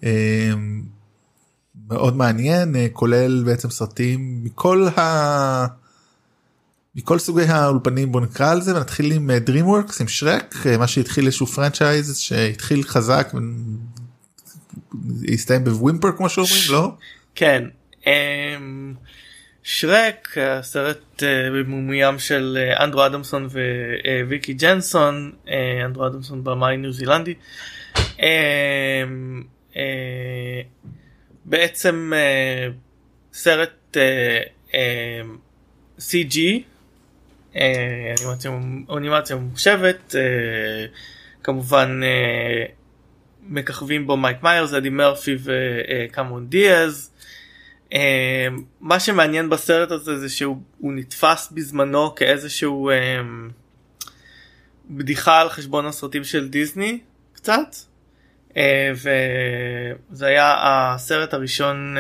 [SPEAKER 2] מאוד מעניין, כולל בעצם סרטים מכל ה... מכל סוגי האולפנים, בוא נקרא על זה, ונתחיל עם DreamWorks, עם שרק, מה שהתחיל איזשהו פרנצ'ייז שהתחיל חזק, והסתיים בווימפר כמו שאומרים, לא?
[SPEAKER 3] כן, שרק, הסרט במומיים של אנדרו אדמסון וויקי ג'נסון, אנדרו אדמסון במאי ניו זילנדי, בעצם סרט סי ג'י, אנימציה ממוחשבת, כמובן מככבים בו מייק מיירס, אדי מרפי וקמרון דיאז. מה שמעניין בסרט הזה זה שהוא נתפס בזמנו כאיזשהו בדיחה על חשבון הסרטים של דיסני קצת, וזה היה הסרט הראשון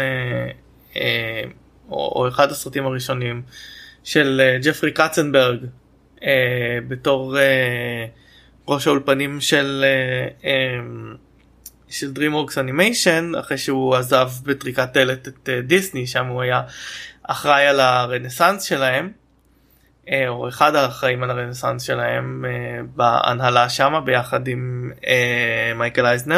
[SPEAKER 3] או אחד הסרטים הראשונים של ג'פרי קצנברג בתור ראש האולפנים של של DreamWorks Animation, אחרי שהוא עזב בטריקת דלת את דיסני, שם הוא היה אחראי על הרנסנס שלהם, או אחד האחראים על הרנסנס שלהם בהנהלה שמה, ביחד עם מייקל אייזנר.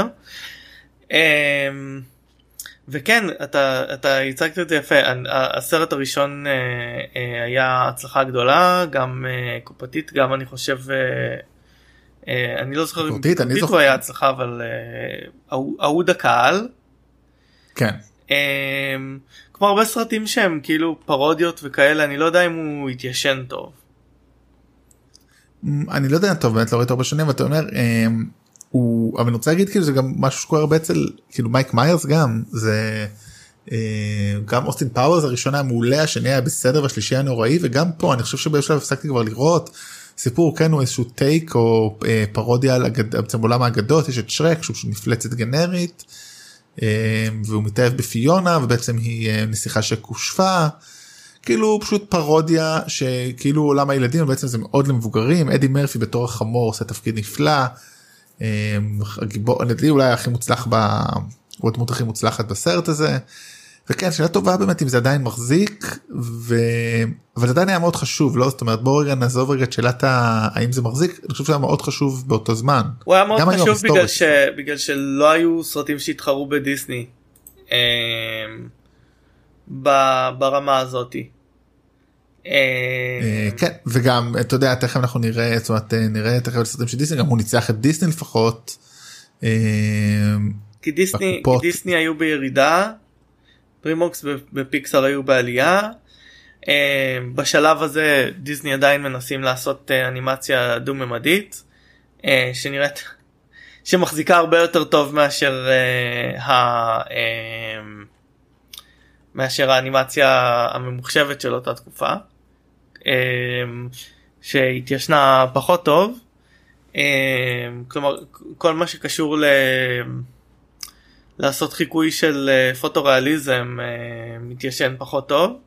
[SPEAKER 3] וכן, אתה, אתה הצגת את זה יפה. הסרט הראשון היה הצלחה גדולה, גם קופתית, גם אני חושב, אני לא זוכר אם קופתית הוא היה הצלחה, אבל אהוד הקהל.
[SPEAKER 2] כן.
[SPEAKER 3] כמו הרבה סרטים שהם כאילו פרודיות וכאלה, אני לא יודע אם הוא התיישן טוב.
[SPEAKER 2] אני לא יודע טוב, באמת לא ראיתי הרבה שנים, ואתה אומר, הוא, אבל אני רוצה להגיד, כאילו, זה גם משהו שקורה הרבה אצל, כאילו, מייק מיירס גם, זה, גם אוסטין פאוורס הראשון היה מעולה, השני היה בסדר, והשלישי היה נוראי, וגם פה, אני חושב שבשלב הפסקתי כבר לראות, סיפור, כן, הוא איזשהו טייק, או פרודיה על עולם האגדות, יש את שרק, שהוא מפלצת גנרית, והוא מתאהב בפיונה, ובעצם היא נסיכה שקושפה, כאילו פשוט פרודיה, שכאילו עולם הילדים, ובעצם זה מאוד למבוגרים, אדי מרפי בתור החמור, עושה תפקיד נפלא, הגיבור, נדלי אולי הכי מוצלח, הוא הדמות הכי מוצלחת בסרט הזה, וכן, שאלה טובה באמת אם זה עדיין מחזיק, ו... אבל זה עדיין היה מאוד חשוב, לא? זאת אומרת, בואו רגע נעזוב רגע את שאלת האם זה מחזיק, אני חושב שזה היה מאוד חשוב באותו זמן.
[SPEAKER 3] הוא היה מאוד חשוב בגלל, ש... בגלל שלא היו סרטים שהתחרו בדיסני, ברמה הזאת.
[SPEAKER 2] כן, וגם, אתה יודע, תכף אנחנו נראה, זאת אומרת, נראה תכף את הסרטים של דיסני, גם הוא ניצח את דיסני לפחות.
[SPEAKER 3] כי דיסני, כי דיסני היו בירידה, DreamWorks בפיקסאר היו בעלייה, בשלב הזה דיסני עדיין מנסים לעשות אנימציה דו-ממדית, שנראית, שמחזיקה הרבה יותר טוב מאשר ה... מאשר האנימציה הממוחשבת של אותה תקופה, שהתיישנה פחות טוב. כלומר, כל מה שקשור ל... לעשות חיקוי של פוטו-ריאליזם מתיישן פחות טוב.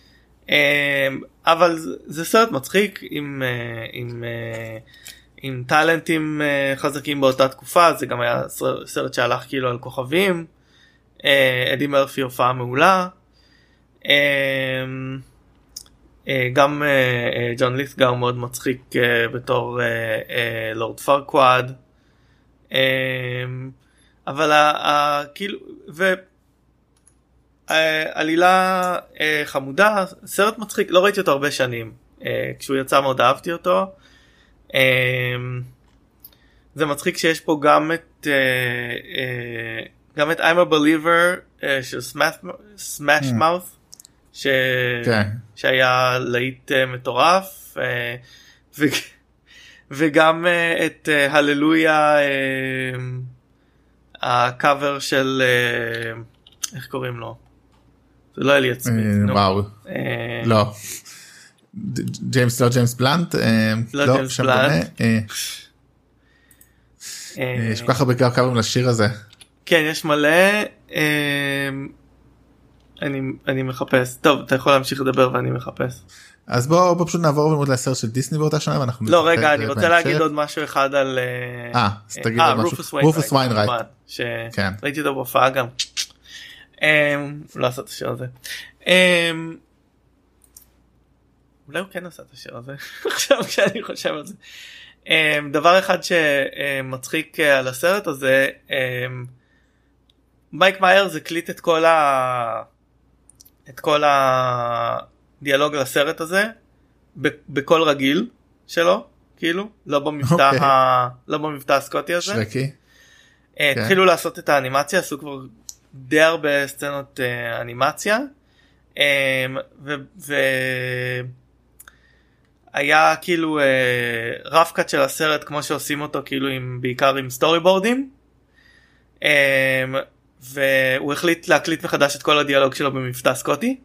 [SPEAKER 3] אבל זה סרט מצחיק עם, עם, עם טלנטים חזקים באותה תקופה. זה גם היה סרט שהלך כאילו על כוכבים. אדי מרפי הופעה מעולה, גם ג'ון לית'גר מאוד מצחיק בתור לורד פארקוואד, אבל כאילו, ועלילה חמודה, סרט מצחיק, לא ראיתי אותו הרבה שנים, כשהוא יצא מאוד אהבתי אותו. זה מצחיק שיש פה גם את גם את I'm a Believer uh, של Smash mm. Mouth, ש... okay. שהיה להיט uh, מטורף, uh, ו... וגם uh, את הללויה, uh, uh, הקאבר של, uh, איך קוראים לו? זה לא אלי עצמית.
[SPEAKER 2] Uh, וואו, uh, לא. ג'יימס, לא ג'יימס בלנט? Uh,
[SPEAKER 3] לא, לא ג'יימס בלנט.
[SPEAKER 2] יש כל כך הרבה קאברים לשיר הזה.
[SPEAKER 3] כן, יש מלא, אני, אני מחפש, טוב, אתה יכול להמשיך לדבר ואני מחפש.
[SPEAKER 2] אז בואו בוא פשוט נעבור ולמוד לסרט של דיסני באותה שנה, ואנחנו...
[SPEAKER 3] לא, רגע, אני רוצה להגיד עוד משהו אחד על...
[SPEAKER 2] אה, אז תגיד עוד משהו. רופוס ויינרייט.
[SPEAKER 3] שראיתי אותו בהופעה גם. לא עשה את השיר הזה. אולי הוא כן עשה את השיר הזה, עכשיו כשאני חושב על זה. דבר אחד שמצחיק על הסרט הזה, מייק מיירס הקליט את כל ה... את כל הדיאלוג לסרט הזה בקול רגיל שלו, כאילו, לא במבטא okay. ה... לא במבטא הסקוטי הזה.
[SPEAKER 2] שרקי.
[SPEAKER 3] התחילו okay. לעשות את האנימציה, עשו כבר די הרבה סצנות אנימציה, והיה כאילו רף קאט של הסרט כמו שעושים אותו כאילו בעיקר עם סטורי בורדים, והוא החליט להקליט מחדש את כל הדיאלוג שלו במבטא סקוטי,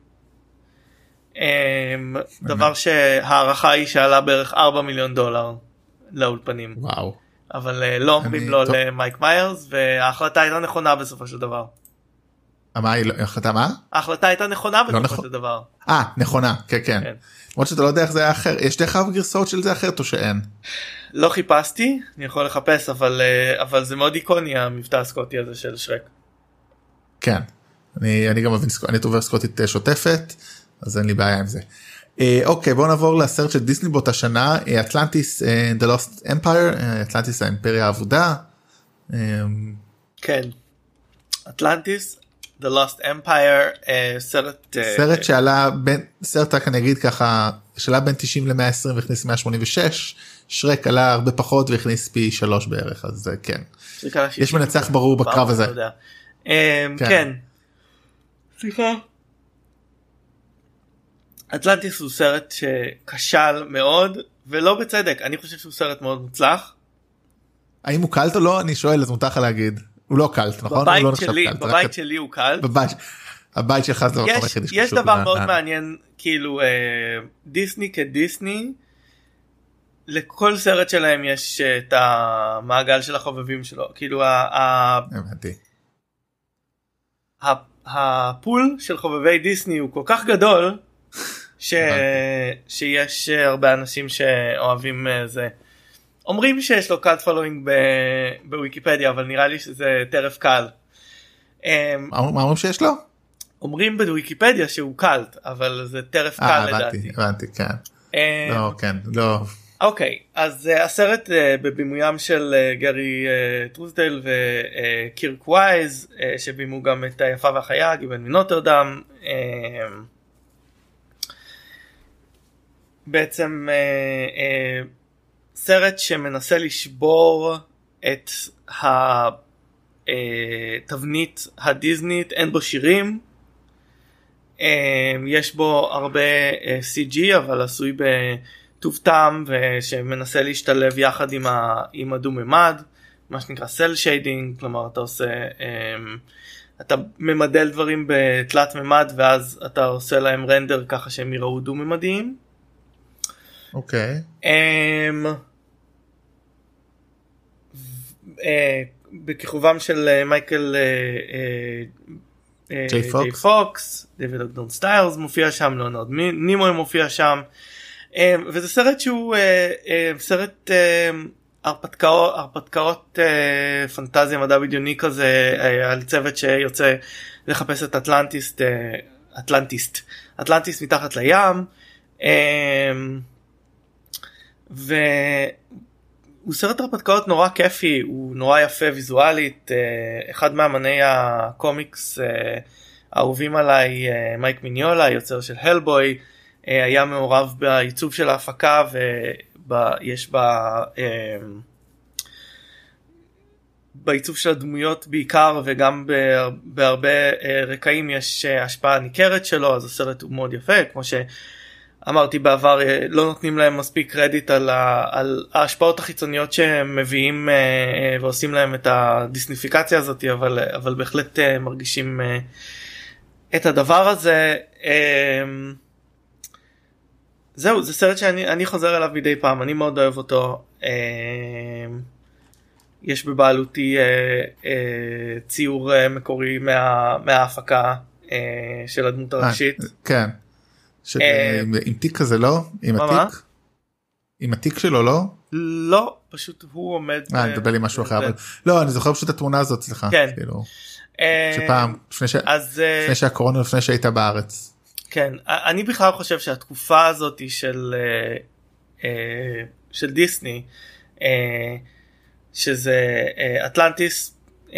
[SPEAKER 3] דבר שהערכה היא שעלה בערך ארבע מיליון דולר לאולפנים.
[SPEAKER 2] וואו.
[SPEAKER 3] אבל לא אומרים לו למייק מיירס, וההחלטה הייתה נכונה בסופו של דבר.
[SPEAKER 2] מה היא החלטה מה?
[SPEAKER 3] ההחלטה הייתה נכונה בסופו של דבר.
[SPEAKER 2] אה, נכונה, כן, כן. למרות שאתה לא יודע איך זה היה אחר. יש לך גרסאות של זה אחרת או שאין?
[SPEAKER 3] לא חיפשתי, אני יכול לחפש, אבל זה מאוד איקוני המבטא הסקוטי הזה של שרק.
[SPEAKER 2] כן, אני גם מבין, אני דובר סקוטית שוטפת, אז אין לי בעיה עם זה. אוקיי, בואו נעבור לסרט של דיסני באותה שנה, אטלנטיס The Lost Empire, אטלנטיס האימפריה האבודה.
[SPEAKER 3] כן, אטלנטיס The Lost Empire, סרט...
[SPEAKER 2] סרט שעלה, סרט רק אני אגיד ככה, שעלה בין תשעים ל-מאה ועשרים והכניס מאה שמונים ושש, שרק עלה הרבה פחות והכניס פי שלוש בערך, אז כן. יש מנצח ברור בקרב הזה.
[SPEAKER 3] כן. סליחה. אטלנטיס הוא סרט שכשל מאוד, ולא בצדק, אני חושב שהוא סרט מאוד מוצלח.
[SPEAKER 2] האם הוא קלט או לא? אני שואל, אז מותר לך להגיד. הוא לא קלט, נכון?
[SPEAKER 3] בבית שלי, בבית שלי הוא קלט.
[SPEAKER 2] הבית שלך זה
[SPEAKER 3] מקום היחידי שקשור. יש דבר מאוד מעניין, כאילו דיסני כדיסני, לכל סרט שלהם יש את המעגל של החובבים שלו, כאילו הפול של חובבי דיסני הוא כל כך גדול, שיש הרבה אנשים שאוהבים זה. אומרים שיש לו קאלט פולווינג בוויקיפדיה, אבל נראה לי שזה טרף קל.
[SPEAKER 2] מה אומרים שיש לו?
[SPEAKER 3] אומרים בוויקיפדיה שהוא קאלט, אבל זה טרף קל לדעתי.
[SPEAKER 2] הבנתי, כן. לא, כן, לא.
[SPEAKER 3] אוקיי, אז הסרט בבימוים של גרי טרוסדל וקירק ווייז, שבימו גם את היפה והחיה, גיבן מנוטרדם. בעצם סרט שמנסה לשבור את התבנית הדיזנית, אין בו שירים, יש בו הרבה סי ג'י אבל עשוי בטוב טעם ושמנסה להשתלב יחד עם, ה, עם הדו-ממד, מה שנקרא סל שיידינג, כלומר אתה עושה, אתה ממדל דברים בתלת ממד ואז אתה עושה להם רנדר ככה שהם יראו דו-ממדיים.
[SPEAKER 2] אוקיי.
[SPEAKER 3] בכיכובם של מייקל ג'יי פוקס, דיוויד אוגדון סטיילס מופיע שם, ליאונרד נימוי מופיע שם, וזה סרט שהוא סרט הרפתקאות, הרפתקאות פנטזיה מדע בדיוני כזה, על צוות שיוצא לחפש את אטלנטיסט, אטלנטיסט, אטלנטיסט מתחת לים, והוא סרט הרפתקאות נורא כיפי, הוא נורא יפה ויזואלית, אחד מאמני הקומיקס האהובים עליי, מייק מיניולה, יוצר של הלבוי, היה מעורב בעיצוב של ההפקה, ויש בה בעיצוב של הדמויות בעיקר, וגם בהרבה רקעים יש השפעה ניכרת שלו, אז הסרט הוא מאוד יפה, כמו ש... אמרתי בעבר, לא נותנים להם מספיק קרדיט על, ה, על ההשפעות החיצוניות שהם מביאים אה, ועושים להם את הדיסניפיקציה הזאת, אבל, אבל בהחלט אה, מרגישים אה, את הדבר הזה. אה, זהו, זה סרט שאני אני חוזר אליו מדי פעם, אני מאוד אוהב אותו. אה, יש בבעלותי אה, אה, ציור אה, מקורי מה, מההפקה אה, של הדמות הראשית.
[SPEAKER 2] כן. עם תיק כזה לא? עם התיק? עם התיק שלו לא?
[SPEAKER 3] לא, פשוט הוא עומד.
[SPEAKER 2] אה, אני מדבר לי משהו אחר. לא, אני זוכר פשוט התמונה הזאת, סליחה.
[SPEAKER 3] כן.
[SPEAKER 2] שפעם, לפני שהקורונה, לפני שהייתה בארץ.
[SPEAKER 3] כן, אני בכלל חושב שהתקופה הזאת של דיסני, שזה אטלנטיס,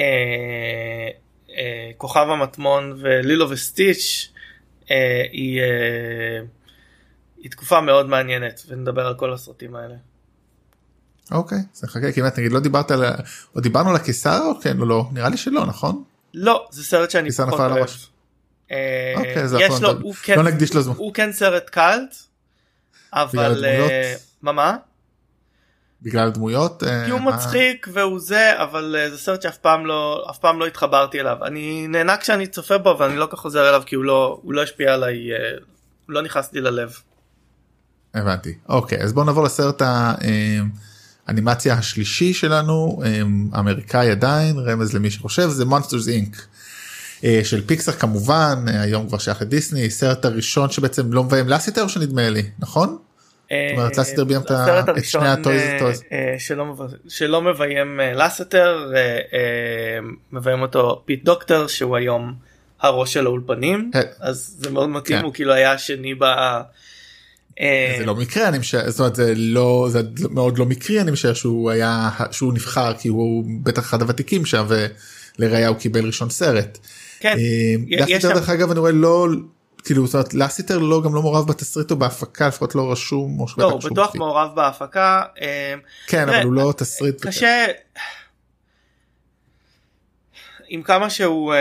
[SPEAKER 3] כוכב המטמון ולילו וסטיץ', היא היא תקופה מאוד מעניינת, ונדבר על כל הסרטים האלה.
[SPEAKER 2] אוקיי, זה חכה, כמעט נגיד, לא דיברת על, או דיברנו על הקיסר או כן או לא? נראה לי שלא, נכון?
[SPEAKER 3] לא, זה סרט שאני פחות אוהב. יש לו, לא נקדיש לו זמן. הוא כן סרט קאלט, אבל מה מה?
[SPEAKER 2] בגלל דמויות?
[SPEAKER 3] כי הוא מצחיק והוא זה, אבל זה סרט שאף פעם לא, אף פעם לא התחברתי אליו. אני נהנה כשאני צופה בו, אבל אני לא כך חוזר אליו, כי הוא לא, הוא לא השפיע עליי, הוא לא נכנס לי ללב.
[SPEAKER 2] הבנתי. אוקיי, אז בואו נעבור לסרט האנימציה השלישי שלנו, אמריקאי עדיין, רמז למי שחושב, זה Monsters אינק. של פיקסר כמובן, היום כבר שייך לדיסני, סרט הראשון שבעצם לא מביים לאסיטר או שנדמה לי, נכון? לאסיטר ביים את שני הטויז
[SPEAKER 3] שלא מביים לאסיטר, מביים אותו פיט דוקטור שהוא היום הראש של האולפנים, אז זה מאוד מתאים, הוא כאילו היה השני ב...
[SPEAKER 2] זה לא מקרה, אני משער, זאת אומרת, זה לא, זה מאוד לא מקרי, אני משער שהוא היה, שהוא נבחר כי הוא בטח אחד הוותיקים שם ולראיה הוא קיבל ראשון סרט.
[SPEAKER 3] כן.
[SPEAKER 2] לאסיטר דרך אגב אני רואה לא, כאילו זאת אומרת לאסיטר לא גם לא מעורב בתסריט או בהפקה, לפחות לא רשום.
[SPEAKER 3] לא, הוא בטוח מעורב בהפקה.
[SPEAKER 2] כן, אבל הוא לא תסריט.
[SPEAKER 3] קשה, עם כמה שהוא,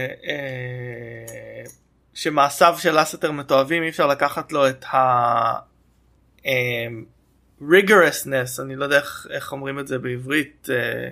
[SPEAKER 3] שמעשיו של לאסיטר מתועבים, אי אפשר לקחת לו את ה... rigorousness, אני לא יודע איך אומרים את זה בעברית,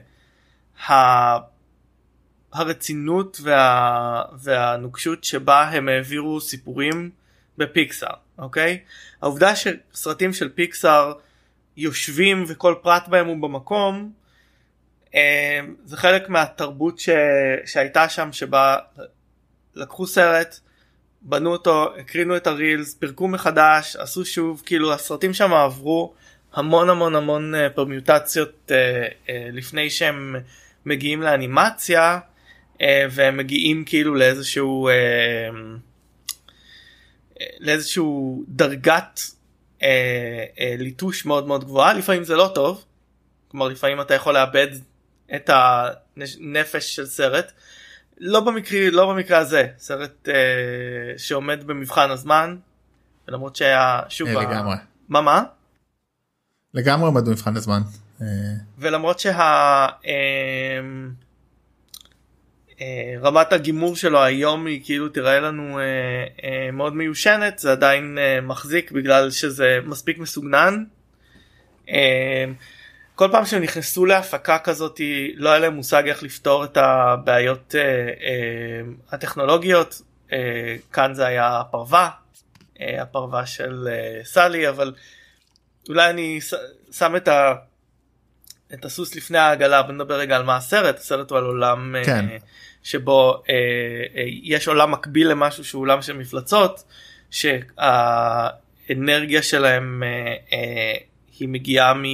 [SPEAKER 3] הרצינות וה, והנוקשות שבה הם העבירו סיפורים בפיקסר, אוקיי? העובדה שסרטים של פיקסר יושבים וכל פרט בהם הוא במקום, זה חלק מהתרבות ש, שהייתה שם, שבה לקחו סרט, בנו אותו, הקרינו את הרילס, פירקו מחדש, עשו שוב, כאילו הסרטים שם עברו המון המון המון פרמיוטציות לפני שהם מגיעים לאנימציה, והם מגיעים כאילו לאיזשהו לאיזשהו דרגת ליטוש מאוד מאוד גבוהה. לפעמים זה לא טוב, כלומר לפעמים אתה יכול לאבד את הנפש של סרט, לא במקרה, לא במקרה הזה, סרט שעומד במבחן הזמן, למרות שהיה שוב
[SPEAKER 2] לגמרי.
[SPEAKER 3] מה מה?
[SPEAKER 2] לגמרי עומד במבחן הזמן.
[SPEAKER 3] ולמרות שה רמת הגימור שלו היום היא כאילו תראה לנו מאוד מיושנת, זה עדיין מחזיק בגלל שזה מספיק מסוגנן. כל פעם שהם נכנסו להפקה כזאת לא היה להם מושג איך לפתור את הבעיות הטכנולוגיות. כאן זה היה הפרווה, הפרווה של סלי, אבל אולי אני שם את ה את הסוס לפני העגלה. בוא נדבר רגע על מה הסרט. הסרט הוא על עולם
[SPEAKER 2] כן.
[SPEAKER 3] שבו יש עולם מקביל למשהו שהוא עולם של מפלצות, שהאנרגיה שלהם היא מגיעה מ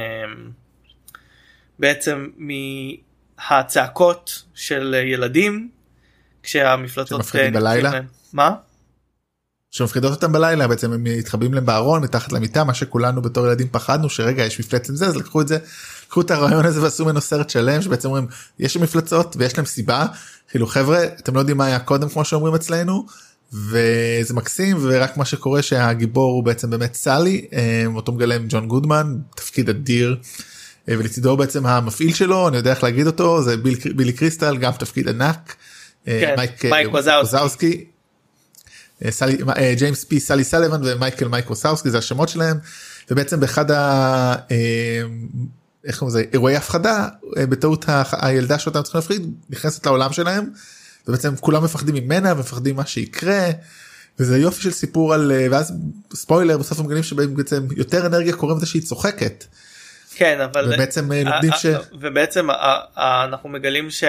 [SPEAKER 3] בעצם מהצעקות של ילדים כשהמפלצות
[SPEAKER 2] שמפחידים בלילה.
[SPEAKER 3] מה?
[SPEAKER 2] שמפחידות אותם בלילה, בעצם הם מתחבאים להם בארון מתחת למיטה, מה שכולנו בתור ילדים פחדנו שרגע יש מפלצת עם זה, אז לקחו את זה, לקחו את הרעיון הזה ועשו ממנו סרט שלם, שבעצם אומרים יש מפלצות ויש להם סיבה, כאילו חבר'ה אתם לא יודעים מה היה קודם כמו שאומרים אצלנו, וזה מקסים, ורק מה שקורה שהגיבור הוא בעצם באמת סלי, אותו מגלם ג'ון גודמן, תפקיד אדיר, ולצידו בעצם המפעיל שלו, אני יודע איך להגיד אותו, זה ביל, בילי קריסטל, גם תפקיד ענק,
[SPEAKER 3] כן, מייק, מייק
[SPEAKER 2] ווזאוסקי, סלי, ג'יימס פי סלי סליבן ומייקל מייק ווסאוסקי, זה השמות שלהם, ובעצם באחד ה... איך קוראים לזה? אירועי הפחדה, בטעות הילדה שאותם צריכים להפחיד, נכנסת לעולם שלהם, ובעצם כולם מפחדים ממנה, ומפחדים מה שיקרה, וזה יופי של סיפור על... ואז ספוילר, בסוף הם מגלים שבהם בעצם יותר אנרגיה קוראים לזה שהיא צוחקת.
[SPEAKER 3] כן, אבל...
[SPEAKER 2] ובעצם לומדים ש...
[SPEAKER 3] ובעצם אנחנו מגלים ש...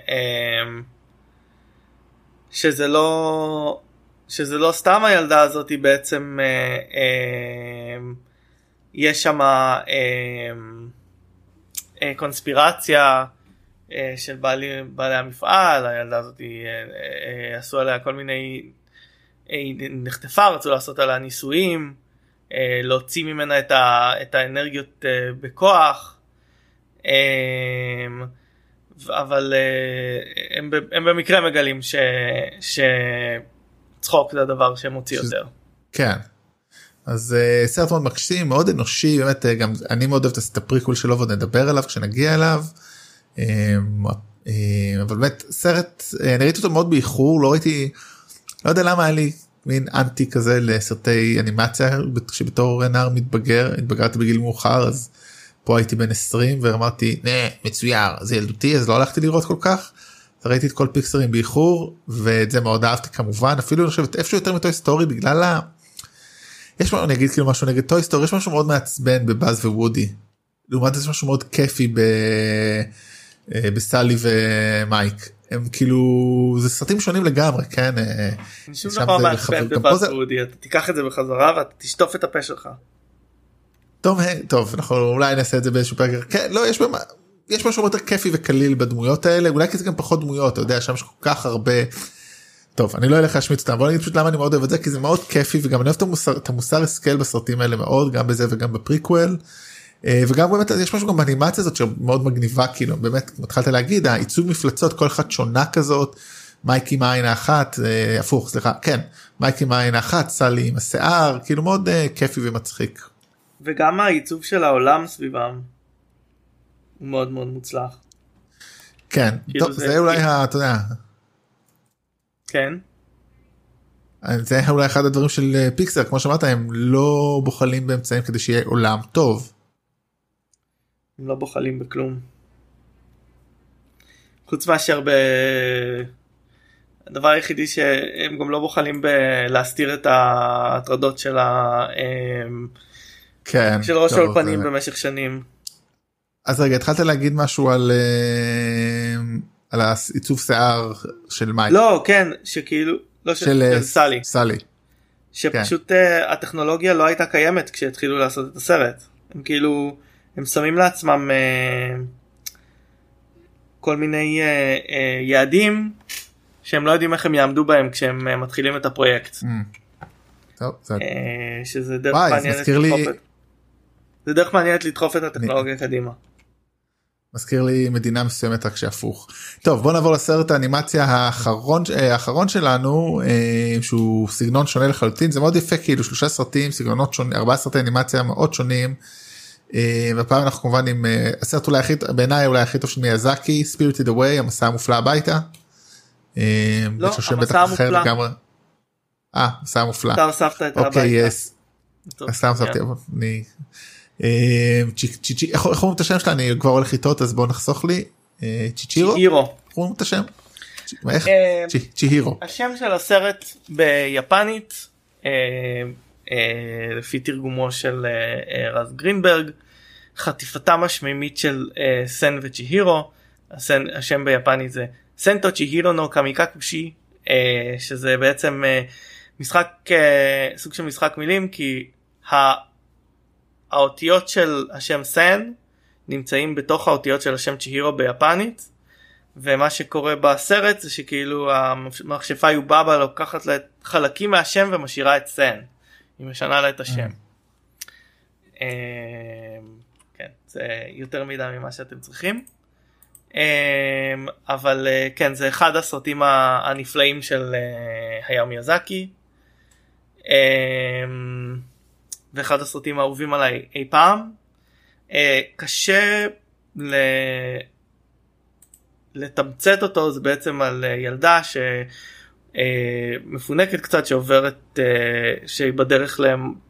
[SPEAKER 3] שזה לא... שזה לא סתם הילדה הזאת, היא בעצם, אה, אה, יש שם אה, אה, קונספירציה אה, של בעלי, בעלי המפעל, הילדה הזאת, אה, אה, עשו עליה כל מיני, אה, נחטפה, רצו לעשות עליה ניסויים, אה, להוציא ממנה את, ה, את האנרגיות אה, בכוח, אה, אבל אה, הם, הם במקרה מגלים ש... ש צחוק זה הדבר שמוציא יותר.
[SPEAKER 2] כן. אז uh, סרט מאוד מקסים, מאוד אנושי, באמת uh, גם אני מאוד אוהב את הפריקול שלו ועוד נדבר עליו כשנגיע אליו. Um, uh, אבל באמת סרט, uh, אני ראיתי אותו מאוד באיחור, לא ראיתי, לא יודע למה היה לי מין אנטי כזה לסרטי אנימציה, שבתור נער מתבגר, התבגרתי בגיל מאוחר, אז פה הייתי בן עשרים, ואמרתי, נה, מצויר, זה ילדותי, אז לא הלכתי לראות כל כך, אז ראיתי את כל פיקסרים באיחור, ואת זה מאוד אהבתי כמובן, אפילו אני חושבת איפשהו יותר מטוי סטורי, בגלל ה... יש מה, אני אגיד כאילו משהו נגד טוי סטורי, יש משהו מאוד מעצבן בבאז ווודי, לעומת זה יש משהו מאוד כיפי ב... בסלי ומייק, הם כאילו, זה סרטים שונים לגמרי, כן?
[SPEAKER 3] שום דבר מעצבן בבאז ווודי, אתה תיקח את זה בחזרה ואתה תשטוף את הפה שלך.
[SPEAKER 2] טוב, טוב, אנחנו אולי נעשה את זה באיזשהו פרק, כן, לא, יש, במה, יש משהו יותר כיפי וקליל בדמויות האלה, אולי כי זה גם פחות דמויות, אתה יודע, שם יש כל כך הרבה, טוב, אני לא אלך להשמיץ אותם, בוא נגיד פשוט למה אני מאוד אוהב את זה, כי זה מאוד כיפי, וגם אני אוהב את המוסר, את המוסר הסקל בסרטים האלה מאוד, גם בזה וגם בפריקוול, וגם באמת יש משהו גם באנימציה הזאת שמאוד מגניבה, כאילו, באמת, התחלת להגיד, העיצוב מפלצות, כל אחת שונה כזאת, מייקי עם העין האחת, הפוך, סליחה, כן, מייקי עם העין האחת, סלי עם השיער, כאילו מאוד כיפי ומצחיק.
[SPEAKER 3] וגם העיצוב של העולם סביבם הוא מאוד מאוד מוצלח.
[SPEAKER 2] כן, טוב, זה אולי, אתה יודע.
[SPEAKER 3] כן.
[SPEAKER 2] זה אולי אחד הדברים של פיקסר, כמו שאמרת, הם לא בוחלים באמצעים כדי שיהיה עולם טוב.
[SPEAKER 3] הם לא בוחלים בכלום. חוץ מאשר ב... הדבר היחידי שהם גם לא בוחלים בלהסתיר את ההטרדות של ה...
[SPEAKER 2] כן,
[SPEAKER 3] של ראש האולפנים במשך שנים.
[SPEAKER 2] אז רגע, התחלת להגיד משהו על על העיצוב שיער של מייק.
[SPEAKER 3] לא, כן, שכאילו, לא של, של סלי.
[SPEAKER 2] סלי.
[SPEAKER 3] שפשוט כן. הטכנולוגיה לא הייתה קיימת כשהתחילו לעשות את הסרט. הם כאילו, הם שמים לעצמם כל מיני יעדים שהם לא יודעים איך הם יעמדו בהם כשהם מתחילים את הפרויקט.
[SPEAKER 2] טוב, זה...
[SPEAKER 3] שזה דרך מעניינת לדחוף את... זה דרך מעניינת לדחוף את הטכנולוגיה קדימה.
[SPEAKER 2] מזכיר לי מדינה מסוימת רק שהפוך. טוב, בוא נעבור לסרט האנימציה האחרון, האחרון שלנו, שהוא סגנון שונה לחלוטין, זה מאוד יפה, כאילו שלושה סרטים, סגנונות שונים, ארבעה סרטי אנימציה מאוד שונים, והפעם אנחנו כמובן עם הסרט אולי הכי, בעיניי אולי הכי טוב של מיאזקי, Spirited Away, המסע המופלא הביתה.
[SPEAKER 3] לא, המסע המופלא.
[SPEAKER 2] אה, מסע המופלא.
[SPEAKER 3] אתה הוספת את
[SPEAKER 2] הביתה. אוקיי, יס. הסתם הוספתי, אני... איך אומרים את השם שלה? אני כבר הולך איתות, אז בואו נחסוך לי. צ'יצ'ירו?
[SPEAKER 3] צ'יהירו.
[SPEAKER 2] איך אומרים את השם? איך? צ'יהירו.
[SPEAKER 3] השם של הסרט ביפנית, לפי תרגומו של רז גרינברג, חטיפתם השמימית של סן וצ'יהירו. השם ביפנית זה סנטו צ'יהירו נו קמיקקושי, שזה בעצם משחק, סוג של משחק מילים, כי האותיות של השם סן נמצאים בתוך האותיות של השם צ'יהירו ביפנית, ומה שקורה בסרט זה שכאילו המכשפה יובאבא לוקחת לה חלקים מהשם ומשאירה את סן, היא משנה לה את השם. כן, זה יותר מדי ממה שאתם צריכים, אבל כן, זה אחד הסרטים הנפלאים של היאו מיאזקי, ואחד הסרטים האהובים עליי אי פעם. קשה לתמצת אותו, זה בעצם על ילדה שמפונקת קצת, שעוברת, שהיא בדרך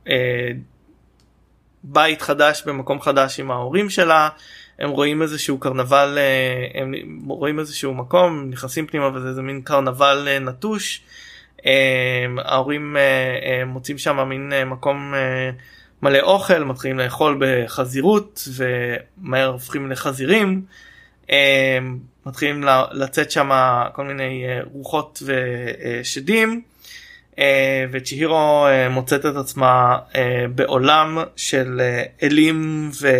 [SPEAKER 3] לבית חדש במקום חדש עם ההורים שלה, הם רואים איזשהו קרנבל, הם רואים איזשהו מקום, נכנסים פנימה וזה איזה מין קרנבל נטוש, ההורים מוצאים שם מין מקום מלא אוכל, מתחילים לאכול בחזירות ומהר הופכים לחזירים, מתחילים לצאת שם כל מיני רוחות ושדים, וצ'יהירו מוצאת את עצמה בעולם של אלים ו...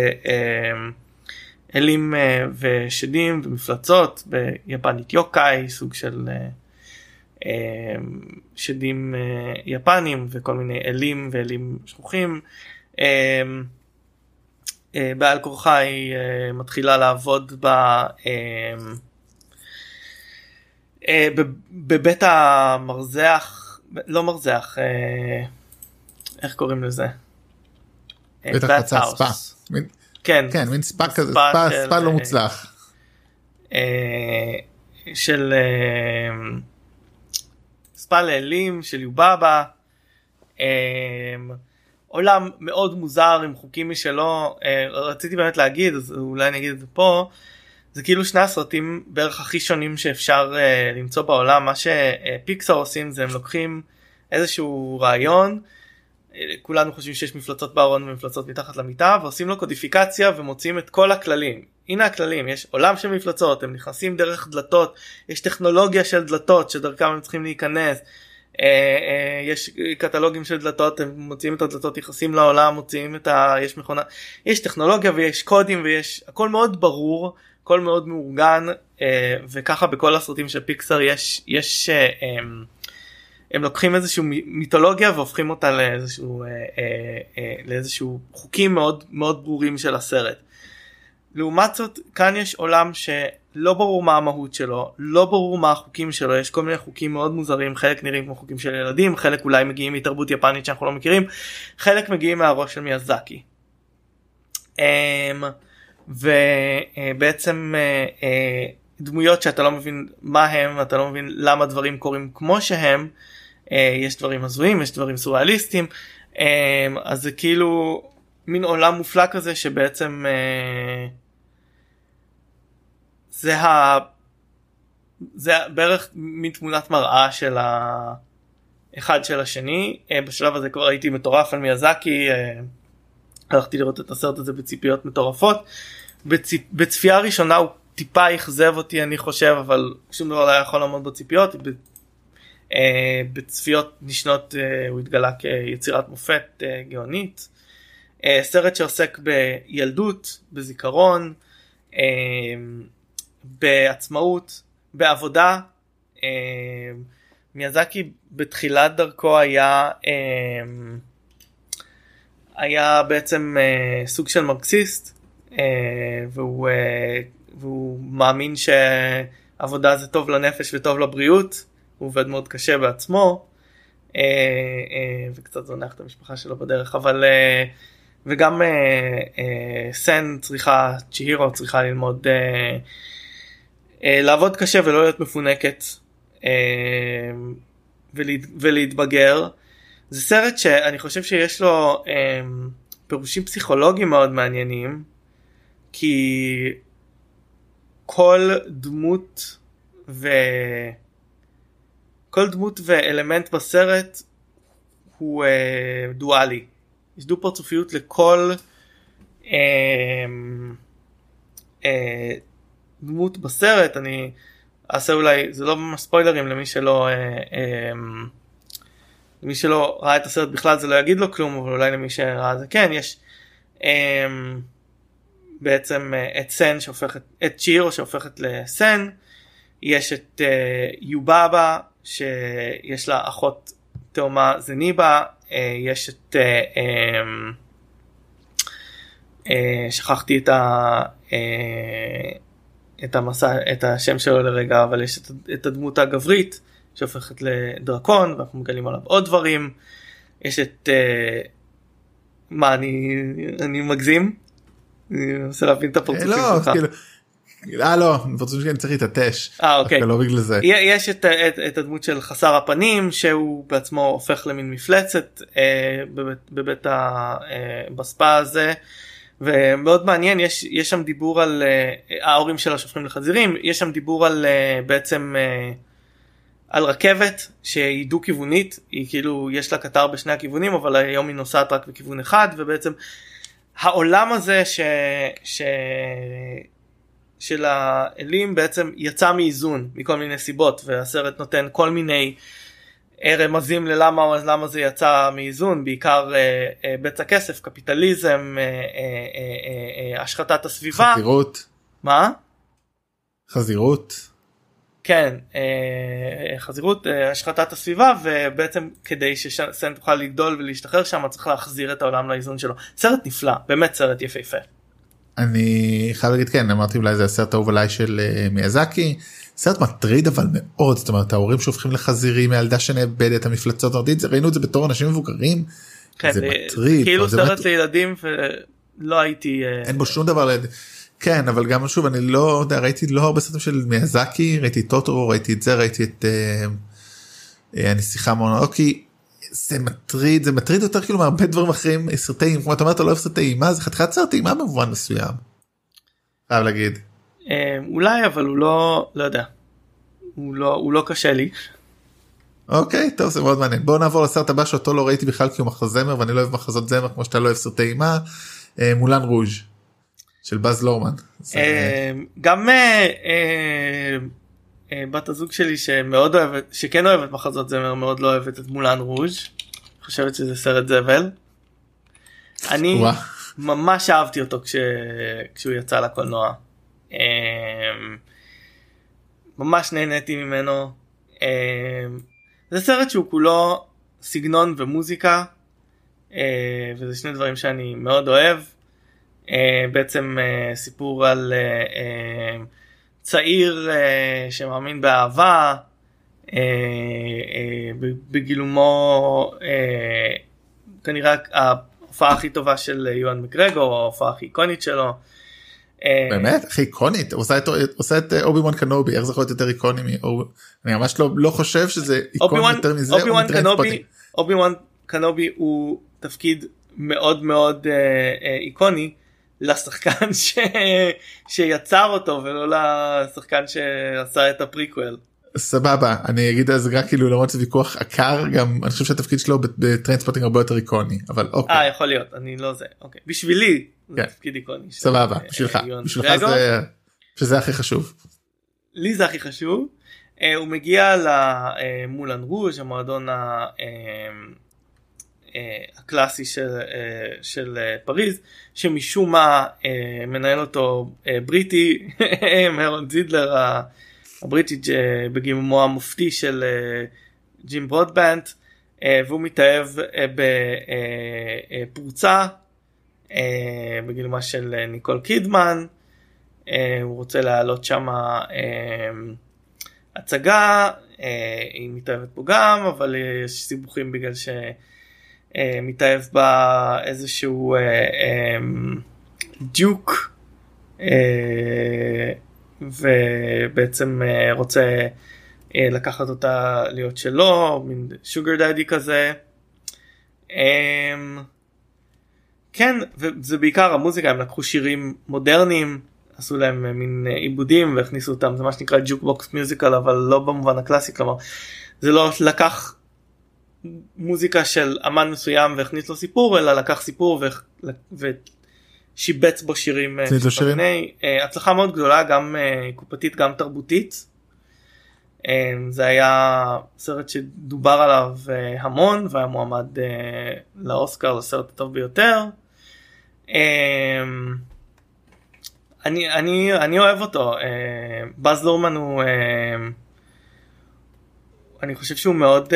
[SPEAKER 3] אלים ושדים ומפלצות, ביפנית יוקאי, סוג של שדים יפנים וכל מיני אלים ואלים שכוחים. בעל כורחה היא מתחילה לעבוד ב... בבית המרזח, לא מרזח, איך קוראים לזה?
[SPEAKER 2] בית הקבצה, ספה.
[SPEAKER 3] כן,
[SPEAKER 2] כן, מין ספה כזה, ספה לא מוצלח.
[SPEAKER 3] של חשפה לאלים של יובאבא, עולם מאוד מוזר עם חוקים משלו, רציתי באמת להגיד, אז אולי אני אגיד את זה פה, זה כאילו שני הסרטים בערך הכי שונים שאפשר למצוא בעולם. מה שפיקסאר עושים זה הם לוקחים איזשהו רעיון, כולנו חושבים שיש מפלצות בארון ומפלצות מתחת למיטה, ועושים לו קודיפיקציה ומוצאים את כל הכללים. הנה הכללים, יש עולם של מפלצות, הם נכנסים דרך דלתות, יש טכנולוגיה של דלתות שדרכם הם צריכים להיכנס, יש קטלוגים של דלתות, הם מוציאים את הדלתות, נכנסים לעולם, מוציאים את ה... יש מכונה, יש טכנולוגיה ויש קודים ויש, הכל מאוד ברור, הכל מאוד מאורגן, וככה בכל הסרטים של פיקסאר יש, יש, הם, הם לוקחים איזשהו מיתולוגיה והופכים אותה לאיזשהו, לאיזשהו חוקים מאוד, מאוד ברורים של הסרט. לעומת זאת, כאן יש עולם שלא ברור מה המהות שלו, לא ברור מה החוקים שלו, יש כל מיני חוקים מאוד מוזרים, חלק נראים כמו חוקים של ילדים, חלק אולי מגיעים מתרבות יפנית שאנחנו לא מכירים, חלק מגיעים מהראש של מיאזקי. ובעצם דמויות שאתה לא מבין מה הם, אתה לא מבין למה דברים קורים כמו שהם, יש דברים הזויים, יש דברים סוריאליסטיים, אז זה כאילו מין עולם מופלא כזה שבעצם זה ה... זה בערך מין תמונת מראה של האחד של השני. בשלב הזה כבר הייתי מטורף על מיאזקי, הלכתי לראות את הסרט הזה בציפיות מטורפות. בצ... בצפייה ראשונה הוא טיפה יחזב אותי אני חושב, אבל שום דבר לא היה יכול לעמוד בציפיות. ב... בצפיות נשנות הוא התגלה כיצירת מופת גאונית. סרט שעוסק בילדות, בזיכרון, בעצמאות, בעבודה. מיאזקי בתחילת דרכו היה היה בעצם סוג של מרקסיסט, והוא, והוא מאמין שעבודה זה טוב לנפש וטוב לבריאות. הוא עובד מאוד קשה בעצמו, וקצת זונח את המשפחה שלו בדרך, אבל וגם סן צריכה, צ'יהירו צריכה ללמוד לעבוד קשה ולא להיות מפונקת ולהתבגר. זה סרט שאני חושב שיש לו פירושים פסיכולוגיים מאוד מעניינים, כי כל דמות ו... כל דמות ואלמנט בסרט הוא אה, דואלי. יש דו פרצופיות לכל אה, אה, דמות בסרט. אני אעשה אולי, זה לא ממש ספוילרים למי שלא, אה, אה, למי שלא ראה את הסרט בכלל זה לא יגיד לו כלום, אבל אולי למי שראה זה כן. יש אה, בעצם אה, את סן שהופכת, את צ'ירו שהופכת לסן. יש את אה, יובאבא, שיש לה אחות תאומה זניבה, יש את שכחתי את ה את המסע, את השם שלו לרגע, אבל יש את הדמות הגברית שהופכת לדרקון, ואנחנו מגלים עליו עוד דברים. יש את מה, אני אני מגזים? אני מנסה להבין את הפרצופים שלך.
[SPEAKER 2] אה לא, פרצופים שאני צריך להתעטש.
[SPEAKER 3] אה אוקיי.
[SPEAKER 2] לא בגלל זה.
[SPEAKER 3] יש את, את, את הדמות של חסר הפנים, שהוא בעצמו הופך למין מפלצת אה, בבית, בבית ה, אה, בספה הזה, ומאוד מעניין, יש, יש שם דיבור על אה, ההורים שלה שהופכים לחזירים, יש שם דיבור על אה, בעצם אה, על רכבת שהיא דו כיוונית, היא כאילו יש לה קטר בשני הכיוונים, אבל היום היא נוסעת רק בכיוון אחד, ובעצם העולם הזה ש... ש... של האלים בעצם יצא מאיזון מכל מיני סיבות, והסרט נותן כל מיני רמזים ללמה למה זה יצא מאיזון, בעיקר בצע כסף, קפיטליזם, השחתת הסביבה.
[SPEAKER 2] חזירות.
[SPEAKER 3] מה?
[SPEAKER 2] חזירות.
[SPEAKER 3] כן, חזירות, השחתת הסביבה, ובעצם כדי שסן תוכל לגדול ולהשתחרר שם, צריך להחזיר את העולם לאיזון שלו. סרט נפלא, באמת סרט יפהפה.
[SPEAKER 2] אני חייב להגיד כן, אמרתי אולי זה הסרט האהוב עליי של מיאזקי, סרט מטריד אבל מאוד, זאת אומרת ההורים שהופכים לחזירים, הילדה שנאבדת, המפלצות, ראינו את זה בתור אנשים מבוגרים,
[SPEAKER 3] כן, זה מטריד. כאילו סרט לילדים ולא הייתי...
[SPEAKER 2] אין בו שום דבר, כן, אבל גם שוב, אני לא יודע, ראיתי לא הרבה סרטים של מיאזקי, ראיתי טוטורו, ראיתי את זה, ראיתי את הנסיכה מונוקי, זה מטריד, זה מטריד יותר כאילו מהרבה דברים אחרים, סרטי אימה, כמו אתה אומר, אתה לא אוהב סרטי אימה, זה חתיכת סרטי אימה במובן מסוים. חייב להגיד.
[SPEAKER 3] אולי, אבל הוא לא, לא יודע. הוא לא, הוא לא קשה לי.
[SPEAKER 2] אוקיי, טוב, זה מאוד מעניין. בואו נעבור לסרט הבא שאותו לא ראיתי בכלל כי הוא מחזמר, ואני לא אוהב מחזות זמר כמו שאתה לא אוהב סרטי אימה, מולן רוז' של באז לורמן.
[SPEAKER 3] גם בת הזוג שלי שמאוד אוהבת, שכן אוהבת מחזות זמר, מאוד לא אוהבת את מולן רוז', חושבת שזה סרט זבל. אני ממש אהבתי אותו כשהוא יצא לקולנוע. ממש נהניתי ממנו. זה סרט שהוא כולו סגנון ומוזיקה, וזה שני דברים שאני מאוד אוהב. בעצם סיפור על צעיר שמאמין באהבה, בגילומו כנראה ההופעה הכי טובה של יואן מקגרגור, ההופעה הכי איקונית שלו.
[SPEAKER 2] באמת? הכי איקונית? הוא עושה את אובי וואן קנובי, איך זה יכול להיות יותר איקוני? אני ממש לא חושב שזה איקוני יותר מזה.
[SPEAKER 3] אובי וואן קנובי הוא תפקיד מאוד מאוד איקוני לשחקן שיצר אותו ולא לשחקן שעשה את הפריקוול.
[SPEAKER 2] סבבה, אני אגיד אז רק כאילו למרות זה ויכוח עקר, גם אני חושב שהתפקיד שלו בטריינספוטינג הרבה יותר איקוני, אבל אוקיי.
[SPEAKER 3] אה, יכול להיות, אני לא זה, אוקיי. בשבילי זה תפקיד איקוני.
[SPEAKER 2] סבבה, בשבילך, בשבילך זה, שזה הכי חשוב.
[SPEAKER 3] לי זה הכי חשוב. הוא מגיע למולן רוז', המועדון הקלאסי של פריז, שמשום מה מנהל אותו בריטי, מרון זידלר, הבריטי בגימו המופתי של ג'ים ברודבנט, והוא מתאהב בפרוצה בגילומה של ניקול קידמן. הוא רוצה להעלות שם הצגה, היא מתאהבת פה גם, אבל יש סיבוכים בגלל שמתאהב בה איזשהו דיוק, ובעצם רוצה לקחת אותה להיות שלו, מין שוגר דאדי כזה. כן, וזה בעיקר המוזיקה, הם לקחו שירים מודרניים, עשו להם מין עיבודים והכניסו אותם, זה מה שנקרא ג'וקבוקס מיוזיקל, אבל לא במובן הקלאסי, כלומר, זה לא לקח מוזיקה של אמן מסוים והכניס לו סיפור, אלא לקח סיפור ושיבץ בו שירים. הצלחה מאוד גדולה, גם קופתית, גם תרבותית. זה היה סרט שדובר עליו המון, והיה מועמד לאוסקר לסרט הטוב ביותר. אני, אני, אני אוהב אותו. באז לורמן הוא, אני חושב שהוא מאוד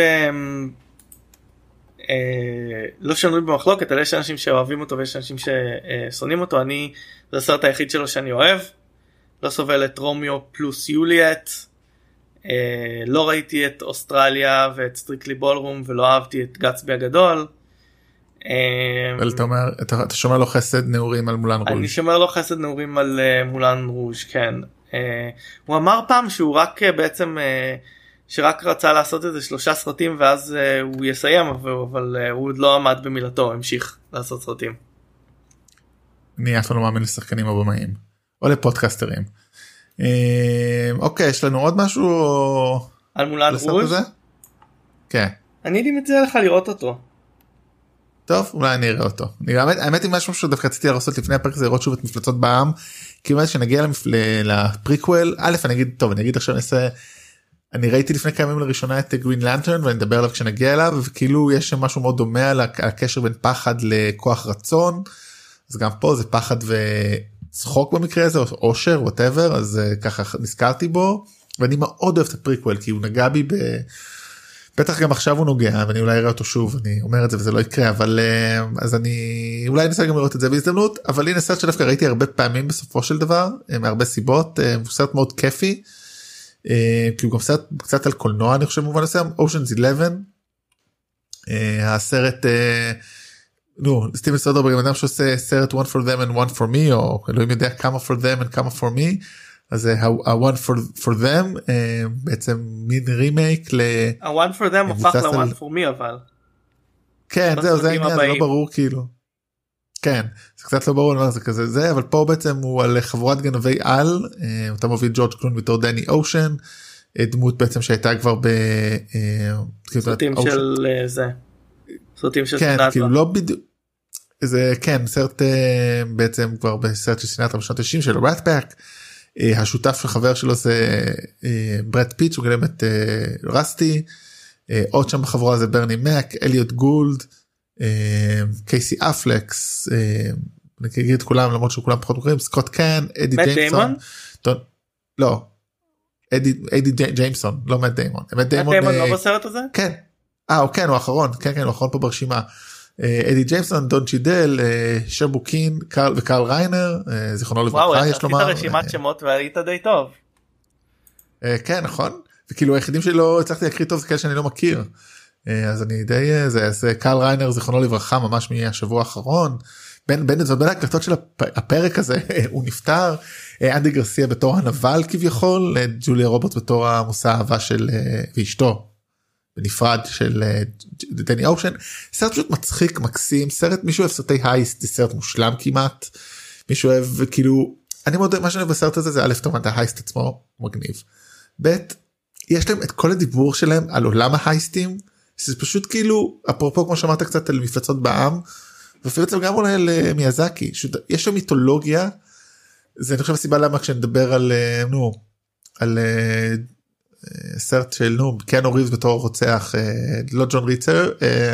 [SPEAKER 3] לא שנוי במחלוקת, אבל יש אנשים שאוהבים אותו ויש אנשים ששונאים אותו. אני, זה הסרט היחיד שלו שאני אוהב. לא סובל את רומיו פלוס יוליאט. לא ראיתי את אוסטרליה ואת סטריקלי בולרום, ולא אהבתי את גאטסבי הגדול.
[SPEAKER 2] אבל אתה אומר, אתה שומר לו חסד נעורים על מולן רוז'.
[SPEAKER 3] אני שומר לו חסד נעורים על מולן רוז', כן. הוא אמר פעם שהוא רק בעצם, שרק רצה לעשות איזה שלושה סרטים ואז הוא יסיים, אבל הוא עוד לא עמד במילתו, המשיך לעשות סרטים.
[SPEAKER 2] אני אף פעם לא מאמין לשחקנים או במאים, או לפודקאסטרים. אוקיי, יש לנו עוד משהו
[SPEAKER 3] על מולן רוז'?
[SPEAKER 2] כן.
[SPEAKER 3] אני הייתי מציע לך לראות אותו.
[SPEAKER 2] טוב, אולי אני אראה אותו. האמת, האמת היא משהו שדווקא רציתי לעשות לפני הפרק, זה לראות שוב את מפלצות בעם, כי באמת שנגיע לפריקוול, א', אני אגיד, טוב, אני אגיד עכשיו נעשה, אני ראיתי לפני כמה ימים לראשונה את גרין לנטרן, ואני אדבר עליו כשנגיע אליו, וכאילו יש שם משהו מאוד דומה על הקשר בין פחד לכוח רצון, אז גם פה זה פחד וצחוק במקרה הזה, או אושר, whatever, אז ככה נזכרתי בו, ואני מאוד אוהב את הפריקוול, כי הוא נגע בי ב... בטח גם עכשיו הוא נוגע, ואני אולי אראה אותו שוב, אני אומר את זה וזה לא יקרה, אבל אז אני אולי אנסה גם לראות את זה בהזדמנות, אבל הנה סרט שדווקא ראיתי הרבה פעמים בסופו של דבר, מהרבה סיבות, הוא סרט מאוד כיפי, כי הוא גם סרט קצת על קולנוע, אני חושב במובן מסוים, Ocean's Eleven, הסרט, נו, סטיבן סודרברג, אדם שעושה סרט One for them and one for me, או אלוהים יודע כמה for them and כמה for me, אז זה ה-One for, for them, בעצם מין רימייק ל...
[SPEAKER 3] ה-One for them הופך ל-One for me אבל.
[SPEAKER 2] כן, זהו, זה העניין, זה לא ברור כאילו. כן, זה קצת לא ברור, זה כזה זה, אבל פה בעצם הוא על חבורת גנבי על, אתה מוביל ג'ורג' קלוני בתור דני אושן, דמות בעצם שהייתה כבר ב...
[SPEAKER 3] סרטים של זה. סרטים של
[SPEAKER 2] כן, כאילו לא בדיוק. זה כן, סרט בעצם כבר בסרט של סצנת בשנות ה-תשעים של rat pack, השותף של חבר שלו זה ברד פיט, שהוא גלם את רסטי, עוד שם בחבורה זה ברני מק, אליוט גולד, קייסי אפלקס, אני אגיד את כולם למרות שכולם פחות מוכרים, סקוט קן, אדי ג'יימסון, לא, אדי ג'יימסון, לא מאט דיימון.
[SPEAKER 3] מאט דיימון לא בסרט הזה?
[SPEAKER 2] כן, אה, כן, הוא האחרון, כן, כן, הוא האחרון פה ברשימה. אדי ג'יימסון, דון צ'ידל, שרבוקין וקרל ריינר, זיכרונו לברכה יש לומר.
[SPEAKER 3] וואו, עשית רשימת שמות והיית די טוב.
[SPEAKER 2] כן, נכון, וכאילו היחידים שלא הצלחתי להקריא טוב זה כאלה שאני לא מכיר, אז אני די, זה קרל ריינר זיכרונו לברכה ממש מהשבוע האחרון, בין בין בין ההקלטות של הפרק הזה הוא נפטר, אנדי גרסיה בתור הנבל כביכול, ג'וליה רוברטס בתור המושא האהבה של ואשתו בנפרד של דני אושן. סרט פשוט מצחיק מקסים, סרט מישהו אוהב סרטי הייסט, זה סרט מושלם כמעט, מישהו אוהב כאילו, אני מאוד מה שאני אוהב בסרט הזה זה א' טוב ההייסט עצמו מגניב, ב' יש להם את כל הדיבור שלהם על עולם ההייסטים, זה פשוט כאילו אפרופו כמו שאמרת קצת על מפלצות בעם, ואפילו אצל גם אולי על מיאזקי, יש לו מיתולוגיה, זה אני חושב הסיבה למה כשנדבר על נו, על סרט של נו, קיאנו ריבס בתור רוצח, לא ג'ון ריצר,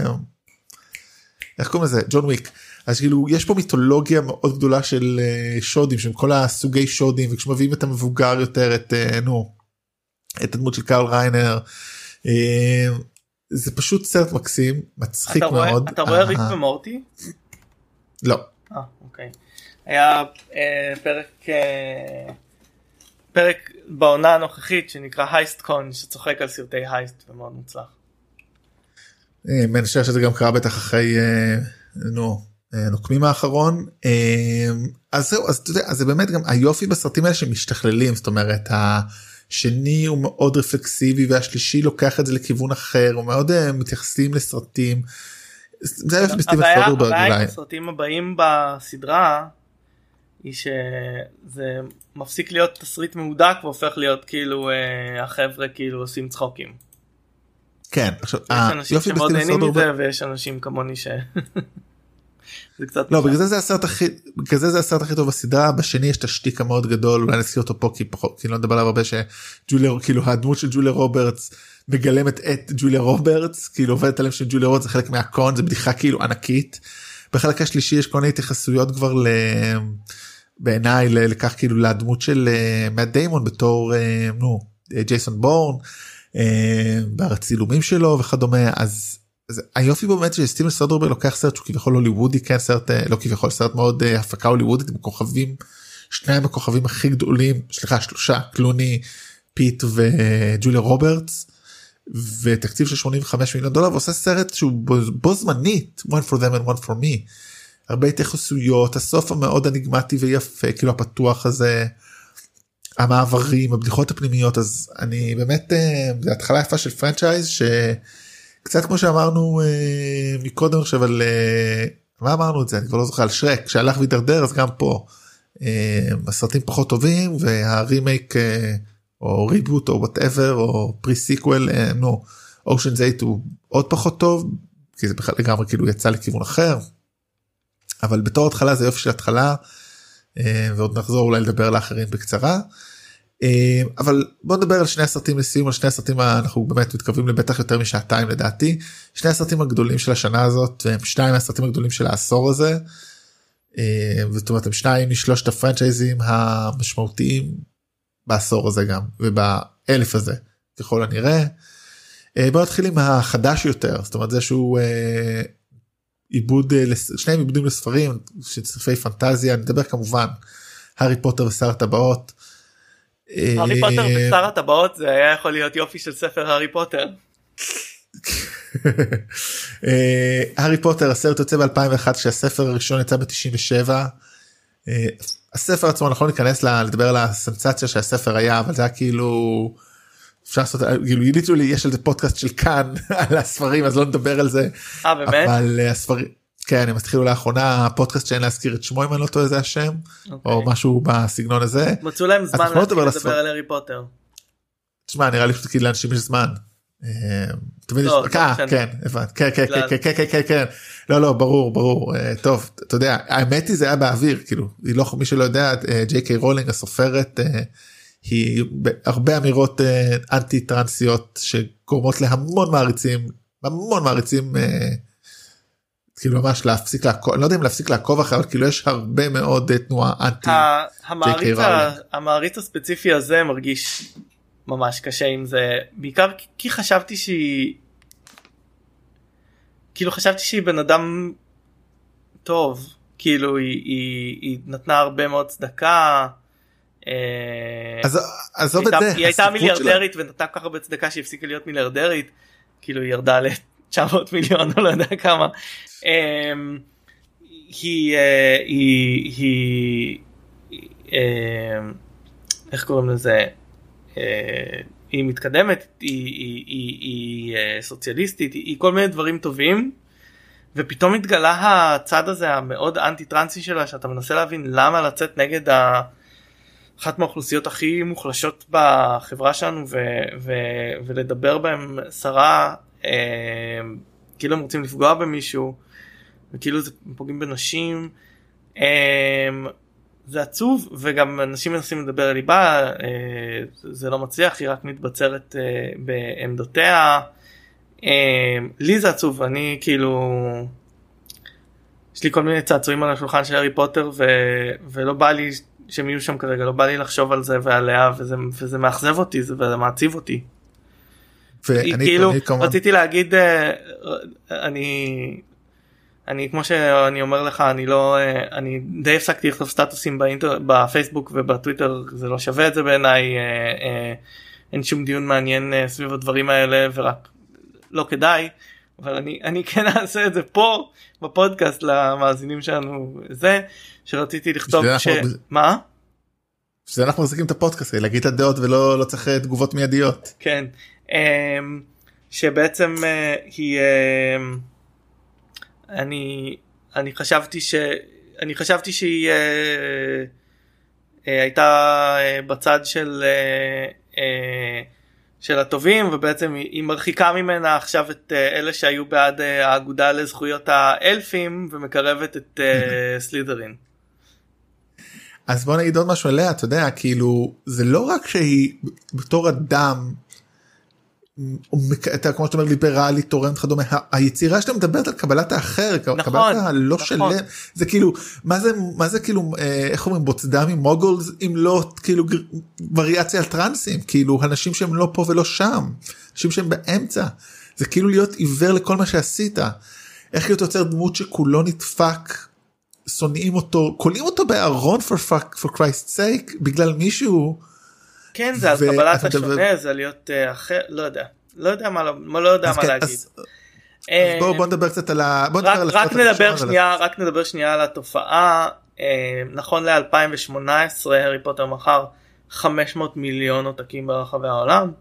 [SPEAKER 2] איך קוראים לזה? ג'ון וויק. אז כאילו יש פה מיתולוגיה מאוד גדולה של שודים, של כל הסוגי שודים, וכשמביאים את המבוגר יותר, את נו, את הדמות של קרל ריינר, זה פשוט סרט מקסים, מצחיק מאוד.
[SPEAKER 3] אתה רואה ריק ומורטי?
[SPEAKER 2] לא.
[SPEAKER 3] אה, אוקיי. היה פרק פרק בעונה הנוכחית שנקרא הייסט קון, שצוחק על סרטי הייסט ומאוד מוצלח.
[SPEAKER 2] אני חושב שזה גם קרה בטח אחרי נו, נוקמים האחרון. אז זהו, אז אתה יודע, אז זה באמת גם היופי בסרטים האלה שמשתכללים, זאת אומרת, השני הוא מאוד רפלקסיבי והשלישי לוקח את זה לכיוון אחר, הוא מאוד מתייחסים לסרטים. זה היופי בסטיבן סודרברג אולי.
[SPEAKER 3] הבעיה עם הסרטים הבאים בסדרה היא שזה מפסיק להיות תסריט מהודק והופך להיות כאילו החבר'ה כאילו עושים צחוקים.
[SPEAKER 2] כן, עכשיו
[SPEAKER 3] יש אנשים שמאוד נהנים מזה ויש אנשים כמוני ש...
[SPEAKER 2] לא, בגלל זה זה הסרט הכי, בגלל זה זה הסרט הכי טוב בסדרה. בשני יש את השטיק המאוד גדול, אולי נזכיר אותו פה כי פחות, כי לא נדבר עליו הרבה, שג'וליה, כאילו הדמות של ג'וליה רוברטס מגלמת את ג'וליה רוברטס, כאילו עובדת עליהם של ג'וליה רוברטס, זה חלק מהקון, זה בדיחה כאילו ענקית. בחלק השלישי יש כל מיני התייחסויות כבר ל... בעיניי לקח כאילו לדמות של מאט דיימון בתור, נו, ג'ייסון בורן, בצילומים שלו וכדומה. אז אז היופי באמת שסטיבן סודרברג לוקח סרט שהוא כביכול הוליוודי, כן סרט, לא כביכול, סרט מאוד הפקה הוליוודית עם כוכבים, שניים הכוכבים הכי גדולים, סליחה שלושה, קלוני, פיט וג'וליה רוברטס, ותקציב של שמונים וחמישה מיליון דולר, ועושה סרט שהוא בו, בו זמנית, one for them and one for me, הרבה התייחסויות, הסוף המאוד אניגמטי ויפה, כאילו הפתוח הזה, המעברים, הבדיחות הפנימיות. אז אני באמת, זה התחלה יפה של פרנצ'ייז ש... קצת כמו שאמרנו אה, מקודם עכשיו על, אה, מה אמרנו את זה? אני כבר לא זוכר, על שרק, שהלך וידרדר, אז גם פה, אה, הסרטים פחות טובים, והרימייק, אה, או ריבוט, או whatever, או פרי-סיקוול, אה, נו, אושן זייט הוא עוד פחות טוב, כי זה בכלל לגמרי כאילו יצא לכיוון אחר, אבל בתור התחלה זה יופי של התחלה, אה, ועוד נחזור אולי לדבר על האחרים בקצרה, אבל בוא נדבר על שני הסרטים לסיום, על שני הסרטים אנחנו באמת מתקרבים לבטח יותר משעתיים לדעתי, שני הסרטים הגדולים של השנה הזאת, והם שניים מהסרטים הגדולים של העשור הזה, זאת אומרת הם שניים משלושת הפרנצ'ייזים המשמעותיים בעשור הזה גם, ובאלף הזה ככל הנראה. בוא נתחיל עם החדש יותר, זאת אומרת זה שהוא עיבוד, שניים עיבודים לספרים, ספרי פנטזיה, נדבר כמובן, הארי פוטר ושר הטבעות.
[SPEAKER 3] הארי פוטר ושר הטבעות זה היה יכול להיות יופי של ספר הארי פוטר.
[SPEAKER 2] הארי פוטר הסרט יוצא ב-אלפיים ואחת, שהספר הראשון יצא ב-תשעים ושבע, הספר עצמו, אנחנו לא ניכנס לדבר על הסנסציה שהספר היה, אבל זה היה כאילו, אפשר לעשות, כאילו, יליצו לי, יש על זה פודקאסט של כאן, על הספרים, אז לא נדבר על זה.
[SPEAKER 3] אה, באמת?
[SPEAKER 2] אבל הספרים, כן, הם התחילו לאחרונה, הפודקאסט שאין להזכיר את שמו, אם אני לא טועה, זה השם, או משהו בסגנון הזה.
[SPEAKER 3] מצאו להם זמן לדבר על הארי פוטר.
[SPEAKER 2] תשמע, נראה לי שכאילו לאנשים יש זמן. תמיד יש, כן, הבנת, כן, כן, כן, כן, כן, כן, לא, לא, ברור, ברור, טוב, אתה יודע, האמת היא זה היה באוויר, כאילו, מי שלא יודע, ג'יי קיי רולינג הסופרת, היא הרבה אמירות אנטי טרנסיות שגורמות להמון מעריצים, המון מעריצים, כאילו ממש להפסיק לעקוב, אני לא יודע אם להפסיק לעקוב אחרי, אבל כאילו יש הרבה מאוד תנועה אנטי ג'יי קיי רולינג.
[SPEAKER 3] המעריץ הספציפי הזה מרגיש ממש קשה עם זה, בעיקר כי חשבתי שהיא, כאילו חשבתי שהיא בן אדם טוב, כאילו היא, היא, היא נתנה הרבה מאוד צדקה,
[SPEAKER 2] אז עזוב את זה,
[SPEAKER 3] היא הייתה מיליארדרית ונתנה כל כך הרבה צדקה שהיא הפסיקה להיות מיליארדרית, כאילו היא ירדה ל-תשע מאות מיליון או לא יודע כמה, היא, היא, היא, איך קוראים לזה, היא מתקדמת, היא, היא, היא, היא סוציאליסטית, היא כל מיני דברים טובים, ופתאום התגלה הצד הזה המאוד אנטי טרנסי שלה, שאתה מנסה להבין למה לצאת נגד ה... אחת מהאוכלוסיות הכי מוחלשות בחברה שלנו, ו... ו... ולדבר בהם שרה, אה... כאילו הם רוצים לפגוע במישהו, וכאילו זה פוגעים בנשים, אה... זה עצוב, וגם אנשים מנסים לדבר על ליבה, זה לא מצליח, היא רק מתבצרת בעמדותיה. לי זה עצוב, אני כאילו, יש לי כל מיני צעצועים על השולחן של הארי פוטר, ולא בא לי שהם יהיו שם כרגע, לא בא לי לחשוב על זה ועליה, וזה מאכזב אותי, וזה מעציב אותי. כאילו, רציתי להגיד, אני... אני, כמו שאני אומר לך, אני לא, אני די הפסקתי לכתוב סטטוסים באינטר, בפייסבוק ובטוויטר, זה לא שווה את זה בעיניי, אין שום דיון מעניין סביב הדברים האלה, ורק לא כדאי, אבל אני, אני כן אעשה את זה פה, בפודקאסט למאזינים שלנו, זה, שרציתי לכתוב, ש... מה?
[SPEAKER 2] שזה אנחנו מחזיקים את הפודקאסט, להגיד את הדעות ולא לא צריך תגובות מיידיות.
[SPEAKER 3] כן, שבעצם היא... אני אני חשבתי ש אני חשבתי שהיא אה, אה, הייתה אה, בצד של אה, אה, של הטובים, ובעצם היא, היא מרחיקה ממנה עכשיו את אה, אלה שהיו בעד אה, האגודה לזכויות האלפים, ומקרבת את אה, סלית'רין.
[SPEAKER 2] אז בוא נגיד עוד משהו עליה, אתה יודע, כאילו זה לא רק שהיא בתור אדם, אתה כמו שאתה אומר ליברלי, תורמת כדומה, היצירה שאתה מדברת על קבלת האחר, קבלת הלא שלם, זה כאילו, מה זה, מה זה כאילו, איך אומרים, בוצדמי מוגולס, אם לא כאילו וריאציה על טרנסים, כאילו אנשים שהם לא פה ולא שם, אנשים שהם באמצע, זה כאילו להיות עיוור לכל מה שעשית, איך להיות יוצר דמות שכולו נדפק, שונאים אותו, קולים אותו בארון for fuck, for Christ's sake, בגלל מישהו,
[SPEAKER 3] כן, זה על קבלת השונה, זה להיות אחר, לא יודע, לא יודע מה, לא יודע מה להגיד.
[SPEAKER 2] בואו נדבר קצת על ה...
[SPEAKER 3] רק נדבר שנייה, רק נדבר שנייה על התופעה, נכון ל-אלפיים שמונה עשרה, הארי פוטר מכר חמש מאות מיליון עותקים ברחבי העולם.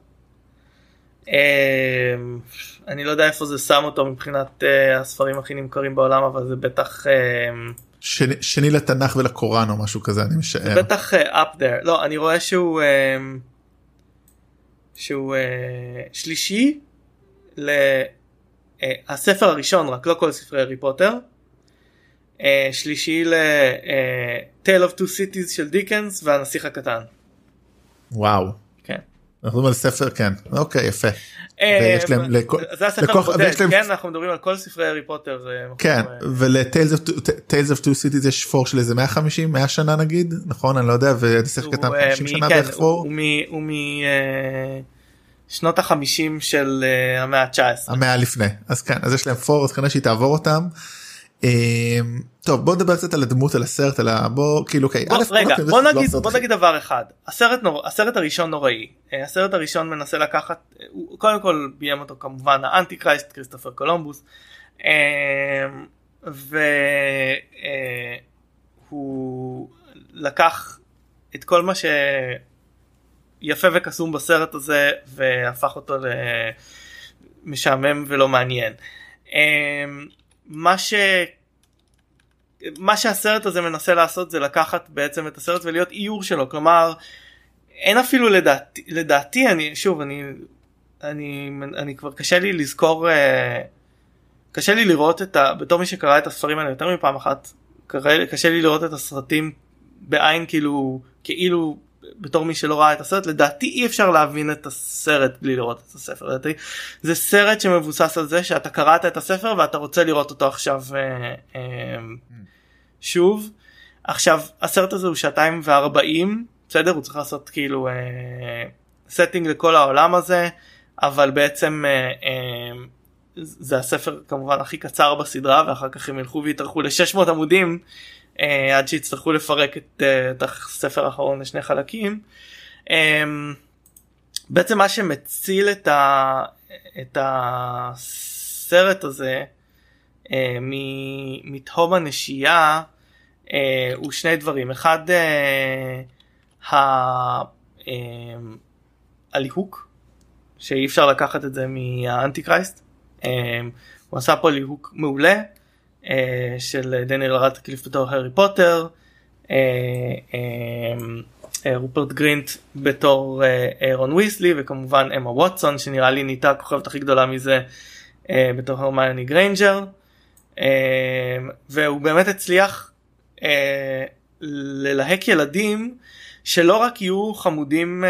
[SPEAKER 3] אני לא יודע איפה זה שם אותו מבחינת הספרים הכי נמכרים בעולם, אבל זה בטח...
[SPEAKER 2] שני, שני לתנ"ך ולקוראן או משהו כזה, אני משער.
[SPEAKER 3] זה בטח uh, up there. לא, אני רואה שהוא uh, שהוא uh, שלישי לספר uh, הראשון, רק לא כל ספרי הארי פוטר, uh, שלישי ל uh, Tale of Two Cities של דיקנס והנסיך הקטן.
[SPEAKER 2] וואו.
[SPEAKER 3] כן. אנחנו
[SPEAKER 2] מדברים על ספר, כן. אוקיי, יפה.
[SPEAKER 3] זה הספר הבודד, כן? אנחנו מדברים על כל ספרי הארי פוטר.
[SPEAKER 2] כן, ול-Tales of Two Cities יש פור של איזה מאה וחמישים, מאה שנה נגיד, נכון? אני לא יודע, והנסיך הקטן חמישים שנה בערך פור.
[SPEAKER 3] הוא משנות החמישים של המאה ה-תשע עשרה.
[SPEAKER 2] המאה לפני, אז כן, אז יש להם פור, אז כנראה שהיא תעבור אותם. טוב, בוא נדבר קצת על הדמות, על הסרט, על ה... בוא, כאילו, אוקיי.
[SPEAKER 3] רגע, בוא נגיד, בוא נגיד דבר אחד. הסרט נורא, הסרט הראשון נוראי. הסרט הראשון מנסה לקחת, קודם כל ביים אותו כמובן האנטי קרייסט, כריסטופר קולומבוס. והוא לקח את כל מה שיפה וקסום בסרט הזה והפך אותו למשעמם ולא מעניין. מה ש... מה שהסרט הזה מנסה לעשות זה לקחת בעצם את הסרט ולהיות איור שלו, כלומר אין אפילו לדעתי, לדעתי אני שוב אני אני אני כבר קשה לי לזכור, קשה לי לראות את ה... בתור מי שקרא את הספרים האלה יותר מפעם אחת, קשה לי לראות את הסרטים בעין כאילו כאילו בתור מי שלא ראה את הסרט. לדעתי אי אפשר להבין את הסרט בלי לראות את הספר. לדעתי זה סרט שמבוסס על זה שאתה קראת את הספר ואתה רוצה לראות אותו עכשיו אה, אה, שוב. עכשיו הסרט הזה הוא שעתיים וארבעים, בסדר? הוא צריך לעשות כאילו אה, סטינג לכל העולם הזה, אבל בעצם אה, אה, זה הספר כמובן הכי קצר בסדרה, ואחר כך הם ילכו ויתארכו ל-שש מאות עמודים אה, עד שיצטרכו לפרק את, אה, את הספר האחרון לשני חלקים. אה, בעצם מה שמציל את, ה, את הסרט הזה אה, מתהום הנשייה אה, הוא שני דברים. אחד, אה, ה, אה, הליהוק, שאי אפשר לקחת את זה מהאנטי קרייסט. הוא עשה פה ליהוק מעולה של דניאל רדקליף בתור הארי פוטר, רופרט גרינט בתור רון ויסלי, וכמובן אמה ווטסון שנראה לי נהייתה הכוכבת הכי גדולה מזה בתור הרמיוני גריינג'ר, והוא באמת הצליח ללהק ילדים שלא רק יהיו חמודים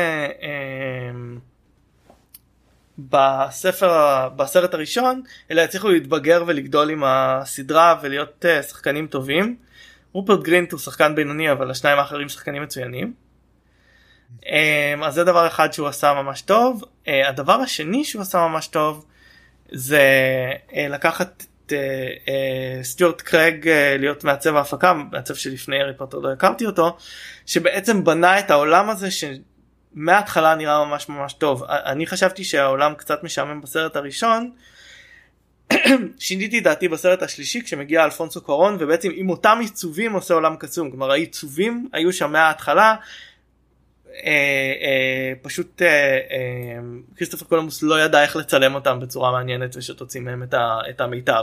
[SPEAKER 3] בספר, בסרט הראשון, אלא יצליחו להתבגר ולגדול עם הסדרה ולהיות שחקנים טובים. רופרט גרינט הוא שחקן בינוני, אבל השניים האחרים שחקנים מצוינים. אז זה דבר אחד שהוא עשה ממש טוב. הדבר השני שהוא עשה ממש טוב זה לקחת את סטיוארט קרג להיות מעצב ההפקה, מעצב שלפני הארי פוטר לא הכרתי אותו, שבעצם בנה את העולם הזה ש... מההתחלה נראה ממש ממש טוב. אני חשבתי שהעולם קצת משעמם בסרט הראשון, שיניתי דעתי בסרט השלישי כשמגיע אלפונסו קוארון, ובעצם עם אותם עיצובים עושה עולם קסום. כלומר העיצובים היו שם מההתחלה, אה, אה, פשוט אה, אה, כריסטופר קולומבוס לא ידע איך לצלם אותם בצורה מעניינת ושתוציא מהם את, ה, את המיטב.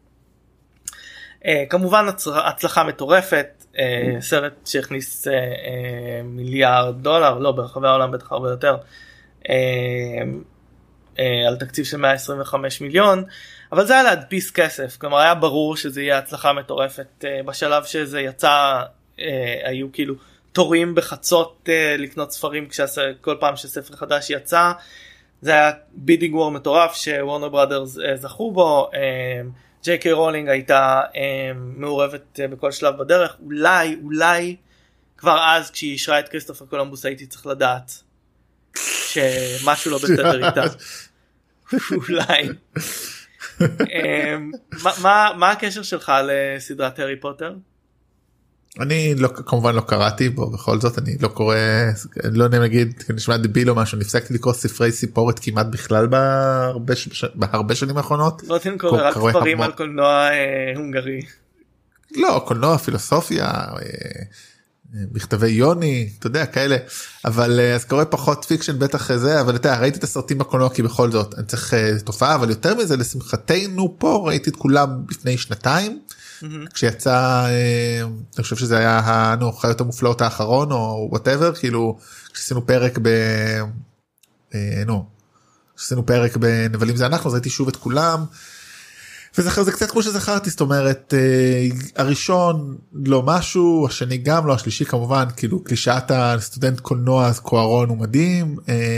[SPEAKER 3] אה, כמובן הצלחה מטורפת, Uh, סרט שהכניס uh, uh, מיליארד דולר, לא ברחבי העולם בטח הרבה יותר, uh, uh, על תקציב של מאה עשרים וחמישה מיליון, אבל זה היה להדפיס כסף, כלומר היה ברור שזה יהיה הצלחה מטורפת. uh, בשלב שזה יצא uh, היו כאילו תורים בחצות uh, לקנות ספרים כל פעם שספר חדש יצא. זה היה בידינג וור מטורף שוורנר ברודרס uh, זכו בו. uh, ג'יי קיי רולינג הייתה אה, מעורבת אה, בכל שלב בדרך. אולי, אולי כבר אז כשהיא אישרה את כריסטופר קולומבוס הייתי צריך לדעת שמשהו לא בסדר איתה. אולי. אה, מה, מה, מה הקשר שלך לסדרת הארי פוטר?
[SPEAKER 2] אני לא, כמובן לא קראתי בו, בכל זאת אני לא קורא, לא יודע להגיד, נשמע דביל או משהו, נפסקתי לקרוא ספרי סיפורת כמעט בכלל בהרבה, בהרבה שנים האחרונות.
[SPEAKER 3] לא תן קורא רק ספרים על קולנוע אה, הונגרי.
[SPEAKER 2] לא, קולנוע, פילוסופיה, אה, מכתבי יוני, אתה יודע, כאלה, אבל אז קורא פחות פיקשן בטח זה, אבל אתה יודע, ראיתי את הסרטים בקולנוע כי בכל זאת, אני צריך אה, תופעה, אבל יותר מזה, לשמחתנו פה, ראיתי את כולם לפני שנתיים, כשיצא, אני חושב שזה היה החיות המופלאות האחרון או whatever, כאילו כשעשינו פרק ב... נו, כשעשינו פרק בנבלים זה אנחנו, אז ראיתי שוב את כולם, וזה זה קצת כמו שזכרתי, זאת אומרת, הראשון לא משהו, השני גם לא, השלישי כמובן, כאילו קלישאת הסטודנט קולנוע, אז קוארון הוא מדהים,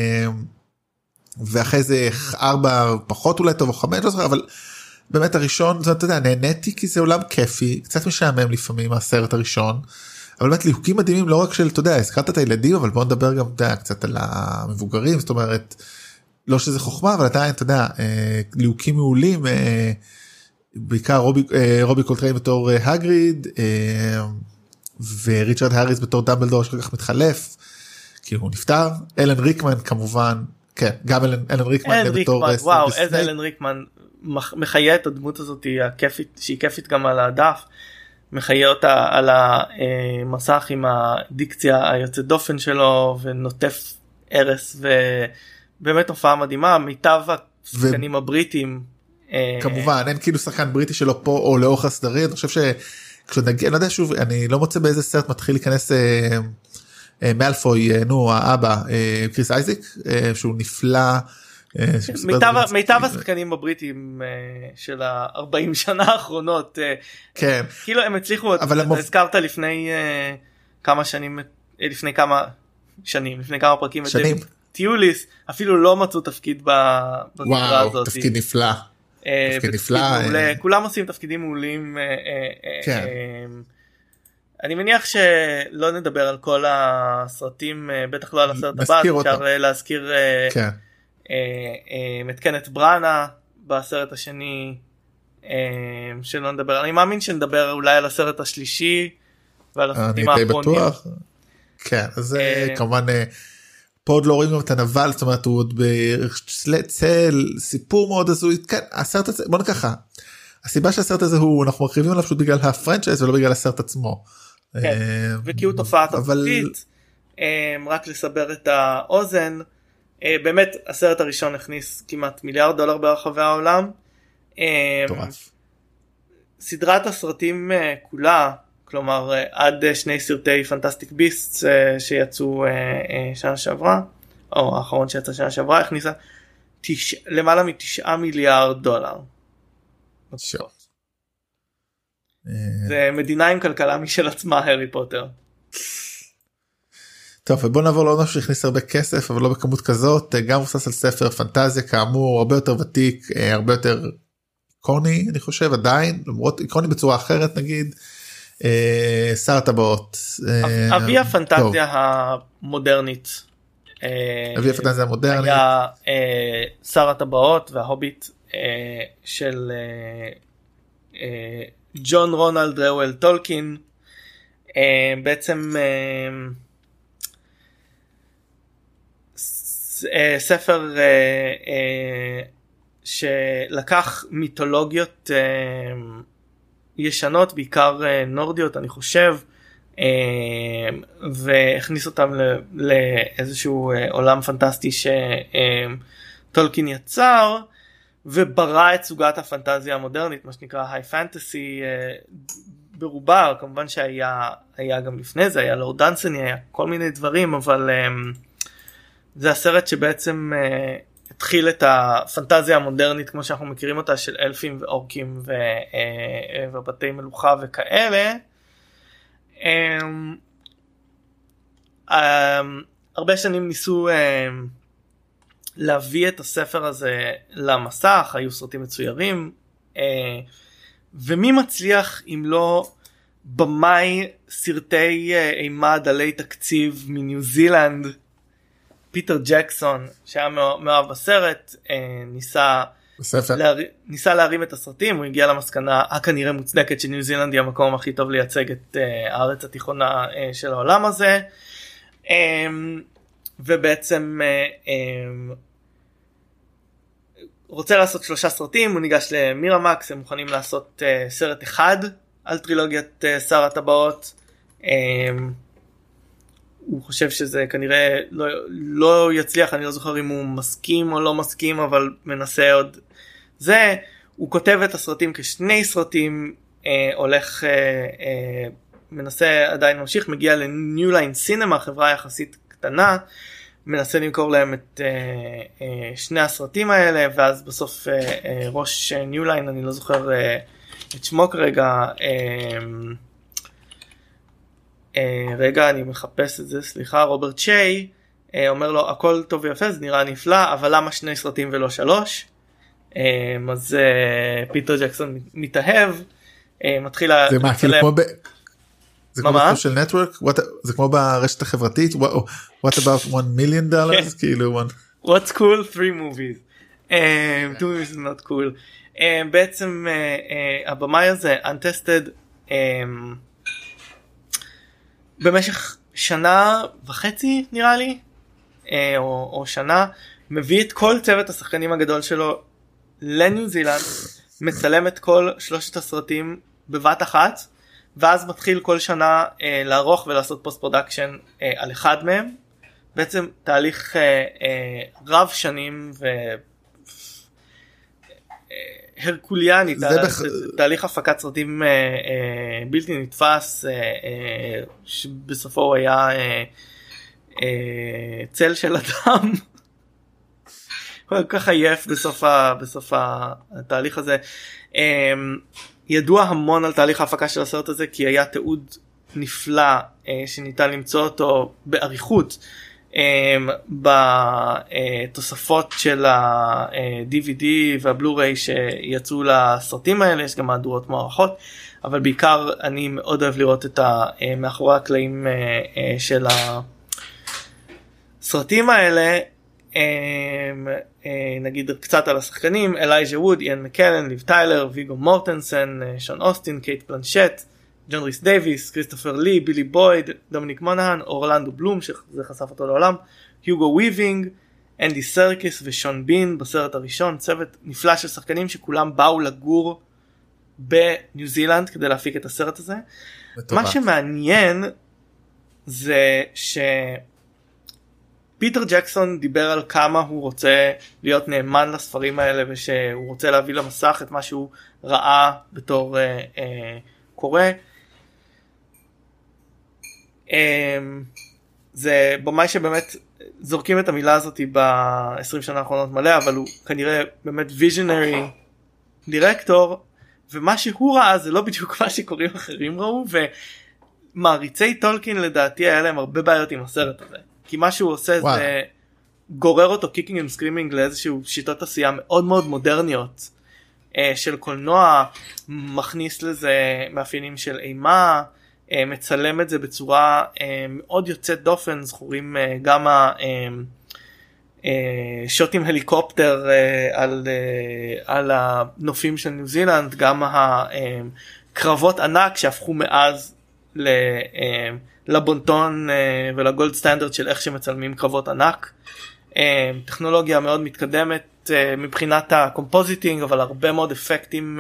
[SPEAKER 2] ואחרי זה ארבע פחות אולי טוב או חמש, לא זוכר, אבל... באמת הראשון, אתה יודע, נהניתי כי זה עולם כיפי, קצת משעמם לפעמים מהסרט הראשון, אבל באמת ליהוקים מדהימים לא רק של, אתה יודע, הזכרת את הילדים, אבל בוא נדבר גם, אתה יודע, קצת על המבוגרים, זאת אומרת, לא שזה חוכמה, אבל עדיין, אתה יודע, ליהוקים מעולים, בעיקר רובי, רובי קולטריין בתור הגריד, וריצ'רד האריס בתור דמבלדור שכל כך מתחלף, כי הוא נפטר, אלן ריקמן כמובן, כן, גם אלן, אלן ריקמן,
[SPEAKER 3] אלן ריקמן, וואו, איזה אלן ריקמן, מחיה את הדמות הזאת הכיפית, שהיא כיפית גם על הדף. מחיה אותה על המסך עם הדיקציה היוצאת דופן שלו ונוטף ארס, ובאמת הופעה מדהימה, מיטב השחקנים הבריטים.
[SPEAKER 2] כמובן אין כאילו שחקן בריטי שלו פה או לאורך הסדרי, אני חושב שכשנגיע, אני לא יודע שוב, אני לא מוצא באיזה סרט מתחיל להיכנס מאלפוי, נו האבא, קריס אייזיק, שהוא נפלא,
[SPEAKER 3] מיטב השחקנים בבריטים של ה-ארבעים שנה האחרונות,
[SPEAKER 2] כן,
[SPEAKER 3] כאילו הם הצליחו, הזכרת לפני כמה שנים, לפני כמה שנים, לפני כמה פרקים,
[SPEAKER 2] שנים,
[SPEAKER 3] טיוליס, אפילו לא מצאו תפקיד בסדרה הזאת.
[SPEAKER 2] וואו, תפקיד נפלא, תפקיד נפלא,
[SPEAKER 3] כולם עושים תפקידים מעולים. כן. אני מניח שלא נדבר על כל הסרטים, בטח לא על הסרט הבא, אפשר להזכיר את קנת בראנה בסרט השני, שלא נדבר, אני מאמין שנדבר אולי על הסרט השלישי ועל הסרטים האחרונים.
[SPEAKER 2] כן, אז כמובן פה עוד לא רואים גם את הנבל, זאת אומרת הוא עוד בצל, סיפור מאוד הזוי, כן, הסרט הזה, בוא נקחה, הסיבה שהסרט הזה הוא, אנחנו מקריבים עליו פשוט בגלל הפרנצ'ייז ולא בגלל הסרט עצמו.
[SPEAKER 3] כן, וכי הוא תופעה תרבותית, רק לסבר את האוזן, באמת הסרט הראשון הכניס כמעט מיליארד דולר ברחבי העולם.
[SPEAKER 2] טורף.
[SPEAKER 3] סדרת הסרטים כולה, כלומר עד שני סרטי פנטסטיק ביסט שיצאו שנה שעברה, או האחרון שיצא שנה שעברה, הכניסה למעלה מתשעה מיליארד דולר. זה מדינה עם כלכלה משל עצמה, הארי פוטר.
[SPEAKER 2] טוב, ובוא נעבור לעוד משהו שהכניס הרבה כסף, אבל לא בכמות כזאת, גם מבוסס על ספר פנטזיה כאמור, הרבה יותר ותיק, הרבה יותר איקוני, אני חושב, עדיין, למרות איקוני בצורה אחרת נגיד, שר הטבעות.
[SPEAKER 3] אבי הפנטזיה המודרנית.
[SPEAKER 2] אבי הפנטזיה המודרנית.
[SPEAKER 3] היה שר הטבעות וההוביט של ג'ון רונלד ראואל טולקין, בעצם ספר שלקח מיתולוגיות ישנות, בעיקר נורדיות אני חושב, והכניס אותם לאיזשהו עולם פנטסטי שטולקין יצר, וברא את סוגת הפנטזיה המודרנית, מה שנקרא היי פנטסי ברובה. כמובן שהיה היה גם לפני זה, היה לורד דנסני, היה כל מיני דברים, אבל זה הסרט שבעצם התחיל את הפנטזיה המודרנית כמו שאנחנו מכירים אותה, של אלפים ואורקים ובתי מלוכה וכאלה. הרבה שנים ניסו להביא את הספר הזה למסך, היו סרטים מצוירים, ומי מצליח אם לא במאי סרטי אימה דלי תקציב מניו זילנד, פיטר ג'קסון, שהיה מאוהב בסרט, ניסה להר... ניסה להרים את הסרטים, הוא הגיע למסקנה הכנראה מוצדקת שניו זילנד היא המקום הכי טוב לייצג את הארץ התיכונה של העולם הזה, ובעצם רוצה לעשות שלושה סרטים, הוא ניגש למירמקס, הם מוכנים לעשות סרט אחד על טרילוגיית שר הטבעות, הוא חושב שזה כנראה לא, לא יצליח, אני לא זוכר אם הוא מסכים או לא מסכים, אבל מנסה עוד זה. הוא כותב את הסרטים כשני סרטים, אה, הולך, אה, אה, מנסה עדיין ממשיך, מגיע לניו ליין סינמה, חברה יחסית קטנה, מנסה למכור להם את אה, אה, שני הסרטים האלה, ואז בסוף אה, אה, ראש ניו ליין, אני לא זוכר אה, את שמו כרגע, אה, Uh, רגע אני מחפש את זה, סליחה, רוברט שיי uh, אומר לו הכל טוב ויפה, זה נראה נפלא, אבל למה שני סרטים ולא שלוש? uh, אז uh, פיטר ג'קסון מתאהב, uh, מתחיל
[SPEAKER 2] זה מה, כאילו כמו ב... זה כמו בסושיאל נטוורק? זה כמו ברשת החברתית? What about one million dollars? כאילו one...
[SPEAKER 3] What's cool? Three movies. uh, two movies is not cool. uh, בעצם uh, uh, הבמאי הזה, Untested, um, במשך שנה וחצי נראה לי, או, או שנה, מביא את כל צוות השחקנים הגדול שלו לניו זילנד, מצלם את כל שלושת הסרטים בבת אחת, ואז מתחיל כל שנה אה, לערוך ולעשות פוסט פרודקשן אה, על אחד מהם, בעצם תהליך אה, אה, רב שנים ו... הרקוליאני, תה, בח... תהליך הפקת סרטים אה, אה, בלתי נתפס, אה, אה, שבסופו הוא היה אה, אה, צל של אדם, הוא היה ככה עייף בסוף, ה, בסוף התהליך הזה. אה, ידוע המון על תהליך ההפקה של הסרט הזה, כי היה תיעוד נפלא אה, שניתן למצוא אותו בעריכות, בתוספות של ה-די וי די והבלו-ריי שיצאו לסרטים האלה, יש גם מהדורות מוערכות, אבל בעיקר אני מאוד אוהב לראות את מאחורי הקלעים של הסרטים האלה. נגיד קצת על השחקנים: אלייג'ה ווד, איאן מקלן, ליב טיילר, ויגו מורטנסן, שון אוסטין, קייט בלנשט, ג'ון ריס דייביס, כריסטופר לי, בילי בויד, דומיניק מונהן, אורלנדו בלום שזה חשף אותו לעולם, היוגו וויבינג, אנדי סרקיס ושון בין בסרט הראשון. צוות נפלא של שחקנים שכולם באו לגור בניו זילנד כדי להפיק את הסרט הזה. מה שמעניין זה שפיטר ג'קסון דיבר על כמה הוא רוצה להיות נאמן לספרים האלה, ושהוא רוצה להביא למסך את מה שהוא ראה בתור אה, אה, קורא. זה במאי שבאמת זורקים את המילה הזאת ב-עשרים שנה האחרונות מלא, אבל הוא כנראה באמת visionary דירקטור, ומה שהוא ראה זה לא בדיוק מה שקוראים אחרים ראו, ומעריצי טולקין לדעתי היה להם הרבה בעיות עם הסרט הזה, כי מה שהוא עושה וואו. זה גורר אותו קיקינג and screaming לאיזשהו שיטות עשייה מאוד מאוד מודרניות של קולנוע, מכניס לזה מאפיינים של אימה, מצלם את זה בצורה מאוד יוצאת דופן. זכורים גם השוטים הליקופטר על, על הנופים של ניו זילנד, גם הקרבות ענק שהפכו מאז לבונטון ולגולד סטנדרט של איך שמצלמים קרבות ענק. טכנולוגיה מאוד מתקדמת מבחינת הקומפוזיטינג, אבל הרבה מאוד אפקטים,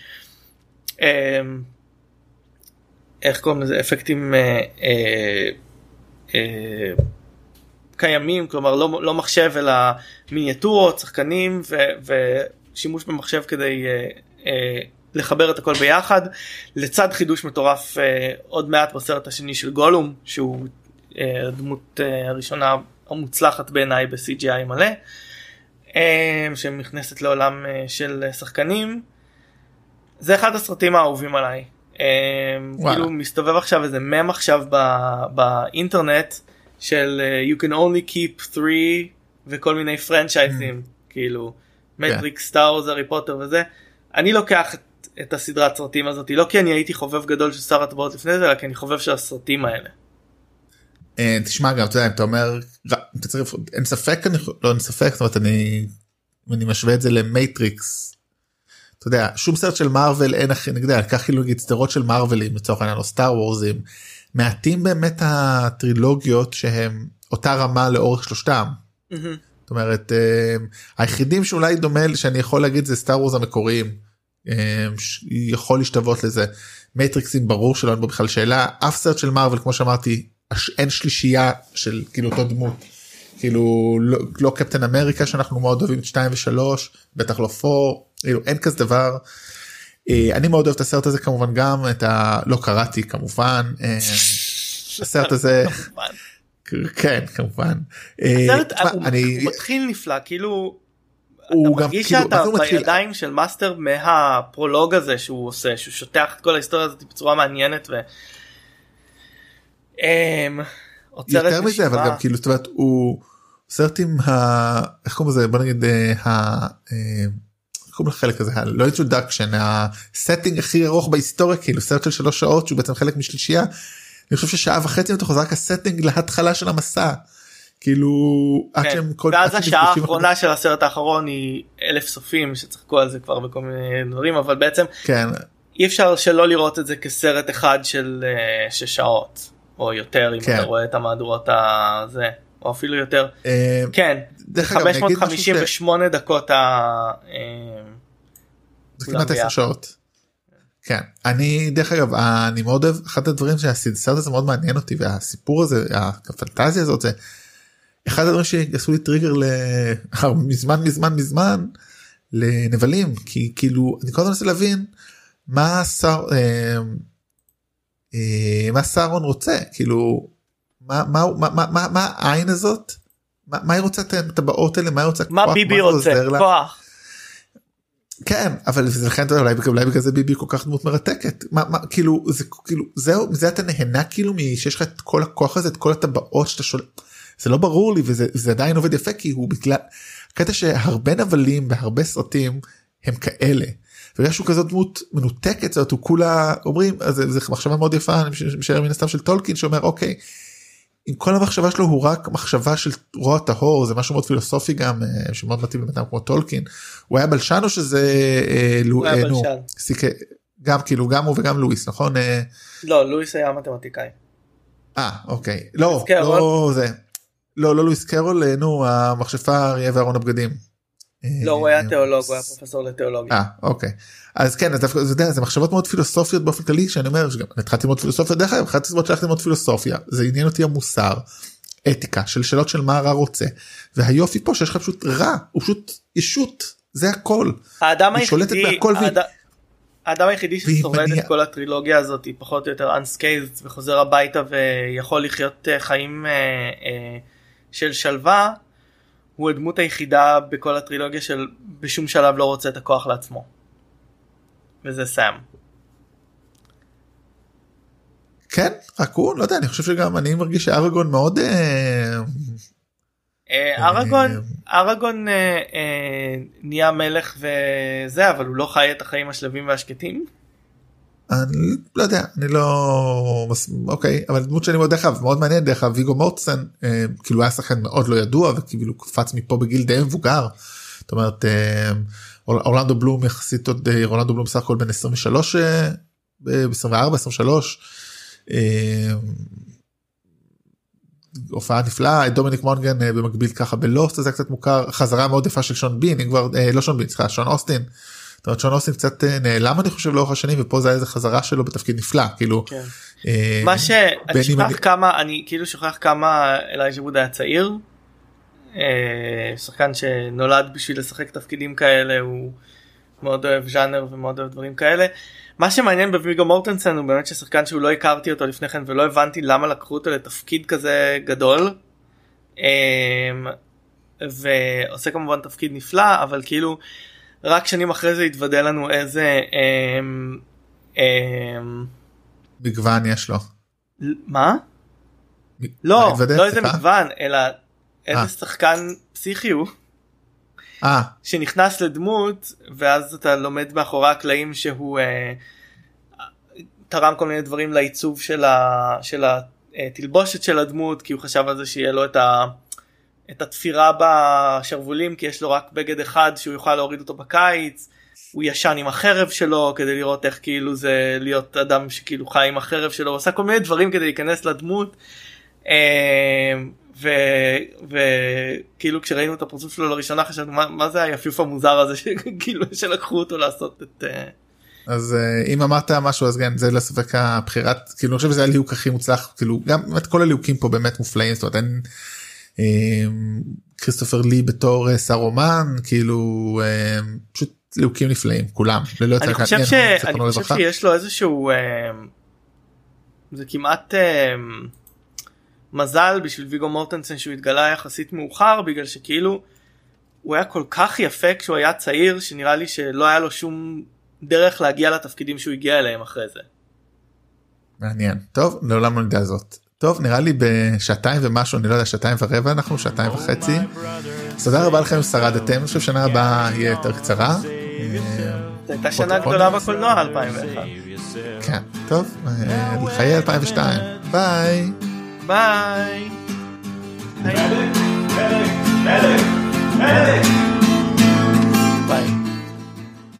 [SPEAKER 3] איך קוראים לזה, אפקטים אה, אה, אה, קיימים, כלומר לא, לא מחשב אלא מיניאטורות, שחקנים ו, ושימוש במחשב כדי אה, אה, לחבר את הכל ביחד, לצד חידוש מטורף אה, עוד מעט בסרט השני של גולום, שהוא אה, הדמות אה, הראשונה המוצלחת בעיניי ב-סי ג'י איי מלא, אה, שנכנסת לעולם אה, של שחקנים. זה אחד הסרטים האהובים עליי. כאילו מסתובב עכשיו איזה מם עכשיו באינטרנט של you can only keep three וכל מיני פרנצ'ייזים, כאילו מטריקס, סטאר וורס, הארי פוטר וזה. אני לוקח את הסדרת סרטים הזאת לא כי אני הייתי חובב גדול של שר הטבעות לפני זה, אלא כי אני חובב של הסרטים האלה.
[SPEAKER 2] תשמע, גם אתה יודע, אתה אומר אין ספק, לא אין ספק, זאת אומרת אני משווה את זה למטריקס, אתה יודע, שום סרט של מארוול אין אחרי, נגדה, כך כאילו נגיד סדרות של מארוולים, לצורך העניין, או סטאר וורזים, מעטים באמת הטרילוגיות שהם אותה רמה לאורך שלושתם. Mm-hmm. זאת אומרת, היחידים שאולי דומה, שאני יכול להגיד, זה סטאר וורז המקוריים, יכול להשתוות לזה. מטריקסים ברור שלא אין בו בכלל שאלה, אף סרט של מארוול, כמו שאמרתי, אין שלישייה של כאילו אותו דמות. כאילו לא, לא קפטן אמריקה שאנחנו מאוד אוהבים את שתיים ושלוש, בטח לא פור, כאילו אין כזה דבר. אני מאוד אוהב את הסרט הזה כמובן, גם את ה... לא קראתי כמובן, הסרט הזה, כן כמובן.
[SPEAKER 3] הסרט הוא מתחיל נפלא, כאילו, אתה מרגיש שאתה בידיים של מאסטר מהפרולוג הזה שהוא עושה, שהוא שוטח את כל ההיסטוריה הזאת בצורה מעניינת ו...
[SPEAKER 2] יותר מזה, אבל גם כאילו, זאת אומרת, הוא סרט עם ה... איך קוראים לזה? בוא נגיד, ה... איך קוראים לחלק הזה? לא introduction, הסטינג הכי ארוך בהיסטוריה, כאילו סרט של שלוש שעות, שהוא בעצם חלק משלישייה, אני חושב ששעה וחצי מתוך זה רק הסטינג להתחלה של המסע, כאילו...
[SPEAKER 3] ואז השעה האחרונה של הסרט האחרון היא אלף סופים, שצחקו על זה כבר בכל מיני דברים, אבל בעצם אי אפשר שלא לראות את זה כסרט אחד של שש שעות. או יותר, אם אתה רואה את המהדורות הזה, או אפילו יותר. כן, חמש מאות חמישים ושמונה דקות.
[SPEAKER 2] זה כמעט עשר שעות. כן, אני דרך אגב, אני מאוד אוהב, אחד הדברים שהסרט הזה מאוד מעניין אותי, והסיפור הזה, הפנטזיה הזאת, זה אחד הדברים שעשו לי טריגר מזמן מזמן מזמן לנבלים, כי כאילו, אני כל הזמן רוצה להבין מה שר, מה סארון רוצה, כאילו, מה, מה, מה, מה, מה העין הזאת? מה, מה היא רוצה את הטבעות האלה? מה היא רוצה?
[SPEAKER 3] מה ביבי רוצה? כוח.
[SPEAKER 2] כן, אבל זה לכן, אולי, אולי בגלל זה ביבי כל כך דמות מרתקת. מה, מה, כאילו, זה, כאילו, זהו, מזה אתה נהנה כאילו, שיש לך את כל הכוח הזה, את כל הטבעות שאתה שואל, זה לא ברור לי, וזה, זה עדיין עובד יפה, כי הוא בגלל, הקטע שהרבה נבלים, בהרבה סרטים, הם כאלה. ויש הוא כזאת דמות מנותקת, זאת הוא כולה, אומרים, אז זה, זה מחשבה מאוד יפה, אני משער מן הסתם של טולקין, שאומר, אוקיי, עם כל המחשבה שלו הוא רק מחשבה של רוע טהור, זה משהו מאוד פילוסופי גם, שמאוד מתאים לבן אדם כמו טולקין. הוא היה בלשן או שזה...
[SPEAKER 3] הוא היה בלשן.
[SPEAKER 2] גם כאילו, גם הוא וגם לואיס, נכון?
[SPEAKER 3] לא, לואיס היה מתמטיקאי.
[SPEAKER 2] אה, אוקיי. לא, לא זה. לא, לא לואיס קרול, נו, המכשפה האריה וארון הבגדים.
[SPEAKER 3] לא, הוא היה תיאולוג, הוא היה פרופסור לתיאולוגיה.
[SPEAKER 2] אה, אוקיי. אז כן, זה מחשבות מאוד פילוסופיות באופן כללי, שאני אומר, התחלתי ללמוד פילוסופיה, דרך אגב, התחלתי ללמוד פילוסופיה, זה עניין אותי המוסר, אתיקה, של שאלות של מה הרע רוצה, והיופי פה שיש לך פשוט רע, הוא פשוט ישות, זה הכל.
[SPEAKER 3] האדם היחידי, האדם היחידי ששורד את כל הטרילוגיה הזאת, היא פחות או יותר unscathed, וחוזר הביתה ויכול לחיות חיים של שלווה, הוא הדמות היחידה בכל הטרילוגיה של בשום שלב לא רוצה את הכוח לעצמו. וזה סאם.
[SPEAKER 2] כן, רק הוא, לא יודע, אני חושב שגם אני מרגיש שארגון מאוד...
[SPEAKER 3] ארגון, ארגון נהיה מלך וזה, אבל הוא לא חי את החיים השלבים והשקטים.
[SPEAKER 2] אני לא יודע, אני לא... אוקיי, אבל דמות שאני מאוד דרך אגב, מאוד מעניין דרך אגב, ויגו מורטסן, כאילו היה שחקן מאוד לא ידוע, וכאילו קפץ מפה בגיל די מבוגר, זאת אומרת, אורלנדו בלום יחסית עוד, אורלנדו בלום סך הכל בין עשרים ושלוש, ב-עשרים וארבע, עשרים ושלוש, הופעה נפלאה, דומיניק מונגן במקביל ככה בלוסט, זה קצת מוכר, חזרה מאוד יפה של שון בין, כבר, לא שון בין, סליחה, שון אוסטין, זאת אומרת, שון אוסטין קצת נעלם, אני חושב, לאורך השנים, ופה זה היה איזה חזרה שלו בתפקיד נפלא, כאילו.
[SPEAKER 3] מה שאני שוכח כמה, אני כאילו שוכח כמה אלייג'ה ווד היה צעיר, שחקן שנולד בשביל לשחק תפקידים כאלה, הוא מאוד אוהב ז'אנר ומאוד אוהב דברים כאלה. מה שמעניין בוויגו מורטנסן הוא באמת ששחקן שהוא לא הכרתי אותו לפני כן, ולא הבנתי למה לקחו אותו לתפקיד כזה גדול, ועושה כמובן תפקיד נפלא, אבל כאילו, רק שנים אחרי זה התוודא לנו איזה
[SPEAKER 2] מגוון יש לו.
[SPEAKER 3] מה? לא, לא איזה מגוון, אלא איזה שחקן פסיכי הוא, שנכנס לדמות, ואז אתה לומד מאחורי הקלעים שהוא תרם כל מיני דברים לעיצוב של התלבושת של הדמות, כי הוא חשב על זה שיהיה לו את ה... את התפירה בשרבולים, כי יש לו רק בגד אחד שהוא יוכל להוריד אותו בקיץ, הוא ישן עם החרב שלו כדי לראות איך כאילו זה להיות אדם שכאילו חי עם החרב שלו, הוא עושה כל מיני דברים כדי להיכנס לדמות, וכאילו כשראינו את הפרצוף שלו לראשונה חשבנו מה, מה זה היפיוף המוזר הזה שכאילו שלקחו אותו לעשות את...
[SPEAKER 2] אז אם אמרת משהו אז כן, זה לספק הבחירת, כאילו אני חושב שזה הליהוק הכי מוצלח, כאילו גם את כל הליהוקים פה באמת מופלאים, זאת אומרת אין... כריסטופר לי בתור סרומן, כאילו פשוט ליהוקים נפלאים, כולם.
[SPEAKER 3] אני חושב שיש לו איזשהו, זה כמעט מזל בשביל ויגו מורטנסן שהוא התגלה יחסית מאוחר, בגלל שכאילו הוא היה כל כך יפה כשהוא היה צעיר, שנראה לי שלא היה לו שום דרך להגיע לתפקידים שהוא הגיע אליהם אחרי זה.
[SPEAKER 2] מעניין. טוב, לעולם לא נדע זאת. טוב, נראה לי בשעתיים ומשהו, אני לא יודע, שעתיים ורבע אנחנו, שעתיים וחצי. תודה רבה לכם שרדתם, אני חושב שנה הבאה יהיה יותר קצרה.
[SPEAKER 3] זו הייתה שנה גדולה בקולנוע, אלפיים ואחת.
[SPEAKER 2] כן, טוב, לחיי אלפיים ושתיים. ביי.
[SPEAKER 3] ביי.
[SPEAKER 1] ביי.
[SPEAKER 3] ביי.